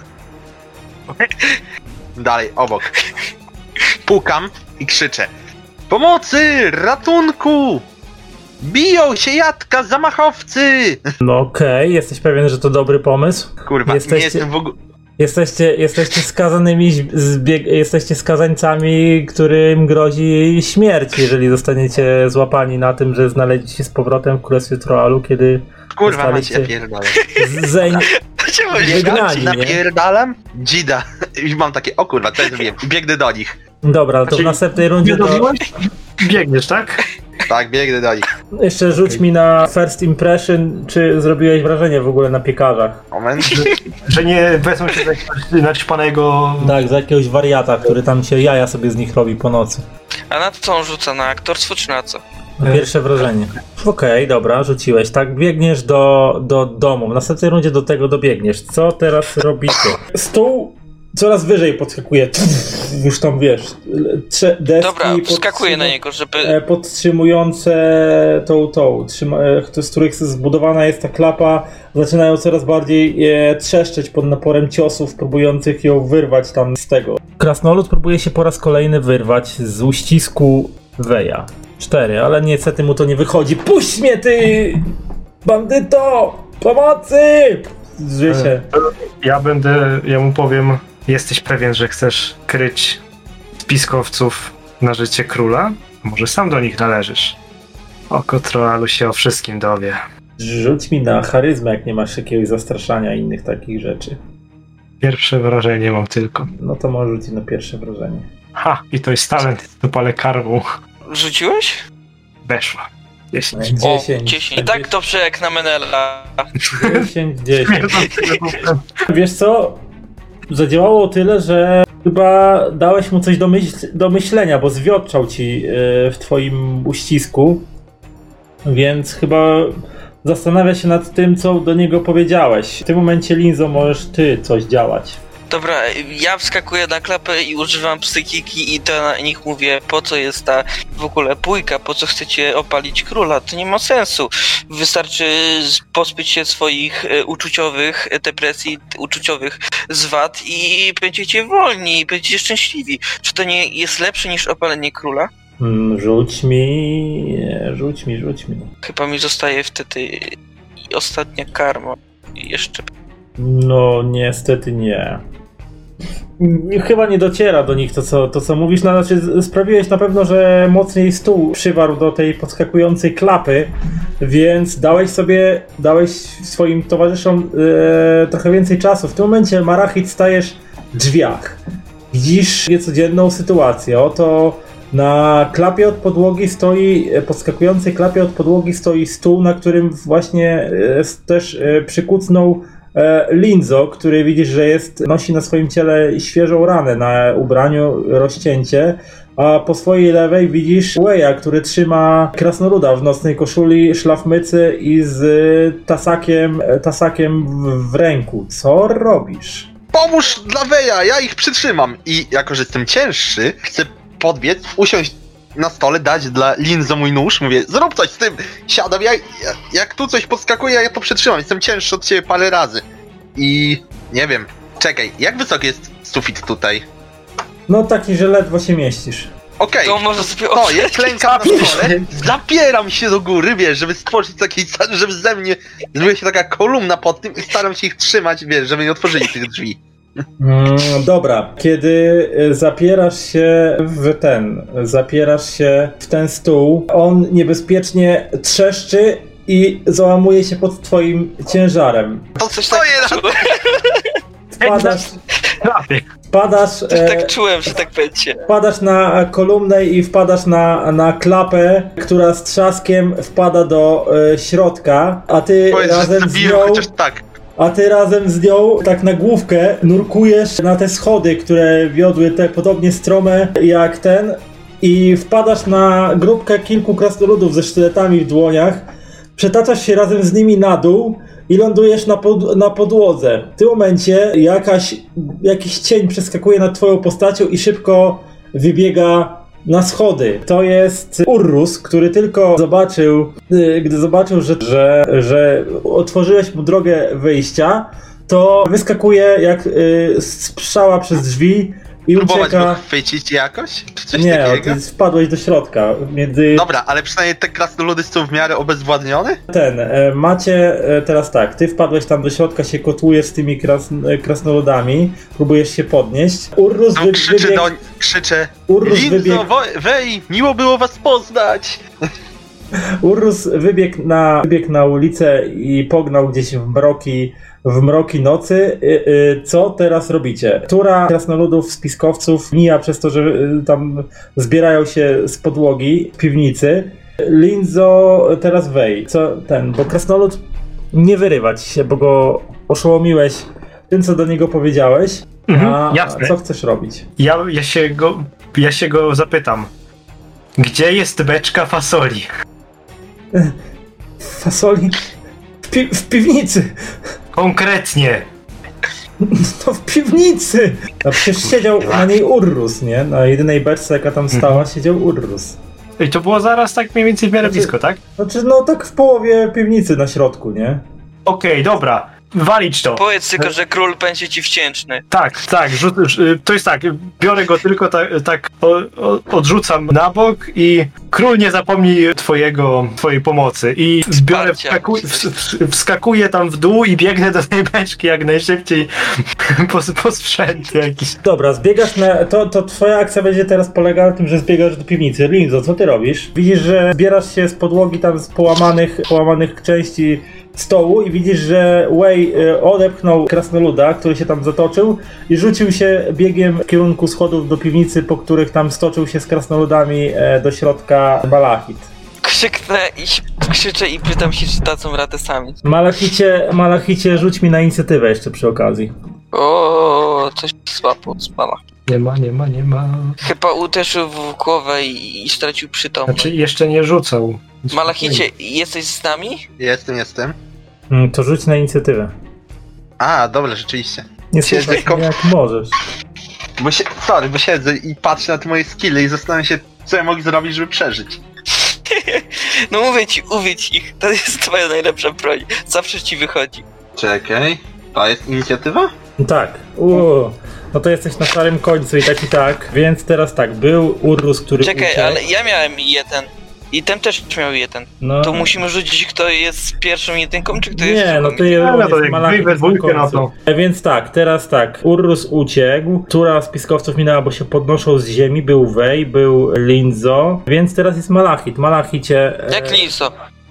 Dalej, obok. Pukam i krzyczę. Pomocy! Ratunku! Biją się jadka, zamachowcy! No okej, jesteś pewien, że to dobry pomysł? Kurwa, Jesteście- nie jestem w ogóle... Jesteście, jesteście skazanymi, zbieg- jesteście skazańcami, którym grozi śmierć, jeżeli zostaniecie złapani na tym, że znaleźliście się z powrotem w Królestwie Troalu, kiedy Kurwa, macie, ja zostaliście pierdolę. zeń... Czemu Nie nie? wygnani, nie? Napierdalam, dzida. I mam takie, o kurwa, co ja zrobiłem? I biegnę do nich. Dobra, to w Znaczy, następnej rundzie Nie to dobiłeś? Biegniesz, tak? Tak, biegnę do nich. jeszcze rzuć mi na first impression, czy zrobiłeś wrażenie w ogóle na piekarzach. Moment. Że nie wezmą się za jakiegoś naćpanego... Tak, za jakiegoś wariata, który tam się jaja sobie z nich robi po nocy. A na co on rzuca? Na aktorstwo czy na co? Na pierwsze wrażenie. Okej, dobra, rzuciłeś. Tak, biegniesz do, do domu. W następnej rundzie do tego dobiegniesz. Co teraz robicie? Stół coraz wyżej podskakuje. Już tam wiesz. Trze- deski Dobra, wskakuję podtrzymu- na niego, żeby... e, podtrzymujące tą, tą, trzyma, e, z których zbudowana jest ta klapa, zaczynają coraz bardziej e, trzeszczeć pod naporem ciosów, próbujących ją wyrwać tam z tego. Krasnolud próbuje się po raz kolejny wyrwać z uścisku Weja. Cztery, ale niestety mu to nie wychodzi. Puść mnie, ty bandyto! Pomocy! Zrzyj się. Ja będę, ja mu powiem, jesteś pewien, że chcesz kryć spiskowców na życie króla? Może sam do nich należysz. Oko Troalu się o wszystkim dowie. Rzuć mi na charyzmę, jak nie masz jakiegoś zastraszania i innych takich rzeczy. Pierwsze wrażenie mam tylko. No to może rzucić na pierwsze wrażenie. Ha, i to jest talent do palę karmu. Rzuciłeś? Weszła. Dziesięć. O, dziesięć. dziesięć. I tak dobrze jak na Menela. dziesięć, dziesięć. Wiesz co? Zadziałało o tyle, że chyba dałeś mu coś do, myśl- do myślenia, bo zwiotczał ci yy, w twoim uścisku. Więc chyba zastanawia się nad tym, co do niego powiedziałeś. W tym momencie, Linzo, możesz ty coś działać. Dobra, ja wskakuję na klapę i używam psychiki i to na nich mówię, po co jest ta w ogóle bójka, po co chcecie opalić króla, to nie ma sensu. Wystarczy pozbyć się swoich e, uczuciowych e, depresji, uczuciowych zwad i będziecie wolni, będziecie szczęśliwi. Czy to nie jest lepsze niż opalenie króla? Mm, Rzuć mi, rzuć mi, rzuć mi. Chyba mi zostaje wtedy ostatnia karma. I jeszcze... No, niestety nie. Chyba nie dociera do nich to, co, to, co mówisz. No, znaczy, sprawiłeś na pewno, że mocniej stół przywarł do tej podskakującej klapy, więc dałeś sobie, dałeś swoim towarzyszom e, trochę więcej czasu. W tym momencie, Marachit, stajesz w drzwiach. Widzisz niecodzienną sytuację. Oto na klapie od podłogi stoi, podskakującej klapie od podłogi stoi stół, na którym właśnie e, też e, przykucnął e, Linzo, który widzisz, że jest, nosi na swoim ciele świeżą ranę na ubraniu, rozcięcie, a po swojej lewej widzisz Weja, który trzyma krasnoluda w nocnej koszuli, szlafmycy i z tasakiem, tasakiem w, w ręku. Co robisz? Pomóż dla Weja, ja ich przytrzymam. I jako, że jestem cięższy, chcę podbiec, usiąść na stole, dać dla Linzo mój nóż, mówię, zrób coś z tym, siadam, ja, ja, jak tu coś podskakuje, ja to przytrzymam, jestem cięższy od ciebie parę razy. I nie wiem, czekaj, jak wysoki jest sufit tutaj? No taki, że ledwo się mieścisz. Okej, To może sobie to oprzeć. jest klękam na stole, zapieram się do góry, wiesz, żeby stworzyć taki, żeby ze mnie zrobiła się taka kolumna pod tym i staram się ich trzymać, wiesz, żeby nie otworzyli tych drzwi. Mm, dobra, kiedy y, zapierasz się w ten, zapierasz się w ten stół, on niebezpiecznie trzeszczy i załamuje się pod twoim ciężarem. To coś Stoję tak na- czułem. Wpadasz, Trafię. wpadasz, Coś e, tak czułem, że tak będzie. wpadasz na kolumnę i wpadasz na, na klapę, która z trzaskiem wpada do e, środka, a ty Powiedz, że razem z zabiję nią... chociaż tak. a ty razem z nią tak na główkę nurkujesz na te schody, które wiodły te podobnie strome jak ten i wpadasz na grupkę kilku krasnoludów ze sztyletami w dłoniach, przetaczasz się razem z nimi na dół i lądujesz na, pod, na podłodze. W tym momencie jakaś, jakiś cień przeskakuje nad twoją postacią i szybko wybiega na schody. To jest Urrus, który tylko zobaczył, gdy zobaczył, że, że, że otworzyłeś mu drogę wyjścia, to wyskakuje jak y, strzała przez drzwi i Próbować ucieka. go chwycić jakoś? Czy coś Nie, takiego? ty wpadłeś do środka. Między... Dobra, ale przynajmniej te krasnoludy są w miarę obezwładnione? Ten, e, macie e, teraz tak, ty wpadłeś tam do środka, się kotłujesz z tymi kras, e, krasnoludami, próbujesz się podnieść. Urrus No, wy, krzyczę wybiegł... do krzyczę. Urrus Linzo, wybiegł... wo- wej, miło było was poznać! Urrus wybiegł na, wybiegł na ulicę i pognał gdzieś w mroki, w mroki nocy. Y, y, co teraz robicie? Która krasnoludów, spiskowców mija przez to, że y, tam zbierają się z podłogi w piwnicy. Linzo, teraz wej. Co ten? Bo krasnolud nie wyrywać się, bo go oszołomiłeś tym, co do niego powiedziałeś. Mhm, a, jasne. a co chcesz robić? Ja, ja, się go, ja się go zapytam. Gdzie jest beczka fasoli? Fasoli w, pi- w piwnicy. Konkretnie. To w piwnicy! No przecież siedział na niej Urrus, nie? Na jedynej beczce, jaka tam stała, siedział Urrus. I to było zaraz tak mniej więcej w miarę Znaczy- blisko, tak? Znaczy, no tak w połowie piwnicy na środku, nie? Okej, dobra. Walić to. Powiedz tylko, że król będzie ci wdzięczny. Tak, tak, rzut, ż- to jest tak, biorę go tylko tak, tak o, o, odrzucam na bok i król nie zapomni twojego, twojej pomocy i zbiorę, Wsparcia. wskakuj, w, w, wskakuję tam w dół i biegnę do tej beczki jak najszybciej po, po sprzęt jakiś. Dobra, zbiegasz na... To, to twoja akcja będzie teraz polegała na tym, że zbiegasz do piwnicy. Linzo, co ty robisz? Widzisz, że zbierasz się z podłogi tam z połamanych, połamanych części stołu i widzisz, że Wei y, odepchnął krasnoluda, który się tam zatoczył i rzucił się biegiem w kierunku schodów do piwnicy, po których tam stoczył się z krasnoludami e, do środka Malachit. Krzyknę i krzyczę i pytam się, czy dadzą radę sami. Malachicie, Malachicie, rzuć mi na inicjatywę jeszcze przy okazji. O, coś słabo spala. Nie ma, nie ma, nie ma. Chyba uderzył w głowę i, i stracił przytomność. Znaczy jeszcze nie rzucał. Malachicie, jesteś z nami? Jestem, jestem. Mm, to rzuć na inicjatywę. A, dobra, rzeczywiście. Nie Siedzę słuchaj kom- mnie jak możesz. Bo się, sorry, bo siedzę i patrzę na te moje skille i zastanawiam się, co ja mogę zrobić, żeby przeżyć. No mówię ci, uwiedź ich. To jest twoja najlepsza broń. Zawsze ci wychodzi. Czekaj, to jest inicjatywa? Tak. Uuu. No to jesteś na szarym końcu i tak i tak. Więc teraz tak, był Urrus, który Czekaj, uciekł. ale ja miałem jeden. I ten też miał jeden. No, To musimy rzucić, kto jest pierwszą jedynką, czy kto jest nie, no drugą to jedynką? jest, No, no to jest jak Malachit wy we na dwójkę, no końcu. to- E, Więc tak, teraz tak, Urrus uciekł, która z spiskowców minęła, bo się podnoszą z ziemi, był Wei, był Linzo, więc teraz jest Malachit. Malachicie... e, Jak Liso.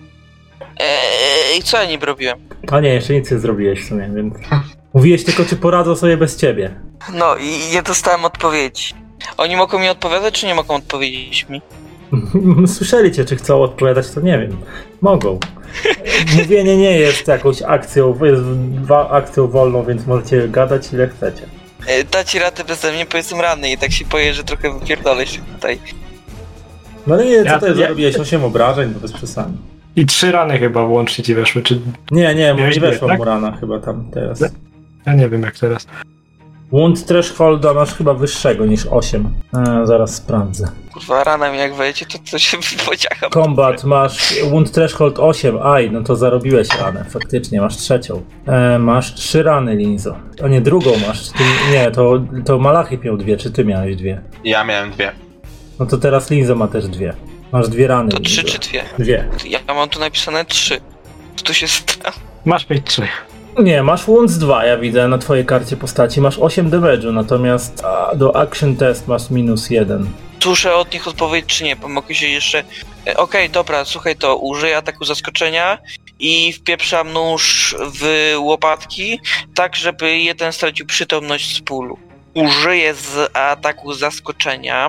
Eee, co ja niby robiłem? A nie, jeszcze nic nie zrobiłeś w sumie, więc... Mówiłeś tylko, czy poradzą sobie bez ciebie. No i nie dostałem odpowiedzi. Oni mogą mi odpowiadać, czy nie mogą odpowiedzieć mi? Słyszeli cię, czy chcą odpowiadać, to nie wiem. Mogą. Mówienie nie jest jakąś akcją, jest wa- akcją wolną, więc możecie gadać ile chcecie. Eee, dać radę beze mnie, bo jestem ranny i tak się boję, że trochę wypierdolę się tutaj. No ale nie, co Ja- ty ja- zarobiłeś? osiem obrażeń, to bez przesady. I trzy rany chyba łącznie ci weszły, czy... Nie, nie, Miałeś nie dwie, weszła tak? mu rana chyba tam teraz. Ja nie wiem jak teraz. Wound thresholda masz chyba wyższego niż osiem. E, zaraz sprawdzę. Kurwa, rana mi jak wejdzie, to to się podziacham. Combat masz wound threshold osiem, aj, no to zarobiłeś ranę, faktycznie, masz trzecią. E, masz trzy rany, Linzo. A nie, drugą masz. Ty, nie, to, to Malachit miał dwie, czy ty miałeś dwie? Ja miałem dwie. No to teraz Linzo ma też dwie. Masz dwie rany. To trzy Linzo. czy dwie? Dwie. Ja mam tu napisane trzy. Co tu się stało? Masz mieć trzy. Nie, masz wounds dwa, ja widzę na twojej karcie postaci. Masz osiem damage'u, natomiast a, do action test masz minus jeden. Muszę od nich odpowiedzieć, czy nie, bo mogę się jeszcze... E, Okej, dobra, słuchaj, to użyję ataku zaskoczenia i wpieprzam nóż w łopatki, tak żeby jeden stracił przytomność z bólu. Użyję z ataku zaskoczenia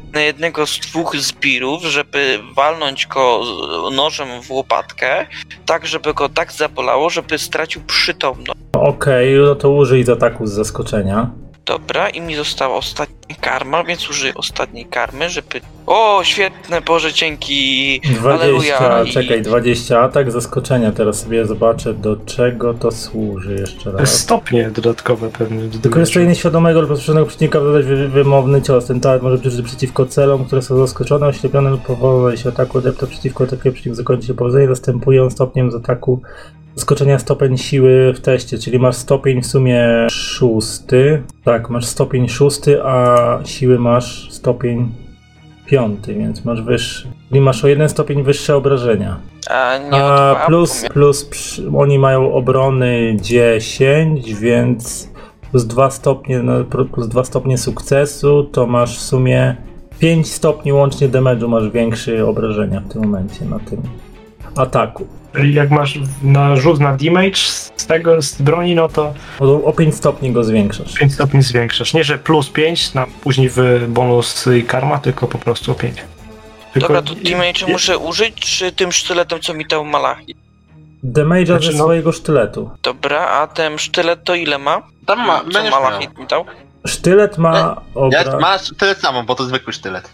na jednego z dwóch zbirów, żeby walnąć go nożem w łopatkę, tak żeby go tak zabolało, żeby stracił przytomność. Okej, okay, no to użyj z ataku z zaskoczenia. Dobra, i mi została ostatnia karma, więc użyję ostatniej karmy, żeby... O, świetne, Boże, dzięki! dwadzieścia, Aleluja. czekaj, dwadzieścia atak zaskoczenia, teraz sobie zobaczę, do czego to służy jeszcze raz. Stopnie dodatkowe pewnie. Wykorzystanie nieświadomego lub rozproszonego przeciwnika, dodać wy, wymowny cios. Ten talent może być użyty przeciwko celom, które są zaskoczone, oślepione lub powolne. Jeśli ataku adepta przeciwko atakowi przeciwnik zakończy się powodzenie, zastępuje on stopniem z ataku zaskoczenia stopień siły w teście, czyli masz stopień w sumie szósty. Tak, masz stopień szósty, a siły masz stopień piąty, więc masz wyższy. Czyli masz o jeden stopień wyższe obrażenia. A, nie a dwa, plus, plus przy, oni mają obrony dziesięć, więc plus dwa stopnie, no, plus dwa stopnie sukcesu, to masz w sumie pięć stopni łącznie damage'u, masz większe obrażenia w tym momencie na tym ataku. Czyli jak masz na rzut na damage z tego, z broni, no to O, o pięć stopni go zwiększasz. pięć stopni zwiększasz. Nie, że plus pięć na później w bonus i karma, tylko po prostu o pięć. Tylko Dobra, to damage muszę użyć, czy tym sztyletem, co mi dał Malachi? Damage'a Znaczy, ze no- swojego sztyletu. Dobra, a ten sztylet to ile ma? Tam ma, Co będziesz Malachi miał. mi dał? Sztylet ma obra... Ja, masz tyle samo, bo to zwykły sztylet.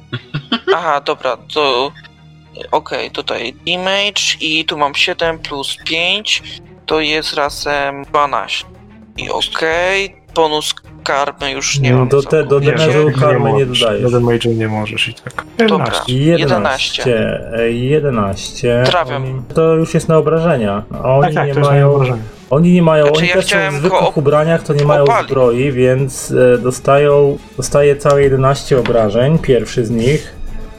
Aha, dobra, to... Okej, okay, tutaj damage i tu mam siedem plus pięć, to jest razem dwanaście. I okej, okay, bonus karmy już nie No, mam. do te- do całkowicie. damage'u karmy nie dodajesz. Do damage'u nie możesz i tak. Dobra. jedenaście. jedenaście. Trafiam. Oni, to już jest na obrażenia. A oni Tak, tak, nie to jest mają. nałożenie. Oni nie mają. Znaczy, oni ja też są chciałem w go zwykłych op- ubraniach, to nie mają opalić. zbroi, więc e, dostają. Dostaje całe jedenaście obrażeń. Pierwszy z nich.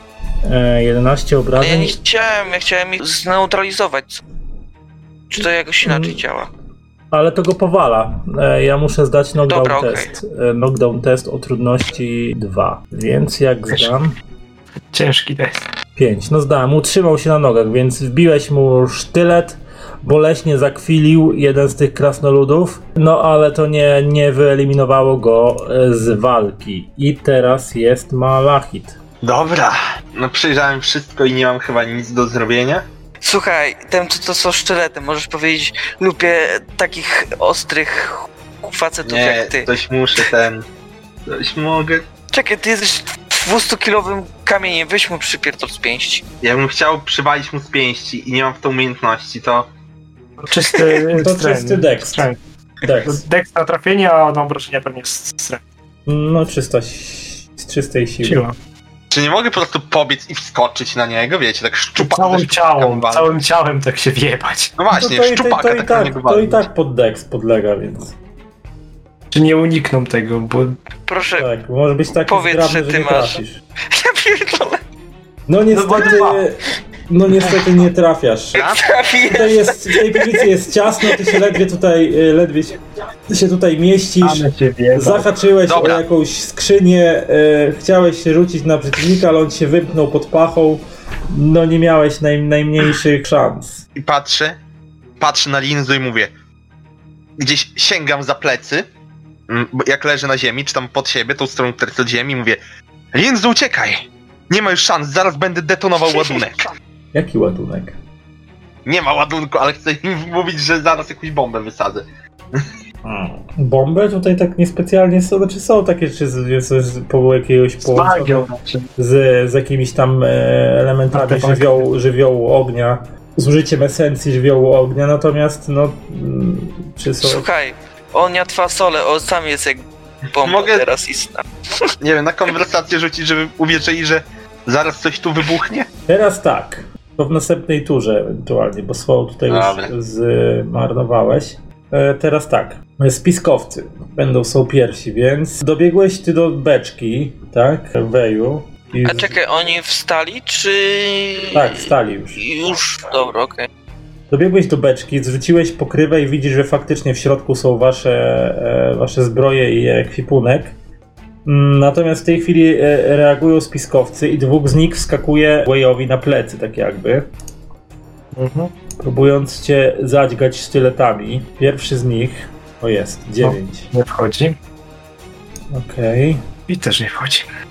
E, jedenaście Ale ja obrażeń. nie chciałem, ja chciałem ich zneutralizować. Czy to jakoś inaczej działa? Ale to go powala. E, ja muszę zdać knockdown Dobra, okej. test. E, knockdown test o trudności dwa. Więc jak zdam. Ciężki test. pięć. No zdałem, utrzymał się na nogach, więc wbiłeś mu sztylet, boleśnie zakwilił jeden z tych krasnoludów, no ale to nie, nie wyeliminowało go e, z walki. I teraz jest Malachit. Dobra, no przejrzałem wszystko i nie mam chyba nic do zrobienia. Słuchaj, ten co to są sztylety, możesz powiedzieć, lubię takich ostrych facetów Nie, jak ty. coś muszę ten... Coś mogę... Czekaj, ty jesteś dwustukielowym kamieniem, weź mu przypierdol z pięści. Ja bym chciał przywalić mu z pięści i nie mam w to umiejętności, to... Czysty To strength. czysty dex. Strength. Dex. Dex na trafienie, a na obrażenia pewnie jest strength. No trzysta si- z czystej siły. Siła. Czy nie mogę po prostu pobiec i wskoczyć na niego, wiecie, tak szczupaka. Całym ciałem, całym ciałem tak się wjebać. No No właśnie, to, i, to, szczupaka to, i tak na tak, niego to i walnąć. tak pod Dex podlega, więc Czy nie unikną tego, bo Proszę, tak, może być taki Powiedz, zgrabny, że że ty nie masz. trafisz. ja pierdolę, No niestety, dwa. no niestety nie trafiasz. trafię. Tutaj jest, w tej piwnicy jest ciasno, ty się ledwie tutaj, y, ledwie się, ty się tutaj mieścisz, się wjebać. zahaczyłeś Dobra. o jakąś skrzynię, y, chciałeś się rzucić na przeciwnika, ale on się wymknął pod pachą, no nie miałeś naj, najmniejszych szans. I patrzę, patrzę na Linzu i mówię, gdzieś sięgam za plecy, mm, bo jak leży na ziemi, czy tam pod siebie, tą stroną, która jest od ziemi, mówię, Linzu, uciekaj! Nie ma już szans, zaraz będę detonował ładunek. Jaki ładunek? Nie ma ładunku, ale chcę im mówić, że zaraz jakąś bombę wysadzę. Bomby tutaj tak niespecjalnie są, znaczy są takie rzeczy z, z, z po jakiegoś Z magią. z, z jakimiś tam e, elementami Artefakty. żywiołu, żywiołu ognia, z użyciem esencji żywiołu ognia, natomiast no, mm, czy są... Słuchaj, on jadł fasolę, on sam jest jak bomba Mogę- teraz istna. Nie wiem, na konwersację rzucić, żeby uwierzyli, że zaraz coś tu wybuchnie? Teraz tak, to w następnej turze ewentualnie, bo swoją tutaj Dobra. już zmarnowałeś. E, teraz tak, spiskowcy będą są pierwsi, więc dobiegłeś ty do beczki, tak, Weju. I A czekaj, oni wstali, czy... Tak, wstali już. Już, dobra, okej. Dobiegłeś do beczki, zrzuciłeś pokrywę i widzisz, że faktycznie w środku są wasze, e, wasze zbroje i ekwipunek. Mm, Natomiast w tej chwili e, reagują spiskowcy i dwóch z nich wskakuje Wayowi na plecy, tak jakby. Mhm. Próbując cię zadźgać sztyletami. Pierwszy z nich, o jest, dziewięć. Nie wchodzi. Okej. I też nie wchodzi.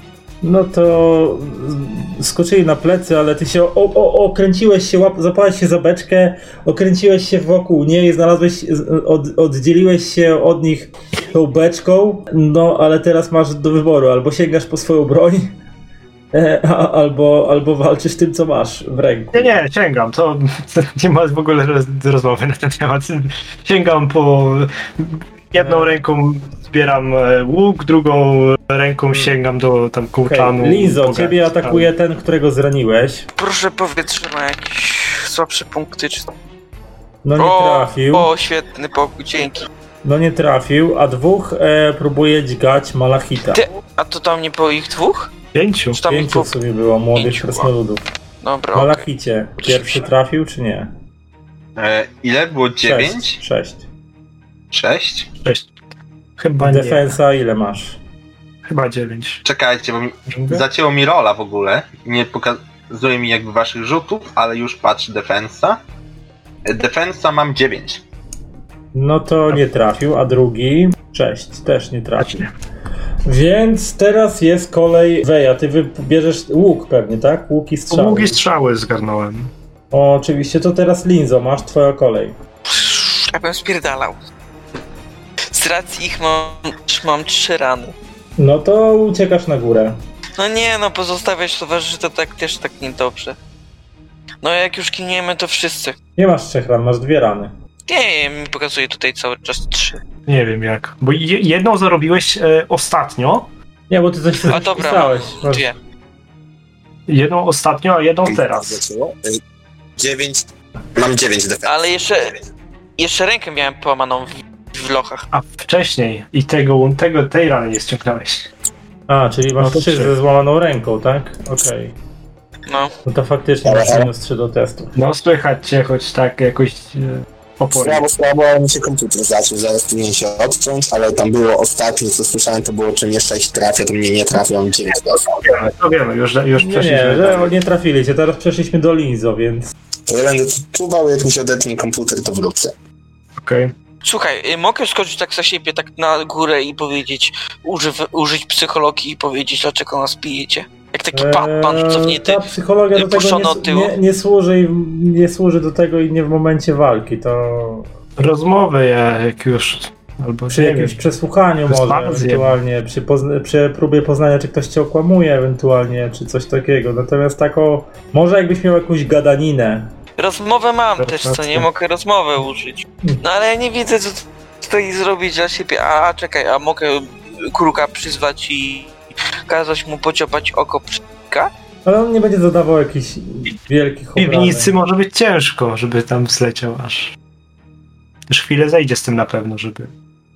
No to skoczyli na plecy, ale ty się o, o, okręciłeś się, łap, zapałeś się za beczkę, okręciłeś się wokół niej, znalazłeś, od, oddzieliłeś się od nich tą beczką, no ale teraz masz do wyboru, albo sięgasz po swoją broń, a, albo, albo walczysz tym, co masz w ręku. Nie, nie, sięgam, to, to nie ma w ogóle roz, rozmowy na ten temat. Sięgam po... Jedną ręką zbieram łuk, drugą ręką sięgam do tam kołczanu. Okay. Linzo, ciebie atakuje ten, którego zraniłeś. Proszę powiedz, że ma jakieś słabsze punkty, czy... No nie o, trafił. O, świetny pokój, dzięki. No nie trafił, a dwóch e, próbuje dźgać Malachita. Ty, a to tam nie po ich dwóch? Pięciu. Czy tam Pięciu po... w sumie było, młodych Pięciu. krasnoludów. Dobra. Malachicie, pierwszy trafił czy nie? E, ile było? dziewięć? Sześć. sześć? Sześć. Chyba nie. Defensa ile masz? Chyba dziewięć. Czekajcie, bo mi, zacięło mi rola w ogóle. Nie pokazuje mi jakby waszych rzutów, ale już patrzę defensa. Defensa mam dziewięć. No to nie trafił, a drugi sześć, też nie trafił. Więc teraz jest kolej Weja. Ty wybierzesz łuk pewnie, tak? Łuk i strzały. Łuk i strzały zgarnąłem. O, oczywiście, to teraz Linzo, masz twoja kolej. Ja bym spierdalał. Z racji ich mam, mam trzy rany. No to uciekasz na górę. No nie, no pozostawiać towarzyszy to tak też tak niedobrze. No jak już giniemy, to wszyscy. Nie masz trzech ran, masz dwie rany. Nie, mi pokazuje tutaj cały czas trzy. Nie wiem jak. Bo je, jedną zarobiłeś e, ostatnio. Nie, bo ty coś sobie A dobra, wpisałeś. mam dwie. Jedną ostatnio, a jedną teraz. dziewięć. Mam dziewięć defensów. Ale jeszcze, jeszcze rękę miałem połamaną w, w lochach. A wcześniej i tego, tego tej rany nie ściągnąłeś. A, czyli masz No to trzy trzy. ze złamaną ręką, tak? Okej. Okay. No. No to faktycznie masz minus trzy do testu. No słychać cię choć tak jakoś e, opornie. Słabo, słabo, ale mi się komputer zaczął, zaraz powinien się odciąć, ale tam było ostatnie, co słyszałem, to było, czy mnie sześć trafia, to mnie nie trafia, mam dziewięć defensów. Wiemy, to wiemy, już, już Nie, przeszliśmy. nie, że nie trafiliście, teraz przeszliśmy do Linzo, więc... Ja będę czuwał, jak mi się odetnie komputer, to wrócę. Okej. Okay. Słuchaj, y, mogę skoczyć tak za siebie, tak na górę i powiedzieć, używ, użyć psychologii i powiedzieć, dlaczego nas pijecie? Jak taki pan, pan cofnięty, Ta psychologia do tego puszczono od nie, tyłu. nie, nie, służy, i- nie służy do tego i nie w momencie walki, to Rozmowy jak już, albo przy nie jakimś wiem. przesłuchaniu może, Perswazję. ewentualnie przy, pozna- przy próbie poznania, czy ktoś cię okłamuje ewentualnie, czy coś takiego. Natomiast taką, może jakbyś miał jakąś gadaninę. Rozmowę mam Teraz też, co rację. nie mogę rozmowę użyć. No ale ja nie widzę, co tutaj zrobić dla siebie. A czekaj, a mogę kruka przyzwać i kazać mu pociopać oko pszczka? Ale on nie będzie zadawał jakichś wielkich W piwnicy obrażeń. może być ciężko, żeby tam zleciał aż. Też chwilę zejdzie z tym na pewno, żeby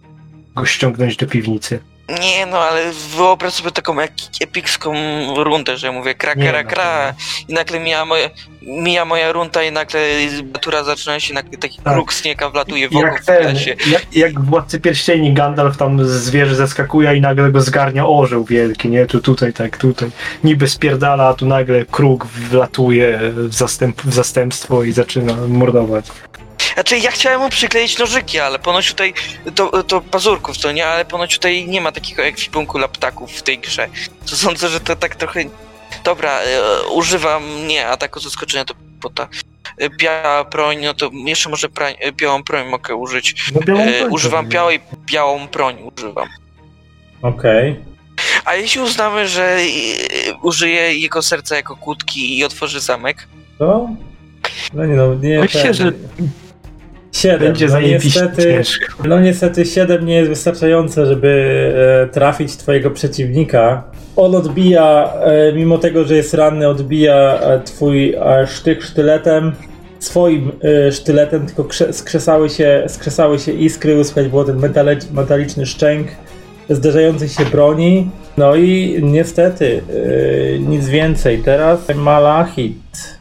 go ściągnąć do piwnicy. Nie no, ale wyobraź sobie taką jak epicką rundę, że mówię kra, Nie, kra, no kra i nagle mija moja, mija moja runda i nagle batura zaczyna się, nagle taki Tak. kruk sniega wlatuje wokół Jak w ten, lesie. jak, jak w Władcy Pierścieni Gandalf tam z zwierzy zeskakuje i nagle go zgarnia orzeł wielki, nie? Tu tutaj, tak, tutaj. Niby spierdala, a tu nagle kruk wlatuje w, zastęp, w zastępstwo i zaczyna mordować. Znaczy ja chciałem mu przykleić nożyki, ale ponoć tutaj to, to pazurków, co nie? Ale ponoć tutaj nie ma takiego ekwipunku dla ptaków w tej grze. To sądzę, że to tak trochę... Dobra, e, używam, nie, ataku zaskoczenia to pota. E, biała broń, no to jeszcze może prań, e, białą broń mogę użyć. No, białą E, broń używam pewnie. białej, białą broń używam. Okej. A jeśli uznamy, że e, użyję jego serca jako kłódki i otworzy zamek? To? No nie no, nie... Myślę, ten- że Siedem. będzie No zajebiście niestety, ciężko. no niestety siedem nie jest wystarczające, żeby e, trafić twojego przeciwnika. On odbija, e, mimo tego, że jest ranny, odbija e, twój e, sztyk sztyletem, swoim e, sztyletem, tylko krze, skrzesały, się, skrzesały się iskry, usłychać było ten metale, metaliczny szczęk zderzającej się broni. No i niestety e, nic więcej. Teraz Malachit.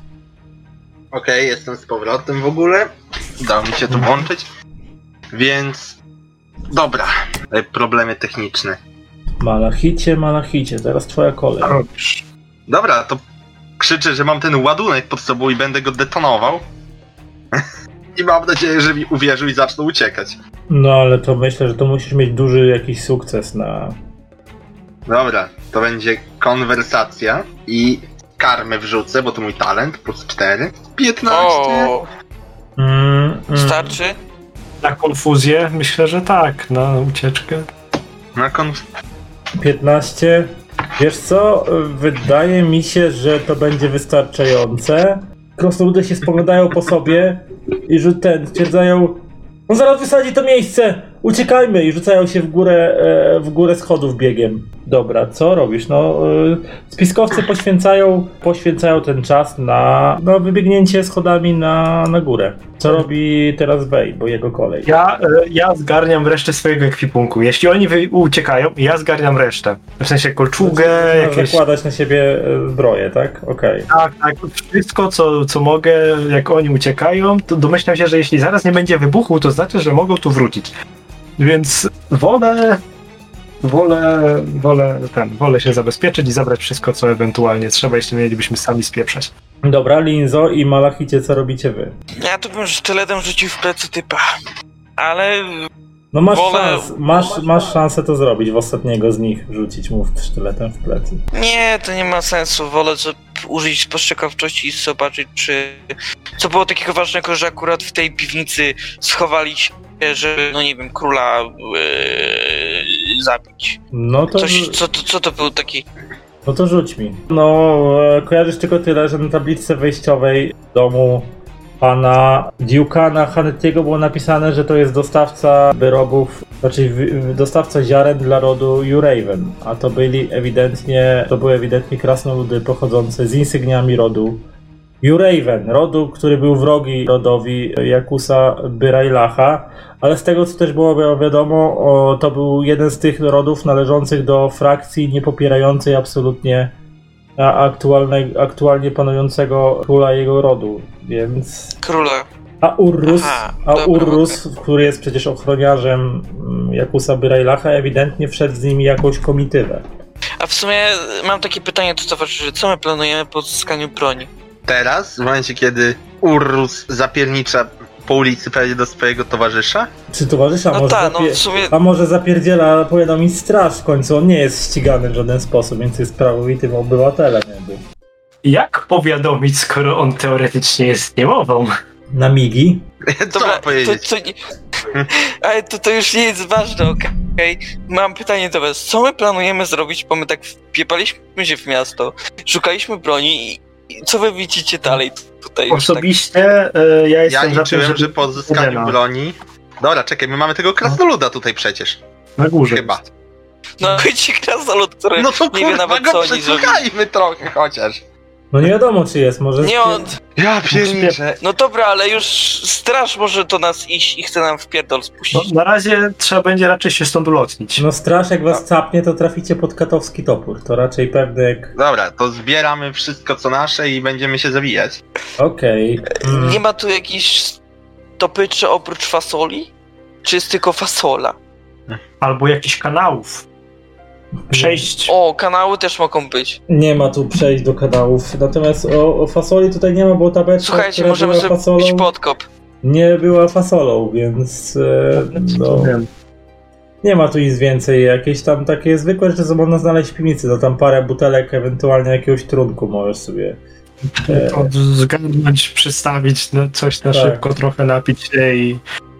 Okej, jestem z powrotem w ogóle. Udało mi się tu włączyć. Więc... Dobra. E, Problemy techniczne. Malachicie, Malachicie, teraz twoja kolej. Co robisz? Dobra, to krzyczę, że mam ten ładunek pod sobą i będę go detonował. I mam nadzieję, że mi uwierzył i zaczną uciekać. No ale to myślę, że to musisz mieć duży jakiś sukces na... Dobra, to będzie konwersacja i karmę wrzucę, bo to mój talent, plus cztery. piętnaście. O, Mm, mm. starczy? Na konfuzję? Myślę, że tak. Na ucieczkę. Na konf... piętnaście. Wiesz co? Wydaje mi się, że to będzie wystarczające. Krasnoludy się spoglądają po sobie i że ten stwierdzają: on zaraz wysadzi to miejsce! Uciekajmy! I rzucają się w górę, e, w górę schodów biegiem. Dobra, co robisz? No, e, spiskowcy poświęcają, poświęcają ten czas na, na wybiegnięcie schodami na, na górę. Co robi teraz Wej, bo jego kolej. Ja, e, ja zgarniam resztę swojego ekwipunku. Jeśli oni wy- uciekają, ja zgarniam resztę. W sensie kolczugę, Znaczy, jakieś... zakładać na siebie e, zbroję, tak? Okej. Tak, tak. Wszystko, co, co mogę, jak oni uciekają, to domyślam się, że jeśli zaraz nie będzie wybuchu, to znaczy, że mogą tu wrócić. Więc wolę... Wolę, wolę, ten, wolę się zabezpieczyć i zabrać wszystko, co ewentualnie trzeba, jeśli mielibyśmy sami spieprzać. Dobra, Linzo i Malachicie, co robicie wy? Ja tu bym sztyletem rzucił w plecy typa. Ale No masz, Wolę- szans, masz, masz szansę to zrobić, w ostatniego z nich rzucić mu sztyletem w plecy. nie, to nie ma sensu. Wolę sobie użyć spostrzegawczości i zobaczyć, czy... Co było takiego ważnego, że akurat w tej piwnicy schowali się, żeby, no nie wiem, króla yy, zabić. No to, Coś, co, to, co to był taki... no to rzuć mi. No, e, kojarzysz tylko tyle, że na tabliczce wejściowej domu pana Duke'a Hannetiego było napisane, że to jest dostawca wyrobów, znaczy wy- dostawca ziaren dla rodu Uraven, a to byli ewidentnie, to były ewidentnie krasnoludy pochodzące z insygniami rodu Uraven, rodu, który był wrogi rodowi Jakusa Byrajlacha, ale z tego, co też było wiadomo, o, to był jeden z tych rodów należących do frakcji niepopierającej absolutnie a, aktualnej, aktualnie panującego króla jego rodu, więc... Króla. A Urrus, Aha, a dobra, Urrus, który jest przecież ochroniarzem mm, Jakusa Byrajlacha, ewidentnie wszedł z nimi jakąś komitywę. A w sumie mam takie pytanie do towarzyszy. Co my planujemy po odzyskaniu broni? Teraz, w momencie kiedy Urrus zapiernicza po ulicy pewnie do swojego towarzysza? Czy towarzysza No może, tak, no zapie- w sumie... a może zapierdziela powiadomić straż w końcu, on nie jest ścigany w żaden sposób, więc jest prawowitym obywatelem jakby. Jak powiadomić, skoro on teoretycznie jest niemową? Na migi? Co mam powiedzieć? To, to nie... Ale to, to już nie jest ważne, okej? Okay? Mam pytanie do was. Co my planujemy zrobić, bo my tak wpiepaliśmy się w miasto, szukaliśmy broni i i co wy widzicie dalej tutaj? Już Osobiście e, ja Ja jestem za tym, liczyłem, żeby... że po odzyskaniu Elena. broni... Dobra, czekaj, my mamy tego krasnoluda tutaj przecież. Na górze. Chyba. tak... No chodźcie krasnolud, który No to nie wie kurwa, nawet go co oni zrobili. przesłuchajmy trochę chociaż. No nie wiadomo czy jest, może... Nie on... Ja pierniczę. No dobra, ale już straż może do nas iść i chce nam w pierdol No, spuścić. na razie trzeba będzie raczej się stąd ulotnić. No straż jak was capnie, to traficie pod katowski topór, to raczej pewne jak... Dobra, to zbieramy wszystko co nasze i będziemy się zabijać. Okej. Mm. Nie ma tu jakichś stopyczy oprócz fasoli? Czy jest tylko fasola? Albo jakichś kanałów. Przejść. O, kanały też mogą być. Nie ma tu przejść do kanałów, natomiast o, o fasoli tutaj nie ma, bo tabeczka, Słuchajcie, która możemy była zrobić fasolą, podkop. nie była fasolą, więc e, no, Wiem. nie ma tu nic więcej. Jakieś tam takie zwykłe rzeczy, co można znaleźć w piwnicy, no tam parę butelek, ewentualnie jakiegoś trunku możesz sobie... E, To zgarnąć, przystawić, no, coś na Tak. szybko, trochę napić się i...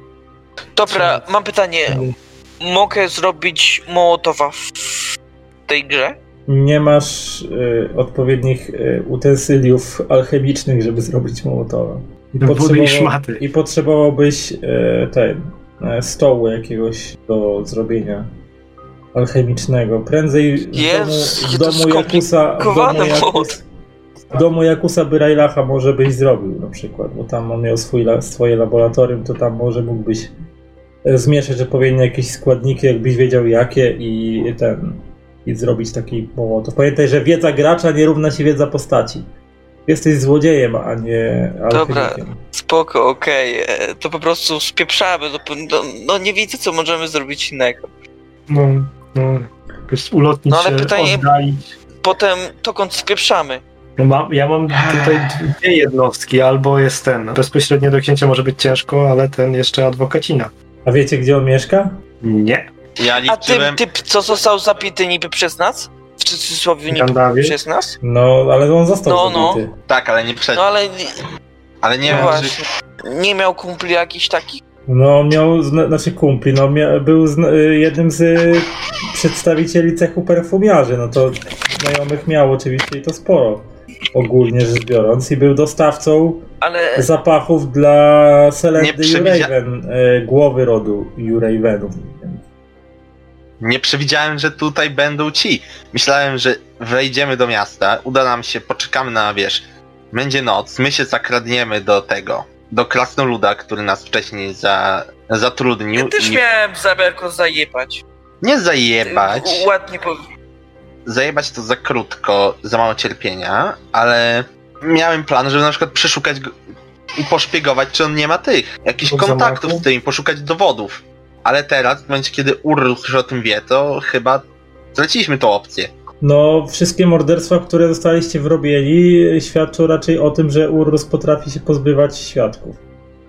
Dobra, mam pytanie. Mogę zrobić Mołotowa w tej grze? nie masz e, odpowiednich e, utensyliów alchemicznych, żeby zrobić Mołotowa. I, Wody i szmaty. I potrzebowałbyś e, ten e, stołu jakiegoś do zrobienia alchemicznego. Prędzej w Jezu, domu, jakie w to domu Jakusa, w domu, skomplikowane Jakus, młot. w domu Jakusa Byrajlacha może byś zrobił na przykład, bo tam on miał swój, la- swoje laboratorium, to tam może mógłbyś e, zmieszać odpowiednio jakieś składniki, jakbyś wiedział jakie i ten i zrobić taki mołotow. Pamiętaj, że wiedza gracza nie równa się wiedza postaci. Jesteś złodziejem, a nie Dobra. alchemikiem. Spoko, okej. e, To po prostu spieprzamy. No, no, no nie widzę, co możemy zrobić innego. No, no, jakoś ulotnić No, ale się, pytanie- oddalić. Potem dokąd spieprzamy? No, mam, ja mam tutaj dwie jednostki, albo jest ten, bezpośrednio do księcia może być ciężko, ale ten jeszcze adwokacina. A wiecie, gdzie on mieszka? Nie. Ja A ty, liczyłem... typ, co został zabity niby przez nas? W cudzysłowie niby Gandawie? przez nas? No, ale on został No, no. zabity. Tak, ale nie przed... No ale Ale nie no wiem, właśnie. czy... Nie miał kumpli jakichś takich? No, miał, zna, znaczy kumpli, no, mia, był zna, jednym z y, przedstawicieli cechu perfumiarzy, no to znajomych miał oczywiście i to sporo, ogólnie rzecz biorąc, i był dostawcą Ale zapachów dla Selendy Nie przewidza- Uraven, y, głowy rodu Uravenów. Nie przewidziałem, że tutaj będą ci. Myślałem, że wejdziemy do miasta, uda nam się, poczekamy na, wiesz, będzie noc, my się zakradniemy do tego, do krasnoluda, który nas wcześniej za, zatrudnił. ja też i miałem zamiar zajebać. nie zajebać. Ładnie po... Zajebać to za krótko, za mało cierpienia, ale miałem plan, żeby na przykład przeszukać go i poszpiegować, czy on nie ma tych, jakichś Od kontaktów zamachu? z tymi, poszukać dowodów. Ale teraz, w momencie kiedy Urrus już o tym wie, to chyba straciliśmy tą opcję. No, wszystkie morderstwa, które zostaliście wrobieni, świadczą raczej o tym, że Urrus potrafi się pozbywać świadków.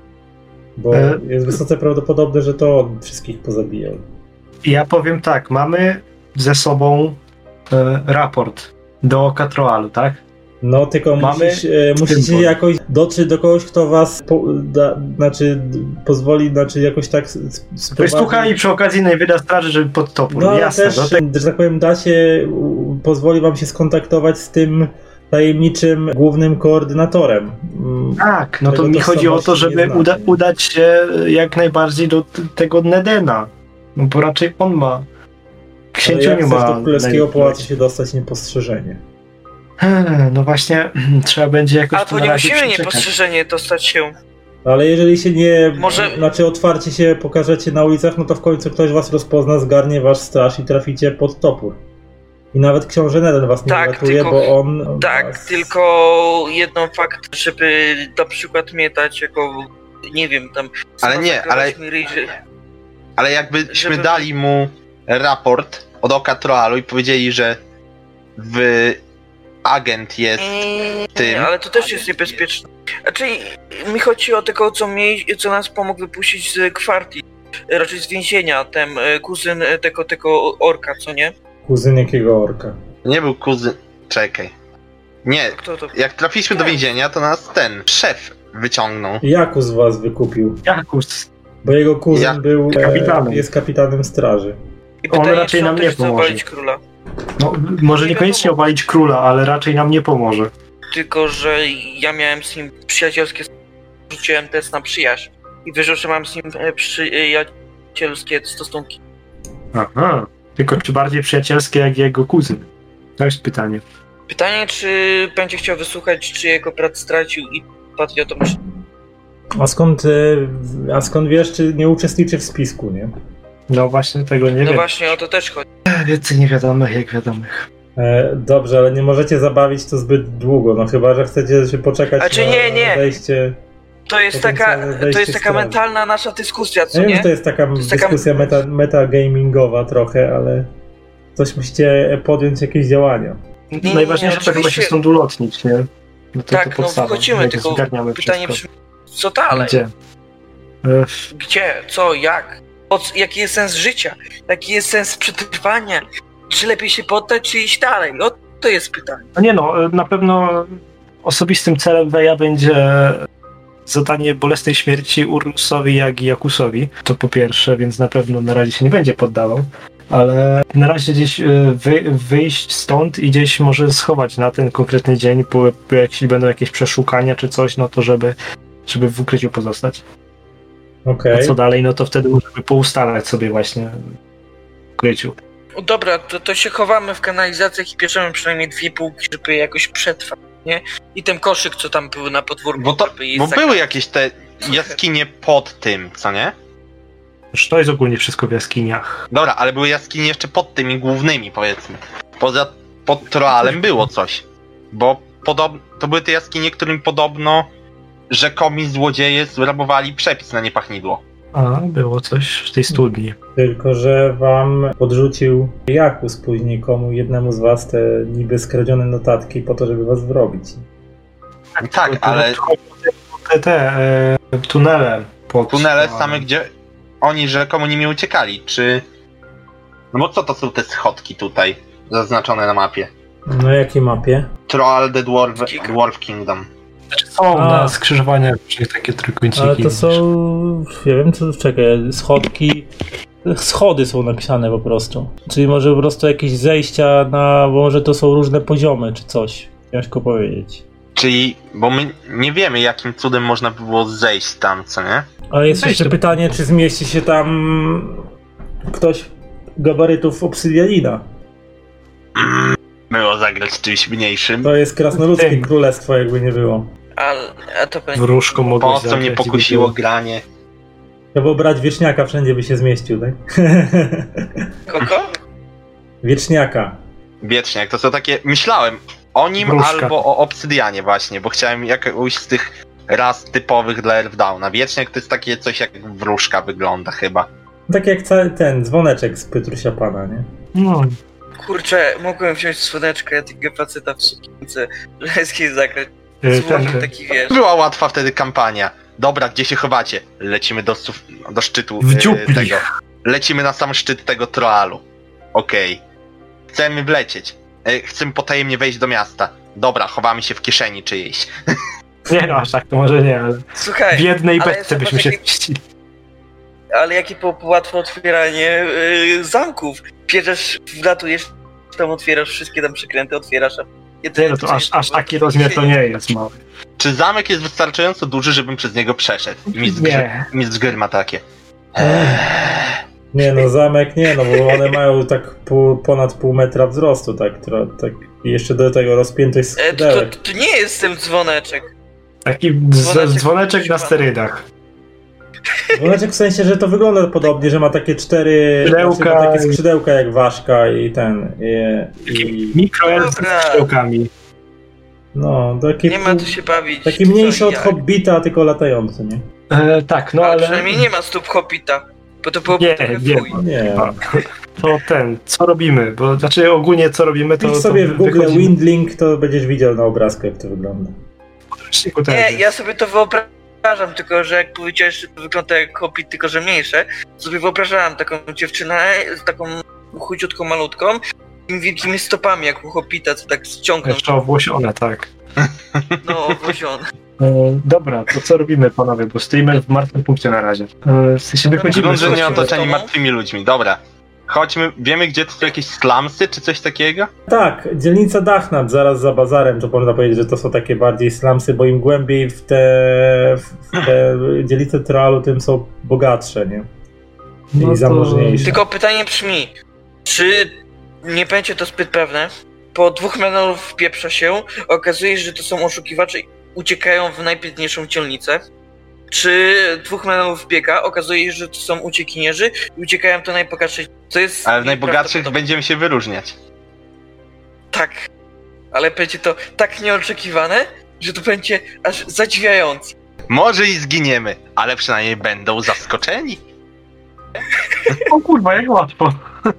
Bo E? jest wysoce prawdopodobne, że to on wszystkich pozabijał. Ja powiem tak, mamy ze sobą e, raport do Katroalu, tak? No, tylko Mamy musisz, e, musicie symbol. jakoś dotrzeć do kogoś, kto was po, da, znaczy d- pozwoli, znaczy jakoś tak s- s- Wysłuchaj i przy okazji najwyda straży, żeby pod topór. No, ale Jasne, też, no tak. że tak powiem, da się, u- pozwoli wam się skontaktować z tym tajemniczym głównym koordynatorem. Mm, Tak, no to Tego mi chodzi o to, tożsamości nie żeby uda, znacie. udać się jak najbardziej do t- tego Nedena. No bo raczej on ma. Ale Księciu jak nie chcesz ma. do Królewskiego najlepiej. Pałacu się dostać niepostrzeżenie? Hmm, No właśnie, trzeba będzie jakoś to Albo na nie razie musimy przeczekać. niepostrzeżenie dostać się. Ale jeżeli się nie, Może- znaczy otwarcie się pokażecie na ulicach, no to w końcu ktoś was rozpozna, zgarnie wasz straż i traficie pod topór. I nawet książę Neden was nie Tak, uratuje, tylko- bo on... Tak, was... tylko jedną fakt, żeby na przykład mnie dać jako, nie wiem, tam... Ale nie, ale- Mi ryj, że... Ale jakbyśmy Żeby- dali mu raport od Oka Troalu i powiedzieli, że w agent jest Mm, tym. Nie, ale to też jest niebezpieczne. Znaczy, mi chodzi o tego, co, mnie, co nas pomógł wypuścić z kwarti, raczej z więzienia, ten e, kuzyn e, tego, tego orka, co nie? Kuzyn jakiego orka? nie był kuzyn... Czekaj. Nie, Kto to? jak trafiliśmy do więzienia, to nas ten szef wyciągnął. Jakus was wykupił, Jakus, bo jego kuzyn Ja- był, kapitanem. e, jest kapitanem straży. I on pytanie, raczej czy nam on nie też chce pomoże. obalić króla. no, może Nie niekoniecznie wiadomo. obalić króla, ale raczej nam nie pomoże. Tylko, że ja miałem z nim przyjacielskie... Rzuciłem test na przyjaźń. I wyszło, że mam z nim e, przyjacielskie stosunki. Aha. Tylko czy bardziej przyjacielskie jak jego kuzyn? To jest pytanie. Pytanie, czy będzie chciał wysłuchać, czy jego brat stracił i patriotą, czy... A skąd, e, a skąd wiesz, czy nie uczestniczy w spisku, nie? No właśnie tego nie No wiem. właśnie o to też chodzi. Więcej niewiadomych jak wiadomych. E, dobrze, ale nie możecie zabawić to zbyt długo, no chyba, że chcecie się poczekać Znaczy, na nie, nie. wejście... To jest taka, Potencjalne to wejście jest taka straży. mentalna nasza dyskusja, co Ja wiem, nie? że to jest taka jest taka- dyskusja meta, metagamingowa trochę, ale coś musicie podjąć jakieś działania. Nie, nie, Najważniejsze nie, to chyba się oczywiście. stąd ulotnić, nie? No to, Tak, to no podstawa. wychodzimy, Jak tylko zgarniamy pytanie wszystko. brzmi, co dalej? Gdzie? E, Gdzie? Co? Jak? O, c- jaki jest sens życia? Jaki jest sens przetrwania? Czy lepiej się poddać, czy iść dalej? O, to jest pytanie. No nie no, na pewno osobistym celem Weja będzie zadanie bolesnej śmierci Urnusowi, jak i Jakusowi. To po pierwsze, więc na pewno na razie się nie będzie poddawał. Ale na razie gdzieś e, wy, wyjść stąd i gdzieś może schować na ten konkretny dzień, bo, bo jeśli będą jakieś przeszukania czy coś, no to żeby, żeby w ukryciu pozostać. Okej. A co dalej, no to wtedy możemy poustalać sobie właśnie w ukryciu. O, dobra, to, to się chowamy w kanalizacjach i bierzemy przynajmniej dwie półki, żeby jakoś przetrwać, nie? I ten koszyk, co tam był na podwórku, Bo, to, żeby je bo zakarmić. były jakieś te jaskinie pod tym, co nie? Już to jest ogólnie wszystko w jaskiniach. Dobra, ale były jaskinie jeszcze pod tymi głównymi, powiedzmy. Poza pod Troalem było coś. Bo podob, to były te jaskinie, którym podobno rzekomi złodzieje zrabowali przepis na niepachnidło. A, było coś w tej studni. Tylko, że wam podrzucił Jakus później komu jednemu z was te niby skradzione notatki po to, żeby was wrobić. Tak, To- ale Te, te e, tunele. Pod, tunele same, gdzie oni rzekomo nimi uciekali. Czy No bo co to są te schodki tutaj, zaznaczone na mapie? Na jakiej mapie? Troll the Dwarf, Dwarf Kingdom. Znaczy są A. na skrzyżowaniach różnych takie trójkąciki. Ale to są... Ja wiem co... Czekaj, schodki... Schody są napisane po prostu. Czyli może po prostu jakieś zejścia na... Bo może to są różne poziomy czy coś. Ciężko powiedzieć. Czyli, bo my nie wiemy jakim cudem można by było zejść tam, co nie? Ale jest Zejście. jeszcze pytanie, czy zmieści się tam... Ktoś gabarytów obsydianina. Było zagrać czymś mniejszym. To jest krasnoludzkie Tym. królestwo, jakby nie było. A, a to będzie... Wróżką mogłeś Po co mnie zagrać i pokusiło by granie? Trzeba brać wieczniaka, wszędzie by się zmieścił, tak? Kogo? Wieczniaka. Wieczniak, to są takie... Myślałem o nim Wróżka. albo o Obsydianie właśnie, bo chciałem jakąś z tych ras typowych dla Earthdowna. Wieczniak to jest takie coś jak wróżka wygląda chyba. Tak jak cały ten dzwoneczek z Pytrusia Pana, nie? No, Kurczę, mogłem wziąć słoneczkę tego faceta w sukience, żeńskiej zagrać. y, Złożył ten, taki, wiesz... Była łatwa wtedy kampania. Dobra, gdzie się chowacie? Lecimy do, suf- do szczytu W e, dziupli. tego. Lecimy na sam szczyt tego Troalu. Okej. Chcemy wlecieć. E, chcemy potajemnie wejść do miasta. Dobra, chowamy się w kieszeni czyjejś. nie no, aż tak to może nie, ale Słuchaj, w jednej ale beczce zobacz, byśmy się jaki- zmieścili. ale jakie po, po łatwe otwieranie yy, zamków. Bierzesz, wlatujesz, tam otwierasz wszystkie tam przekręty, otwierasz, a jedyne, Nie no, to co aż, jest, aż taki rozmiar to nie jest mały. Czy zamek jest wystarczająco duży, żebym przez niego przeszedł? I mistrz, Nie. mistrz gry ma takie. Nie no, zamek nie, no bo one mają tak pół, ponad pół metra wzrostu, tak, tro, tak. I jeszcze do tego rozpiętość E, to, skrzydełek. to, to nie jest ten dzwoneczek. Taki z, Dzwoneczek dzwoneczek na trzyma. sterydach. Dzwoneczek w sensie, że to wygląda podobnie, że ma takie cztery... Skrzydełka znaczy ma takie i- skrzydełka jak ważka i ten... I, i, Mikroelf z Dobra. skrzydełkami. no, taki, Nie ma tu się bawić. taki Co mniejszy i od jak. Hobbita, tylko latający, nie? E, tak, no Ale ale... przynajmniej nie ma stóp Hobbita. Bo to byłoby Nie, trochę nie fuj. Nie. A, to ten, co robimy? Bo znaczy ogólnie co robimy, to... Wpisz to sobie w Google wychodzimy- Windlink, to będziesz widział na obrazku, jak to wygląda. w podręczniku też Nie, jest. ja sobie to wyobrażam, tylko że jak powiedziałeś, że to wygląda jak Hobbit, tylko że mniejsze, sobie wyobrażałem taką dziewczynę z taką chudziutką, malutką, z tymi wielkimi stopami, jak u Hobbita, co tak ściągnął, Jeszcze owłosione, tak. no, wozione. E, dobra, to co robimy, panowie? Bo stoimy w martwym punkcie na razie. E, w sensie wychodzimy... Wygląda, że nie Chodźmy otoczeni do domu. martwymi ludźmi. Dobra. Chodźmy, wiemy gdzie to są jakieś slumsy czy coś takiego? Tak, dzielnica Dachnat, zaraz za bazarem, to można powiedzieć, że to są takie bardziej slumsy, bo im głębiej w te, w te dzielnice Troalu, tym są bogatsze, nie? I No to- zamożniejsze. Tylko pytanie brzmi, czy nie będzie to zbyt pewne? Po dwóch medalów wpieprza się, okazuje się, że to są oszukiwacze i uciekają w najbiedniejszą dzielnicę. Czy dwóch medalów wbiega, okazuje się, że to są uciekinierzy i uciekają do najbogatszej. To jest Ale w najbogatszych nieprawdopodobne. będziemy się wyróżniać. Tak, ale będzie to tak nieoczekiwane, że to będzie aż zadziwiające. Może i zginiemy, ale przynajmniej będą zaskoczeni. O kurwa, jak łatwo.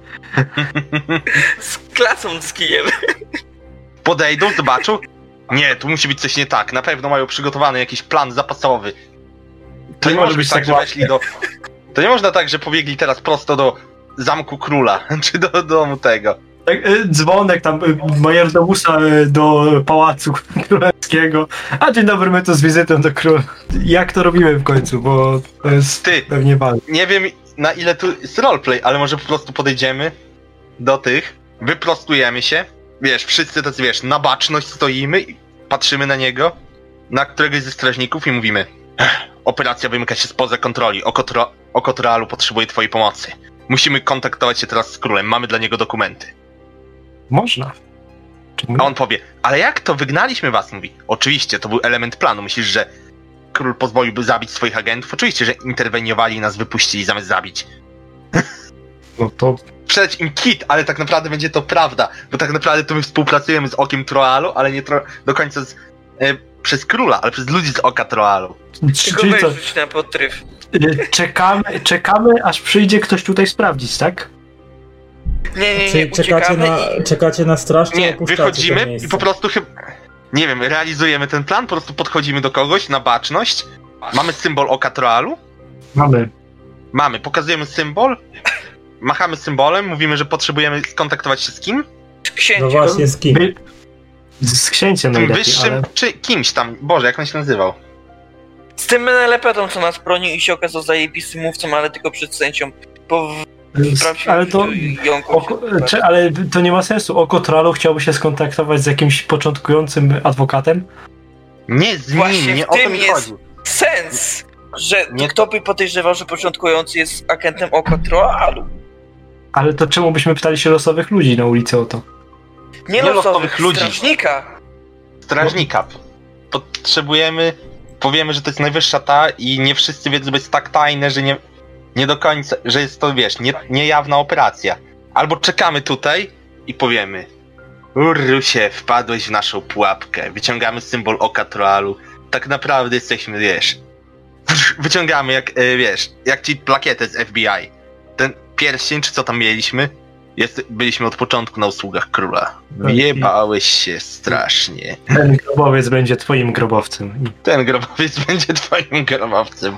Z klasą zginiemy. Podejdą, zobaczą. Nie, tu musi być coś nie tak. Na pewno mają przygotowany jakiś plan zapasowy. To nie może być tak, że łatwe. weszli do... To nie można tak, że pobiegli teraz prosto do Zamku Króla, czy do domu tego. Tak, e, dzwonek tam, e, majordomusa e, do Pałacu Królewskiego. A dzień dobry, my tu z wizytą do króla. Jak to robimy w końcu, bo to jest Ty. pewnie ważne. Nie wiem na ile tu jest roleplay, ale może po prostu podejdziemy do tych, wyprostujemy się, wiesz, wszyscy tacy, wiesz, na baczność stoimy i patrzymy na niego, na któregoś ze strażników i mówimy: operacja wymyka się spoza kontroli, oko, tro- oko Troalu potrzebuje twojej pomocy. Musimy kontaktować się teraz z królem, mamy dla niego dokumenty. Można. Czemu A nie? on powie: ale jak to, wygnaliśmy was? Mówi: oczywiście, to był element planu, myślisz, że król pozwoliłby zabić swoich agentów? Oczywiście, że interweniowali i nas wypuścili zamiast zabić. No to Sprzedać im kit, ale tak naprawdę będzie to prawda, bo tak naprawdę to my współpracujemy z Okiem Troalu, ale nie tro- do końca z, e, przez króla, ale przez ludzi z Oka Troalu. Tylko czyli weź co? rzuć na podtryw. E, Czekamy, czekamy, aż przyjdzie ktoś tutaj sprawdzić, tak? Nie, nie, nie, Czyli czekacie uciekamy na, i... czekacie na straż, czy Nie, opuszczacie to wychodzimy miejsce? i po prostu chyba, nie wiem, realizujemy ten plan, po prostu podchodzimy do kogoś na baczność, mamy symbol Oka Troalu, Mamy. mamy, pokazujemy symbol machamy symbolem, mówimy, że potrzebujemy skontaktować się z kim? Księciem. No właśnie, z kim? My... Z księciem Tym najlepiej, wyższym, ale... czy kimś tam. Boże, jak on się nazywał? Z tym Menelepetą, co nas bronił i się okazał zajebistym mówcą, ale tylko przed sęcią. Bo w Ale to... Oko... Czy, ale to nie ma sensu. Oko Tralu chciałby się skontaktować z jakimś początkującym adwokatem? Nie z nim, Właśnie nie w o to tym mi jest chodzi. sens, że Nie kto by podejrzewał, że początkujący jest agentem Oka Tralu. Ale to czemu byśmy pytali się losowych ludzi na ulicy o to? Nie, Nie losowych, losowych ludzi. strażnika. Strażnika. Potrzebujemy, powiemy, że to jest najwyższa ta i nie wszyscy wiedzą, że jest tak tajne, że nie, nie do końca, że jest to, wiesz, nie, niejawna operacja. Albo czekamy tutaj i powiemy: Urrusie, wpadłeś w naszą pułapkę. Wyciągamy symbol Oka Tralu. Tak naprawdę jesteśmy, wiesz, wyciągamy jak, wiesz, jak ci plakietę z F B I. Ten pierścień, czy co tam mieliśmy, jest, byliśmy od początku na usługach króla. Jebałeś się strasznie. Ten grobowiec będzie twoim grobowcem. Ten grobowiec będzie twoim grobowcem.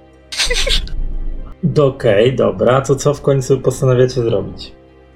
Okej, okay, dobra, to co w końcu postanawiacie zrobić?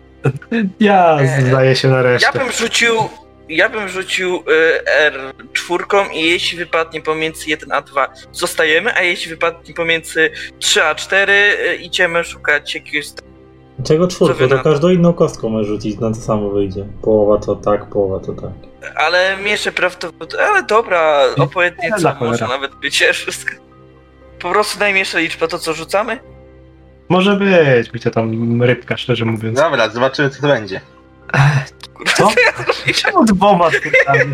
Ja zdaję się na resztę. Ja bym rzucił, ja bym rzucił y, R cztery i jeśli wypadnie pomiędzy jeden a dwa, zostajemy, a jeśli wypadnie pomiędzy trzy a cztery, y, idziemy szukać jakiegoś... Czego czwórkę? To to? każdą inną kostką możesz rzucić, na to samo wyjdzie. Połowa to tak, połowa to tak. Ale mniejsze prawdopodobieństwo... Ale dobra, obojętnie co, Dla może cholera. nawet być wszystko. Po prostu najmniejsza liczba, to co rzucamy? Może być, mi to tam rybka, szczerze mówiąc. Dobra, zobaczymy co to będzie. Co? Czemu dwoma skutami?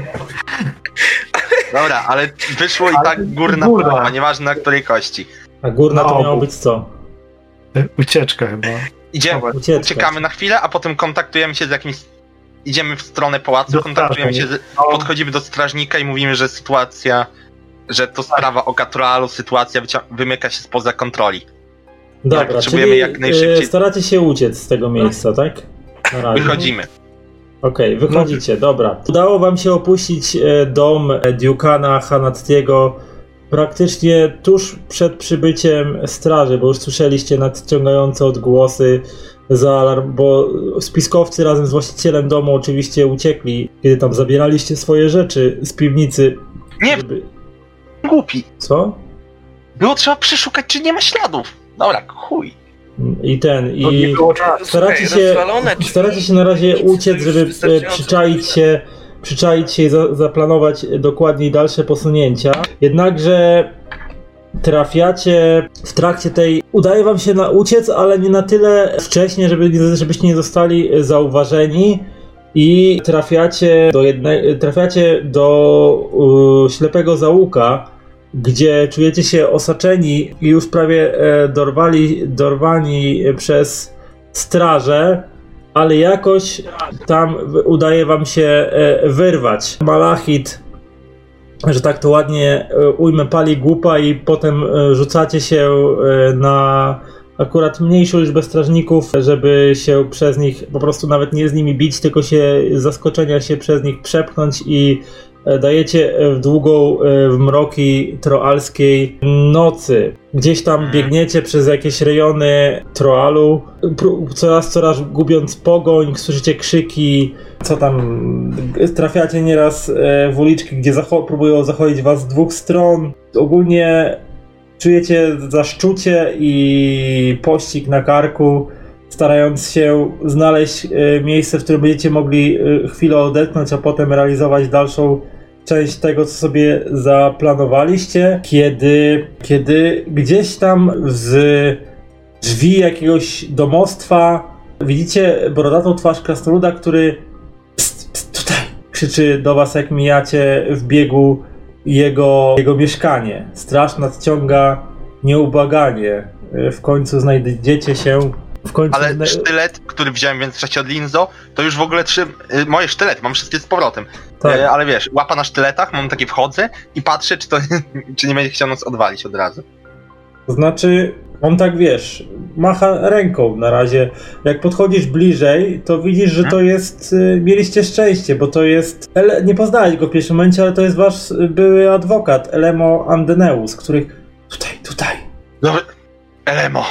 Dobra, ale wyszło i Ale tak górna górna. połowa, nieważne na której kości. A górna Na to obu. miało być co? Ucieczka chyba. Idziemy, Ucieczka. uciekamy na chwilę, a potem kontaktujemy się z jakimś... Idziemy w stronę pałacu, Do kontaktujemy się, straży. z... No. podchodzimy do strażnika i mówimy, że sytuacja, że to sprawa Oka Tralu, sytuacja wycia... wymyka się spoza kontroli. Dobra, potrzebujemy czyli jak najszybciej- y, staracie się uciec z tego miejsca, tak? Na razie. Wychodzimy. Okej, okay, wychodzicie, dobra. Udało wam się opuścić e, dom e, Duke'ana Hanattiego praktycznie tuż przed przybyciem straży, bo już słyszeliście nadciągające odgłosy, zaalarm, bo spiskowcy razem z właścicielem domu oczywiście uciekli, kiedy tam zabieraliście swoje rzeczy z piwnicy. Nie, Żeby... głupi. Co? Było trzeba przeszukać, czy nie ma śladów. Dobra, chuj. I ten, To nie i... było czasu. Staracie Słuchaj, się, rozwalone drzwi. staracie się na razie Nic, uciec, to już żeby e, wystarczająco przyczaić dużo. się, przyczaić się i za, zaplanować dokładniej dalsze posunięcia. Jednakże trafiacie w trakcie tej... Udaje wam się na uciec, ale nie na tyle wcześnie, żeby, żebyście nie zostali zauważeni i trafiacie do jednej, trafiacie do uh, ślepego zaułka, gdzie czujecie się osaczeni i już prawie e, dorwali, dorwani przez strażę, ale jakoś tam w- udaje wam się e, wyrwać. Malachit, że tak to ładnie e, ujmę, pali głupa i potem e, rzucacie się e, na akurat mniejszą liczbę strażników, żeby się przez nich po prostu nawet nie z nimi bić, tylko się z zaskoczenia się przez nich przepchnąć i e, dajecie w długą e, w mroki troalskiej nocy. Gdzieś tam biegniecie przez jakieś rejony Troalu, pró- coraz, coraz gubiąc pogoń, słyszycie krzyki, co tam, trafiacie nieraz e, w uliczki, gdzie zacho- próbują zachodzić was z dwóch stron. Ogólnie czujecie zaszczucie i pościg na karku, starając się znaleźć e, miejsce, w którym będziecie mogli e, chwilę odetchnąć, a potem realizować dalszą część tego, co sobie zaplanowaliście, kiedy, kiedy gdzieś tam z drzwi jakiegoś domostwa widzicie brodatą twarz krasnoluda, który pst, pst, tutaj krzyczy do was, jak mijacie w biegu jego, jego mieszkanie. Straż nadciąga nieubłaganie. W końcu znajdziecie się w końcu Ale zna- sztylet, który wziąłem w międzyczasie od Linzo, to już w ogóle trzy... y, moje sztylety, mam wszystkie z powrotem. Tak. E, ale wiesz, łapa na sztyletach, mam takie wchodzę i patrzę, czy to czy nie będzie chciał nas odwalić od razu. To znaczy, on tak wiesz, macha ręką na razie. Jak podchodzisz bliżej, to widzisz, że to jest. y, Mieliście szczęście, bo to jest. Ele, nie poznałeś go w pierwszym momencie, ale to jest wasz y, były adwokat, Elemo Andeneus, który. Tutaj, tutaj. Dobra, Elemo,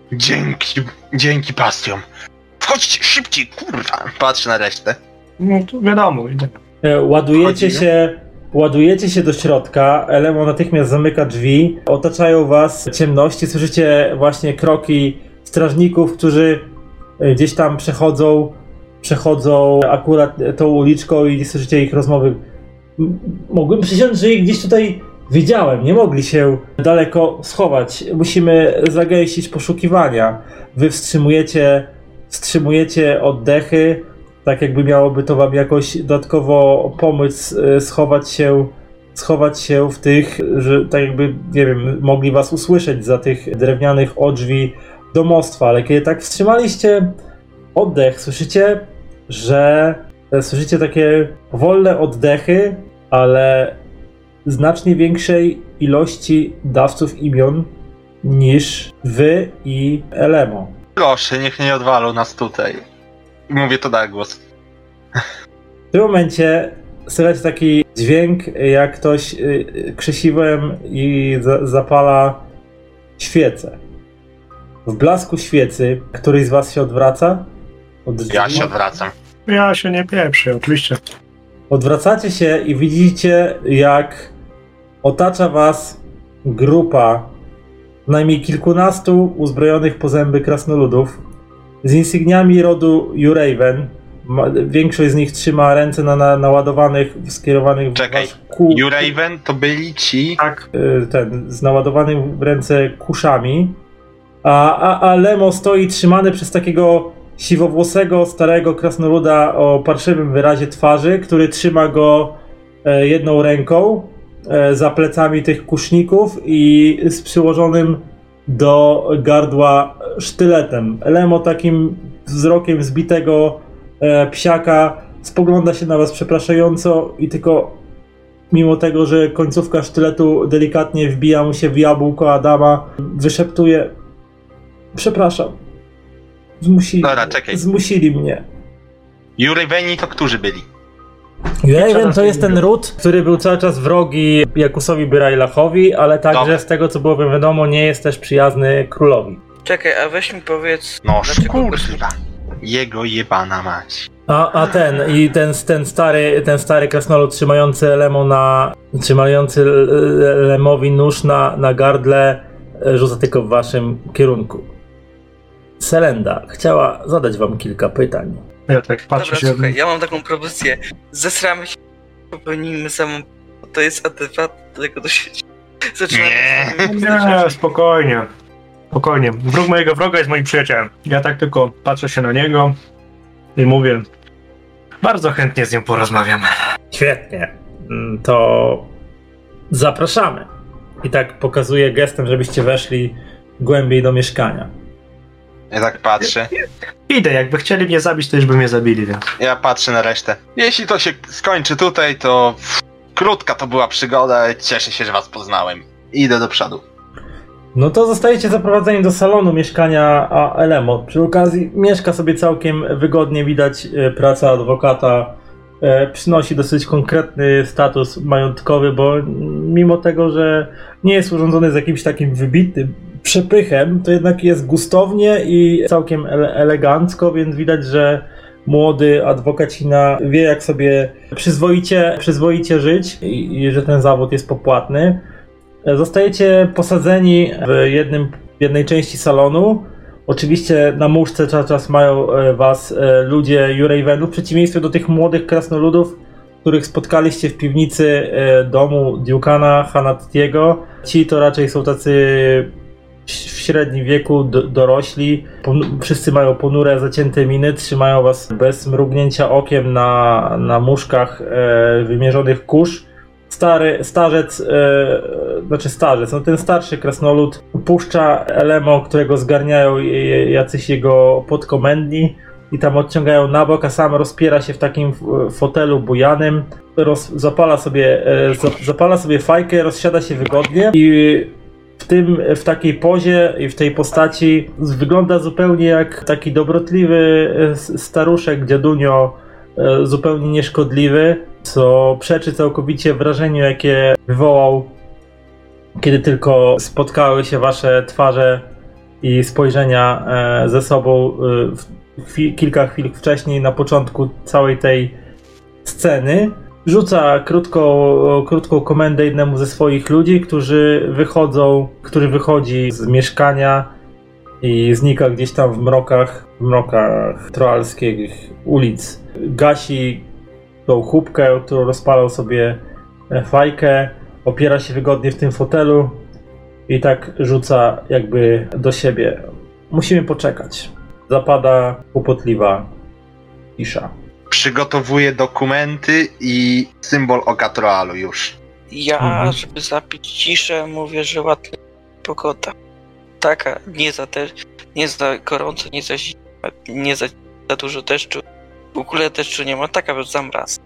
Dzięki, dzięki Bastion. Wchodźcie szybciej, kurwa. Patrzę na resztę. No to wiadomo, idę. E, Ładujecie Wchodzimy? się, ładujecie się do środka, Elemo natychmiast zamyka drzwi, otaczają was ciemności, słyszycie właśnie kroki strażników, którzy e, gdzieś tam przechodzą, przechodzą akurat tą uliczką i słyszycie ich rozmowy. M- Mogłem przysiąc, że ich gdzieś tutaj widziałem, nie mogli się daleko schować. Musimy zagęścić poszukiwania. Wy wstrzymujecie, wstrzymujecie oddechy, tak jakby miałoby to wam jakoś dodatkowo pomóc e, schować się, schować się w tych, że tak jakby, nie wiem, mogli was usłyszeć za tych drewnianych odrzwi domostwa, ale kiedy tak wstrzymaliście oddech, słyszycie, że e, słyszycie takie wolne oddechy, ale znacznie większej ilości dawców imion niż wy i Elemo. Proszę, niech nie odwalą nas tutaj. Mówię to na głos. W tym momencie słychać taki dźwięk, jak ktoś y, krzesiwem i za, zapala świecę. W blasku świecy któryś z was się odwraca? Od drzwi. Ja się odwracam. Ja się nie pieprzę, oczywiście. Odwracacie się i widzicie, jak otacza was grupa najmniej kilkunastu uzbrojonych po zęby krasnoludów z insygniami rodu Uraven. Ma, większość z nich trzyma ręce na, na naładowanych, skierowanych Czekaj, w was ku, Uraven to byli ci... Tak. y, ten, z naładowanych w ręce kuszami, a, a, a Lemo stoi trzymany przez takiego siwowłosego, starego krasnoluda o parszywym wyrazie twarzy, który trzyma go e, jedną ręką e, za plecami tych kuszników i z przyłożonym do gardła sztyletem. Lemo takim wzrokiem zbitego e, psiaka spogląda się na was przepraszająco i tylko mimo tego, że końcówka sztyletu delikatnie wbija mu się w jabłko Adama, wyszeptuje: przepraszam. Zmusili, Dobra, czekaj. zmusili mnie. Uraveni to którzy byli? Raven to jest ten ród, który był cały czas wrogi Jakusowi Byrajlachowi, ale także Dobra. z tego co było wiadomo, nie jest też przyjazny królowi. Czekaj, a weź mi powiedz... No dlaczego go- kurwa. Jego jebana mać. A, a ten i ten, ten stary ten stary krasnolud trzymający Lemo na trzymający Lemowi nóż na, na gardle rzuca tylko w waszym kierunku. Selenda chciała zadać wam kilka pytań. Ja tak patrzę Dobra, się... słuchaj, ja mam taką propozycję. Zesramy się, popełnijmy samą... To jest adekwat do tego dosyć. Zaczynamy... Nie. Nie, spokojnie. Spokojnie. Wróg mojego wroga jest moim przyjacielem. Ja tak tylko patrzę się na niego i mówię: bardzo chętnie z nim porozmawiam. Świetnie. Mm, To zapraszamy. I tak pokazuję gestem, żebyście weszli głębiej do mieszkania. Ja tak patrzę. Idę, jakby chcieli mnie zabić, to już by mnie zabili, więc... Ja patrzę na resztę. Jeśli to się skończy tutaj, to pff, krótka to była przygoda. Cieszę się, że was poznałem. Idę do przodu. No to zostajecie zaprowadzeni do salonu mieszkania a Elemo. Przy okazji mieszka sobie całkiem wygodnie, widać e, praca adwokata e, przynosi dosyć konkretny status majątkowy, bo mimo tego, że nie jest urządzony z jakimś takim wybitnym przepychem, to jednak jest gustownie i całkiem ele- elegancko, więc widać, że młody adwokacina wie, jak sobie przyzwoicie, przyzwoicie żyć i, i że ten zawód jest popłatny. Zostajecie posadzeni w jednym, jednej części salonu. Oczywiście na muszce cały czas mają was ludzie Uravenu, w przeciwieństwie do tych młodych krasnoludów, których spotkaliście w piwnicy domu Diukana Hanattiego. Ci to raczej są tacy w średnim wieku, do, dorośli. Pon- wszyscy mają ponure, zacięte miny, trzymają was bez mrugnięcia okiem na, na muszkach e, wymierzonych kurz. Stary, starzec, e, znaczy starzec, no ten starszy krasnolud puszcza Elemo, którego zgarniają je- jacyś jego podkomendni i tam odciągają na bok, a sam rozpiera się w takim f- fotelu bujanym, roz, zapala, sobie, e, za, zapala sobie fajkę, rozsiada się wygodnie i w tym, w takiej pozie i w tej postaci wygląda zupełnie jak taki dobrotliwy e, staruszek, dziadunio, e, zupełnie nieszkodliwy, co przeczy całkowicie wrażeniu, jakie wywołał, kiedy tylko spotkały się wasze twarze i spojrzenia e, ze sobą e, w chwil, kilka chwil wcześniej na początku całej tej sceny. Rzuca krótką, krótką komendę jednemu ze swoich ludzi, którzy wychodzą, który wychodzi z mieszkania i znika gdzieś tam w mrokach, w mrokach troalskich ulic. Gasi tą chłupkę, którą rozpalał sobie fajkę, opiera się wygodnie w tym fotelu i tak rzuca jakby do siebie. Musimy poczekać. Zapada kłopotliwa cisza. Przygotowuję dokumenty i symbol oka Troalu już. Ja, Mhm. żeby zapić ciszę, mówię, że ładna pogoda. Taka, nie za też, nie za gorąco, nie za zimno, nie za, za dużo deszczu. W ogóle deszczu nie ma, taka bez zamraz.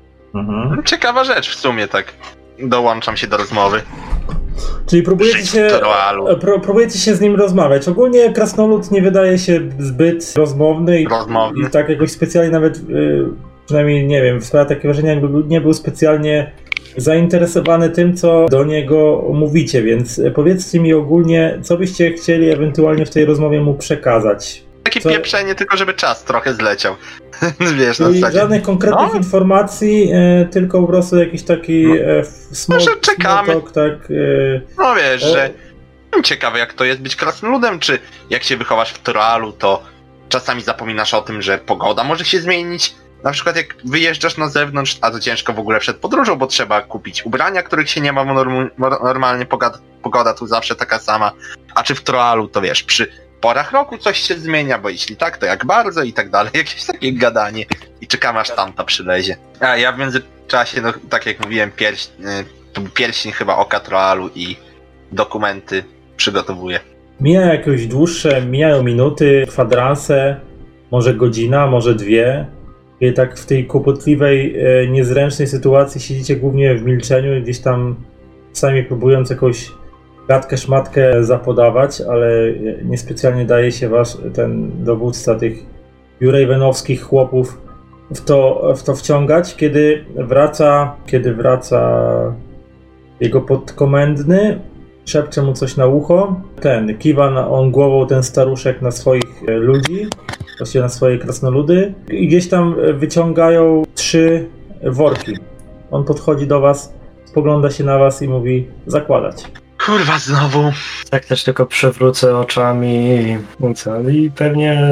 Mhm. Ciekawa rzecz w sumie, tak. Dołączam się do rozmowy. Czyli próbujecie Żyć się, w Troalu. pró- próbujecie się z nim rozmawiać. Ogólnie krasnolud nie wydaje się zbyt rozmowny i, Rozmowny. i tak jakoś specjalnie nawet, y, przynajmniej nie wiem, sprawia takie wrażenie, jakby był- nie był specjalnie zainteresowany tym, co do niego mówicie, więc powiedzcie mi ogólnie, co byście chcieli ewentualnie w tej rozmowie mu przekazać. Takie Co? pieprzenie, tylko żeby czas trochę zleciał. Wiesz, na Czyli zasadzie. żadnych konkretnych No. informacji, e, tylko po prostu jakiś taki No. e, small, Może czekamy. small talk, tak. E, No wiesz, O. że jestem ciekawy jak to jest być krasnoludem, czy jak się wychowasz w Troalu, to czasami zapominasz o tym, że pogoda może się zmienić. Na przykład jak wyjeżdżasz na zewnątrz, a to ciężko w ogóle przed podróżą, bo trzeba kupić ubrania, których się nie ma, bo norm- normalnie pogoda, pogoda tu zawsze taka sama. A czy w Troalu, to wiesz, przy porach roku coś się zmienia, bo jeśli tak, to jak bardzo i tak dalej. Jakieś takie gadanie. I czekam aż tamta przylezie. A ja w międzyczasie, no tak jak mówiłem, pierś, y, to był pierścień chyba oka Troalu i dokumenty przygotowuję. Mija jakieś dłuższe, mijają minuty, kwadranse, może godzina, może dwie. I tak w tej kłopotliwej, e, niezręcznej sytuacji siedzicie głównie w milczeniu i gdzieś tam sami próbując jakąś gadkę, szmatkę zapodawać, ale niespecjalnie daje się wasz ten dowódca tych jurejwenowskich chłopów w to, w to wciągać, kiedy wraca, kiedy wraca jego podkomendny, szepcze mu coś na ucho, ten, kiwa na, on głową ten staruszek na swoich e, ludzi, właściwie na swoje krasnoludy i gdzieś tam wyciągają trzy worki. On podchodzi do was, spogląda się na was i mówi zakładać. Kurwa, znowu. Tak też tylko przewrócę oczami i mówię, i pewnie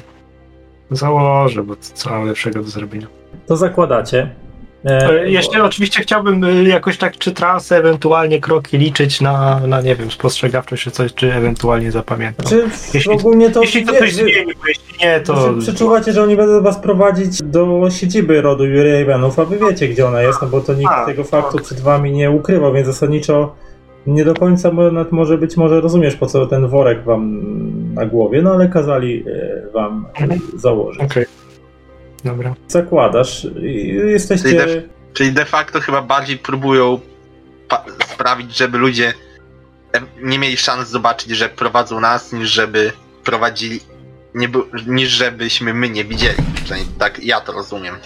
założę, bo co mam lepszego do zrobienia. To zakładacie. E, Jeszcze oczywiście chciałbym e, jakoś tak czy trasę, ewentualnie kroki liczyć na, na nie wiem, spostrzegawczość czy coś, czy ewentualnie zapamiętam. Znaczy, Jeśli- ogólnie to, Jeśli to wie- coś wy- zmieni, bo jeśli nie, to... Znaczy, przeczuwacie, że oni będą was prowadzić do siedziby rodu Jurejwenów, a wy wiecie, gdzie ona jest, no bo to nikt A, tego faktu okej. przed wami nie ukrywał, więc zasadniczo nie do końca mo- nawet może być może rozumiesz, po co ten worek wam na głowie, no ale kazali e, wam Mhm. założyć. Okej. Dobra. Zakładasz i jesteście... Czyli de- Czyli de facto chyba bardziej próbują pa- sprawić, żeby ludzie e- nie mieli szans zobaczyć, że prowadzą nas, niż żeby prowadzili, nie bu- niż żebyśmy my nie widzieli. Przynajmniej tak ja to rozumiem.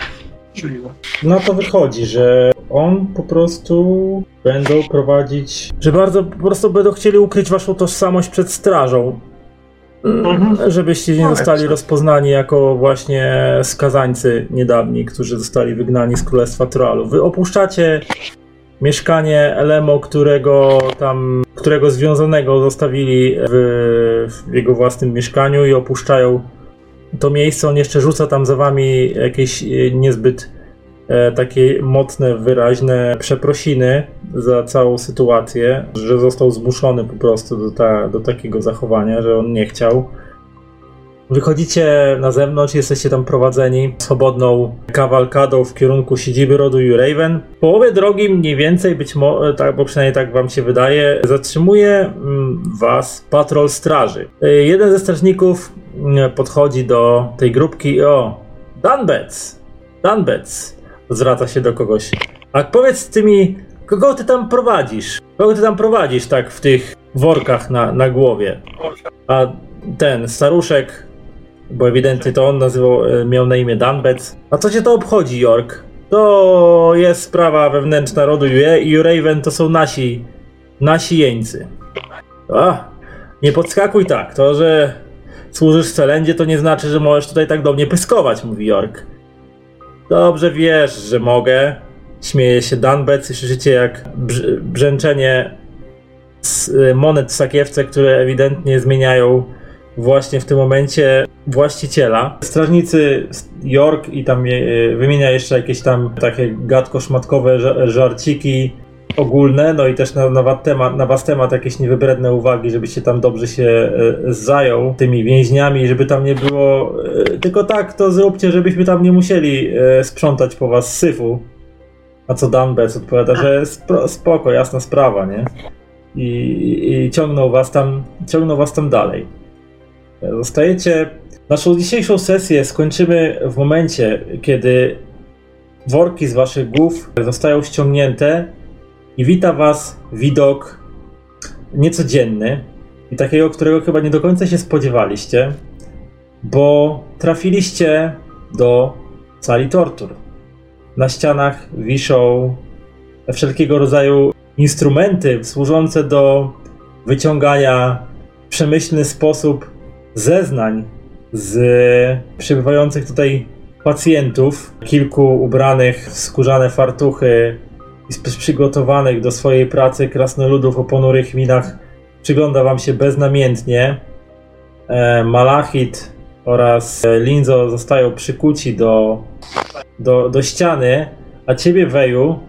No to wychodzi, że on po prostu będą prowadzić, że bardzo po prostu będą chcieli ukryć waszą tożsamość przed strażą. Mhm. Żebyście nie No, zostali tak. rozpoznani jako właśnie skazańcy niedawni, którzy zostali wygnani z Królestwa Troalu. Wy opuszczacie mieszkanie Elemo, którego tam, którego związanego zostawili w, w jego własnym mieszkaniu i opuszczają to miejsce. On jeszcze rzuca tam za wami jakieś e, niezbyt e, takie mocne, wyraźne przeprosiny za całą sytuację, że został zmuszony po prostu do, ta, do takiego zachowania, że on nie chciał. Wychodzicie na zewnątrz, jesteście tam prowadzeni swobodną kawalkadą w kierunku siedziby rodu Jurejwen. W połowie drogi mniej więcej, być może, tak, bo przynajmniej tak wam się wydaje, zatrzymuje mm, was patrol straży. Y, Jeden ze strażników mm, podchodzi do tej grupki i o, Danbec, Danbec, zwraca się do kogoś. A powiedz ty mi, kogo ty tam prowadzisz? Kogo ty tam prowadzisz tak w tych workach na, na głowie? A ten staruszek, bo ewidentnie to on nazywał, e, miał na imię Danbec. A co cię to obchodzi, York? To jest sprawa wewnętrzna rodu Jure- Jurejwen, to są nasi, nasi jeńcy. A, Nie podskakuj tak, to, że służysz w Celendzie, to nie znaczy, że możesz tutaj tak do mnie pyskować, mówi York. Dobrze wiesz, że mogę. Śmieje się Danbec i słyszycie jak brz- brzęczenie monet w sakiewce, które ewidentnie zmieniają właśnie w tym momencie właściciela. Strażnicy York i tam wymienia jeszcze jakieś tam takie gadko-szmatkowe żarciki ogólne, no i też na, na, was temat, na was temat jakieś niewybredne uwagi, żebyście tam dobrze się e, zajął tymi więźniami, żeby tam nie było e, tylko tak to zróbcie, żebyśmy tam nie musieli e, sprzątać po was syfu. A co Danbec odpowiada, że spro, spoko, jasna sprawa, nie? I, i ciągną was tam, ciągną was tam dalej. Zostajecie. Naszą dzisiejszą sesję skończymy w momencie, kiedy worki z waszych głów zostają ściągnięte i wita was widok niecodzienny i takiego, którego chyba nie do końca się spodziewaliście, bo trafiliście do sali tortur. Na ścianach wiszą wszelkiego rodzaju instrumenty służące do wyciągania w przemyślny sposób zeznań z przybywających tutaj pacjentów, kilku ubranych w skórzane fartuchy i przygotowanych do swojej pracy krasnoludów o ponurych minach przygląda wam się beznamiętnie. E, Malachit oraz Linzo zostają przykuci do, do, do ściany, a ciebie, Weju,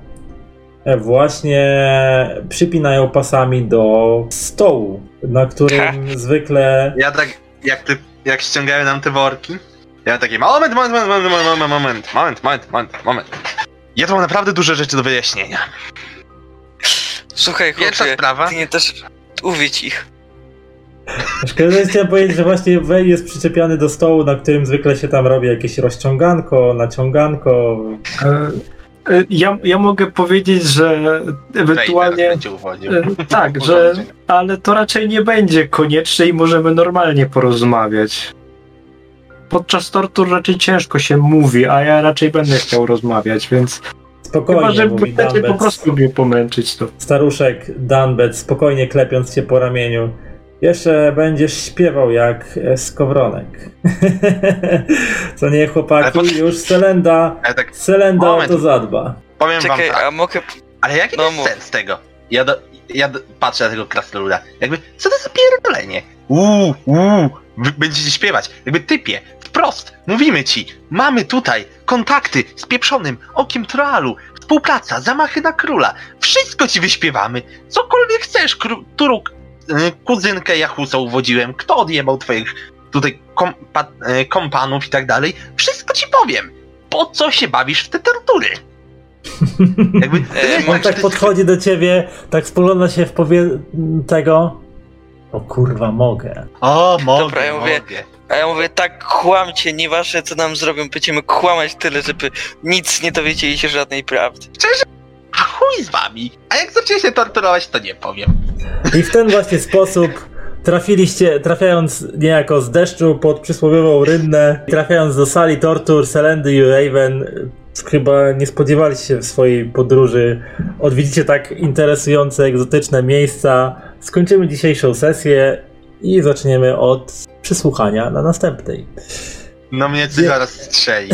właśnie przypinają pasami do stołu, na którym zwykle... Ja tak, jak, ty, jak ściągają nam te worki, ja taki moment, moment, moment, moment, moment, moment, moment, moment, moment, moment. Ja tu mam naprawdę duże rzeczy do wyjaśnienia. Słuchaj, Pierwsza chłopie, sprawa. ty nie też uwiedź ich. Szkoda, że chciałem powiedzieć, że właśnie Wej jest przyczepiany do stołu, na którym zwykle się tam robi jakieś rozciąganko, naciąganko. E, Ja, ja mogę powiedzieć, że ewentualnie. E, tak, że. Ale to raczej nie będzie konieczne i możemy normalnie porozmawiać. Podczas tortur raczej ciężko się mówi, a ja raczej będę chciał rozmawiać, więc. Spokojnie, chyba, że mówi chcecie Danbec. po prostu mnie pomęczyć to. Staruszek Danbec, spokojnie klepiąc cię po ramieniu. Jeszcze będziesz śpiewał jak skowronek. Co nie, chłopaki, pod... już Selenda, tak... Selenda o to zadba. Powiem Czekaj, wam tak. a mogę... Ale jaki no, jest mów. sens tego? Ja, do, ja do, patrzę na tego krasnoluda. Jakby, co to za pierdolenie? Uuu, uuu, wy będziecie śpiewać. Jakby typie, wprost, mówimy ci, mamy tutaj kontakty z pieprzonym okiem Troalu, współpraca, zamachy na króla. Wszystko ci wyśpiewamy. Cokolwiek chcesz, którą kuzynkę Jachusa uwodziłem, kto odjebał twoich tutaj kompa, kompanów i tak dalej. Wszystko ci powiem. Po co się bawisz w te tortury? Jakby, On tak, tak podchodzi do ciebie, tak spogląda się w powie... tego... O kurwa, mogę. O, mogę, Dobra, ja mówię, mogę. A ja mówię, tak kłamcie, nieważne co nam zrobią, będziemy kłamać tyle, żeby nic nie dowiedzieli się żadnej prawdy. Szczerze? A chuj z wami. A jak zaczęcie się torturować, to nie powiem. I w ten właśnie sposób trafiliście, trafiając niejako z deszczu pod przysłowiową rynnę, trafiając do sali tortur Selendy i Raven, chyba nie spodziewaliście się w swojej podróży. Odwiedzicie tak interesujące, egzotyczne miejsca. Skończymy dzisiejszą sesję i zaczniemy od przesłuchania na następnej. No mnie coś zaraz strzeli.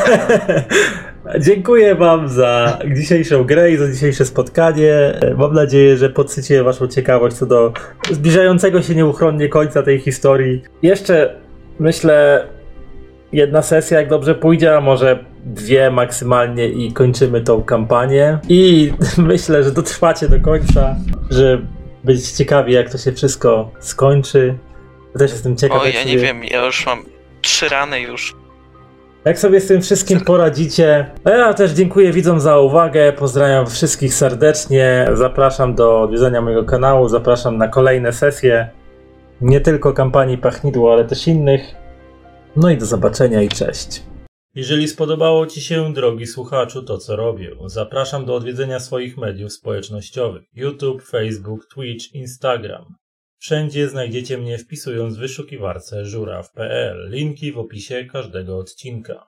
Dziękuję wam za dzisiejszą grę i za dzisiejsze spotkanie. Mam nadzieję, że podsycię waszą ciekawość co do zbliżającego się nieuchronnie końca tej historii. Jeszcze, myślę, jedna sesja, jak dobrze pójdzie, a może dwie maksymalnie i kończymy tą kampanię. I myślę, że dotrwacie do końca, że będziecie ciekawi, jak to się wszystko skończy. Ja też jestem ciekaw. O, ja sobie... nie wiem, ja już mam trzy rany już. Jak sobie z tym wszystkim poradzicie. A ja też dziękuję widzom za uwagę, pozdrawiam wszystkich serdecznie, zapraszam do odwiedzenia mojego kanału, zapraszam na kolejne sesje, nie tylko kampanii Pachnidło, ale też innych. No i do zobaczenia i cześć. Jeżeli spodobało Ci się, drogi słuchaczu, to co robię, zapraszam do odwiedzenia swoich mediów społecznościowych: YouTube, Facebook, Twitch, Instagram. Wszędzie znajdziecie mnie wpisując w wyszukiwarce żuraw kropka pe el. Linki w opisie każdego odcinka.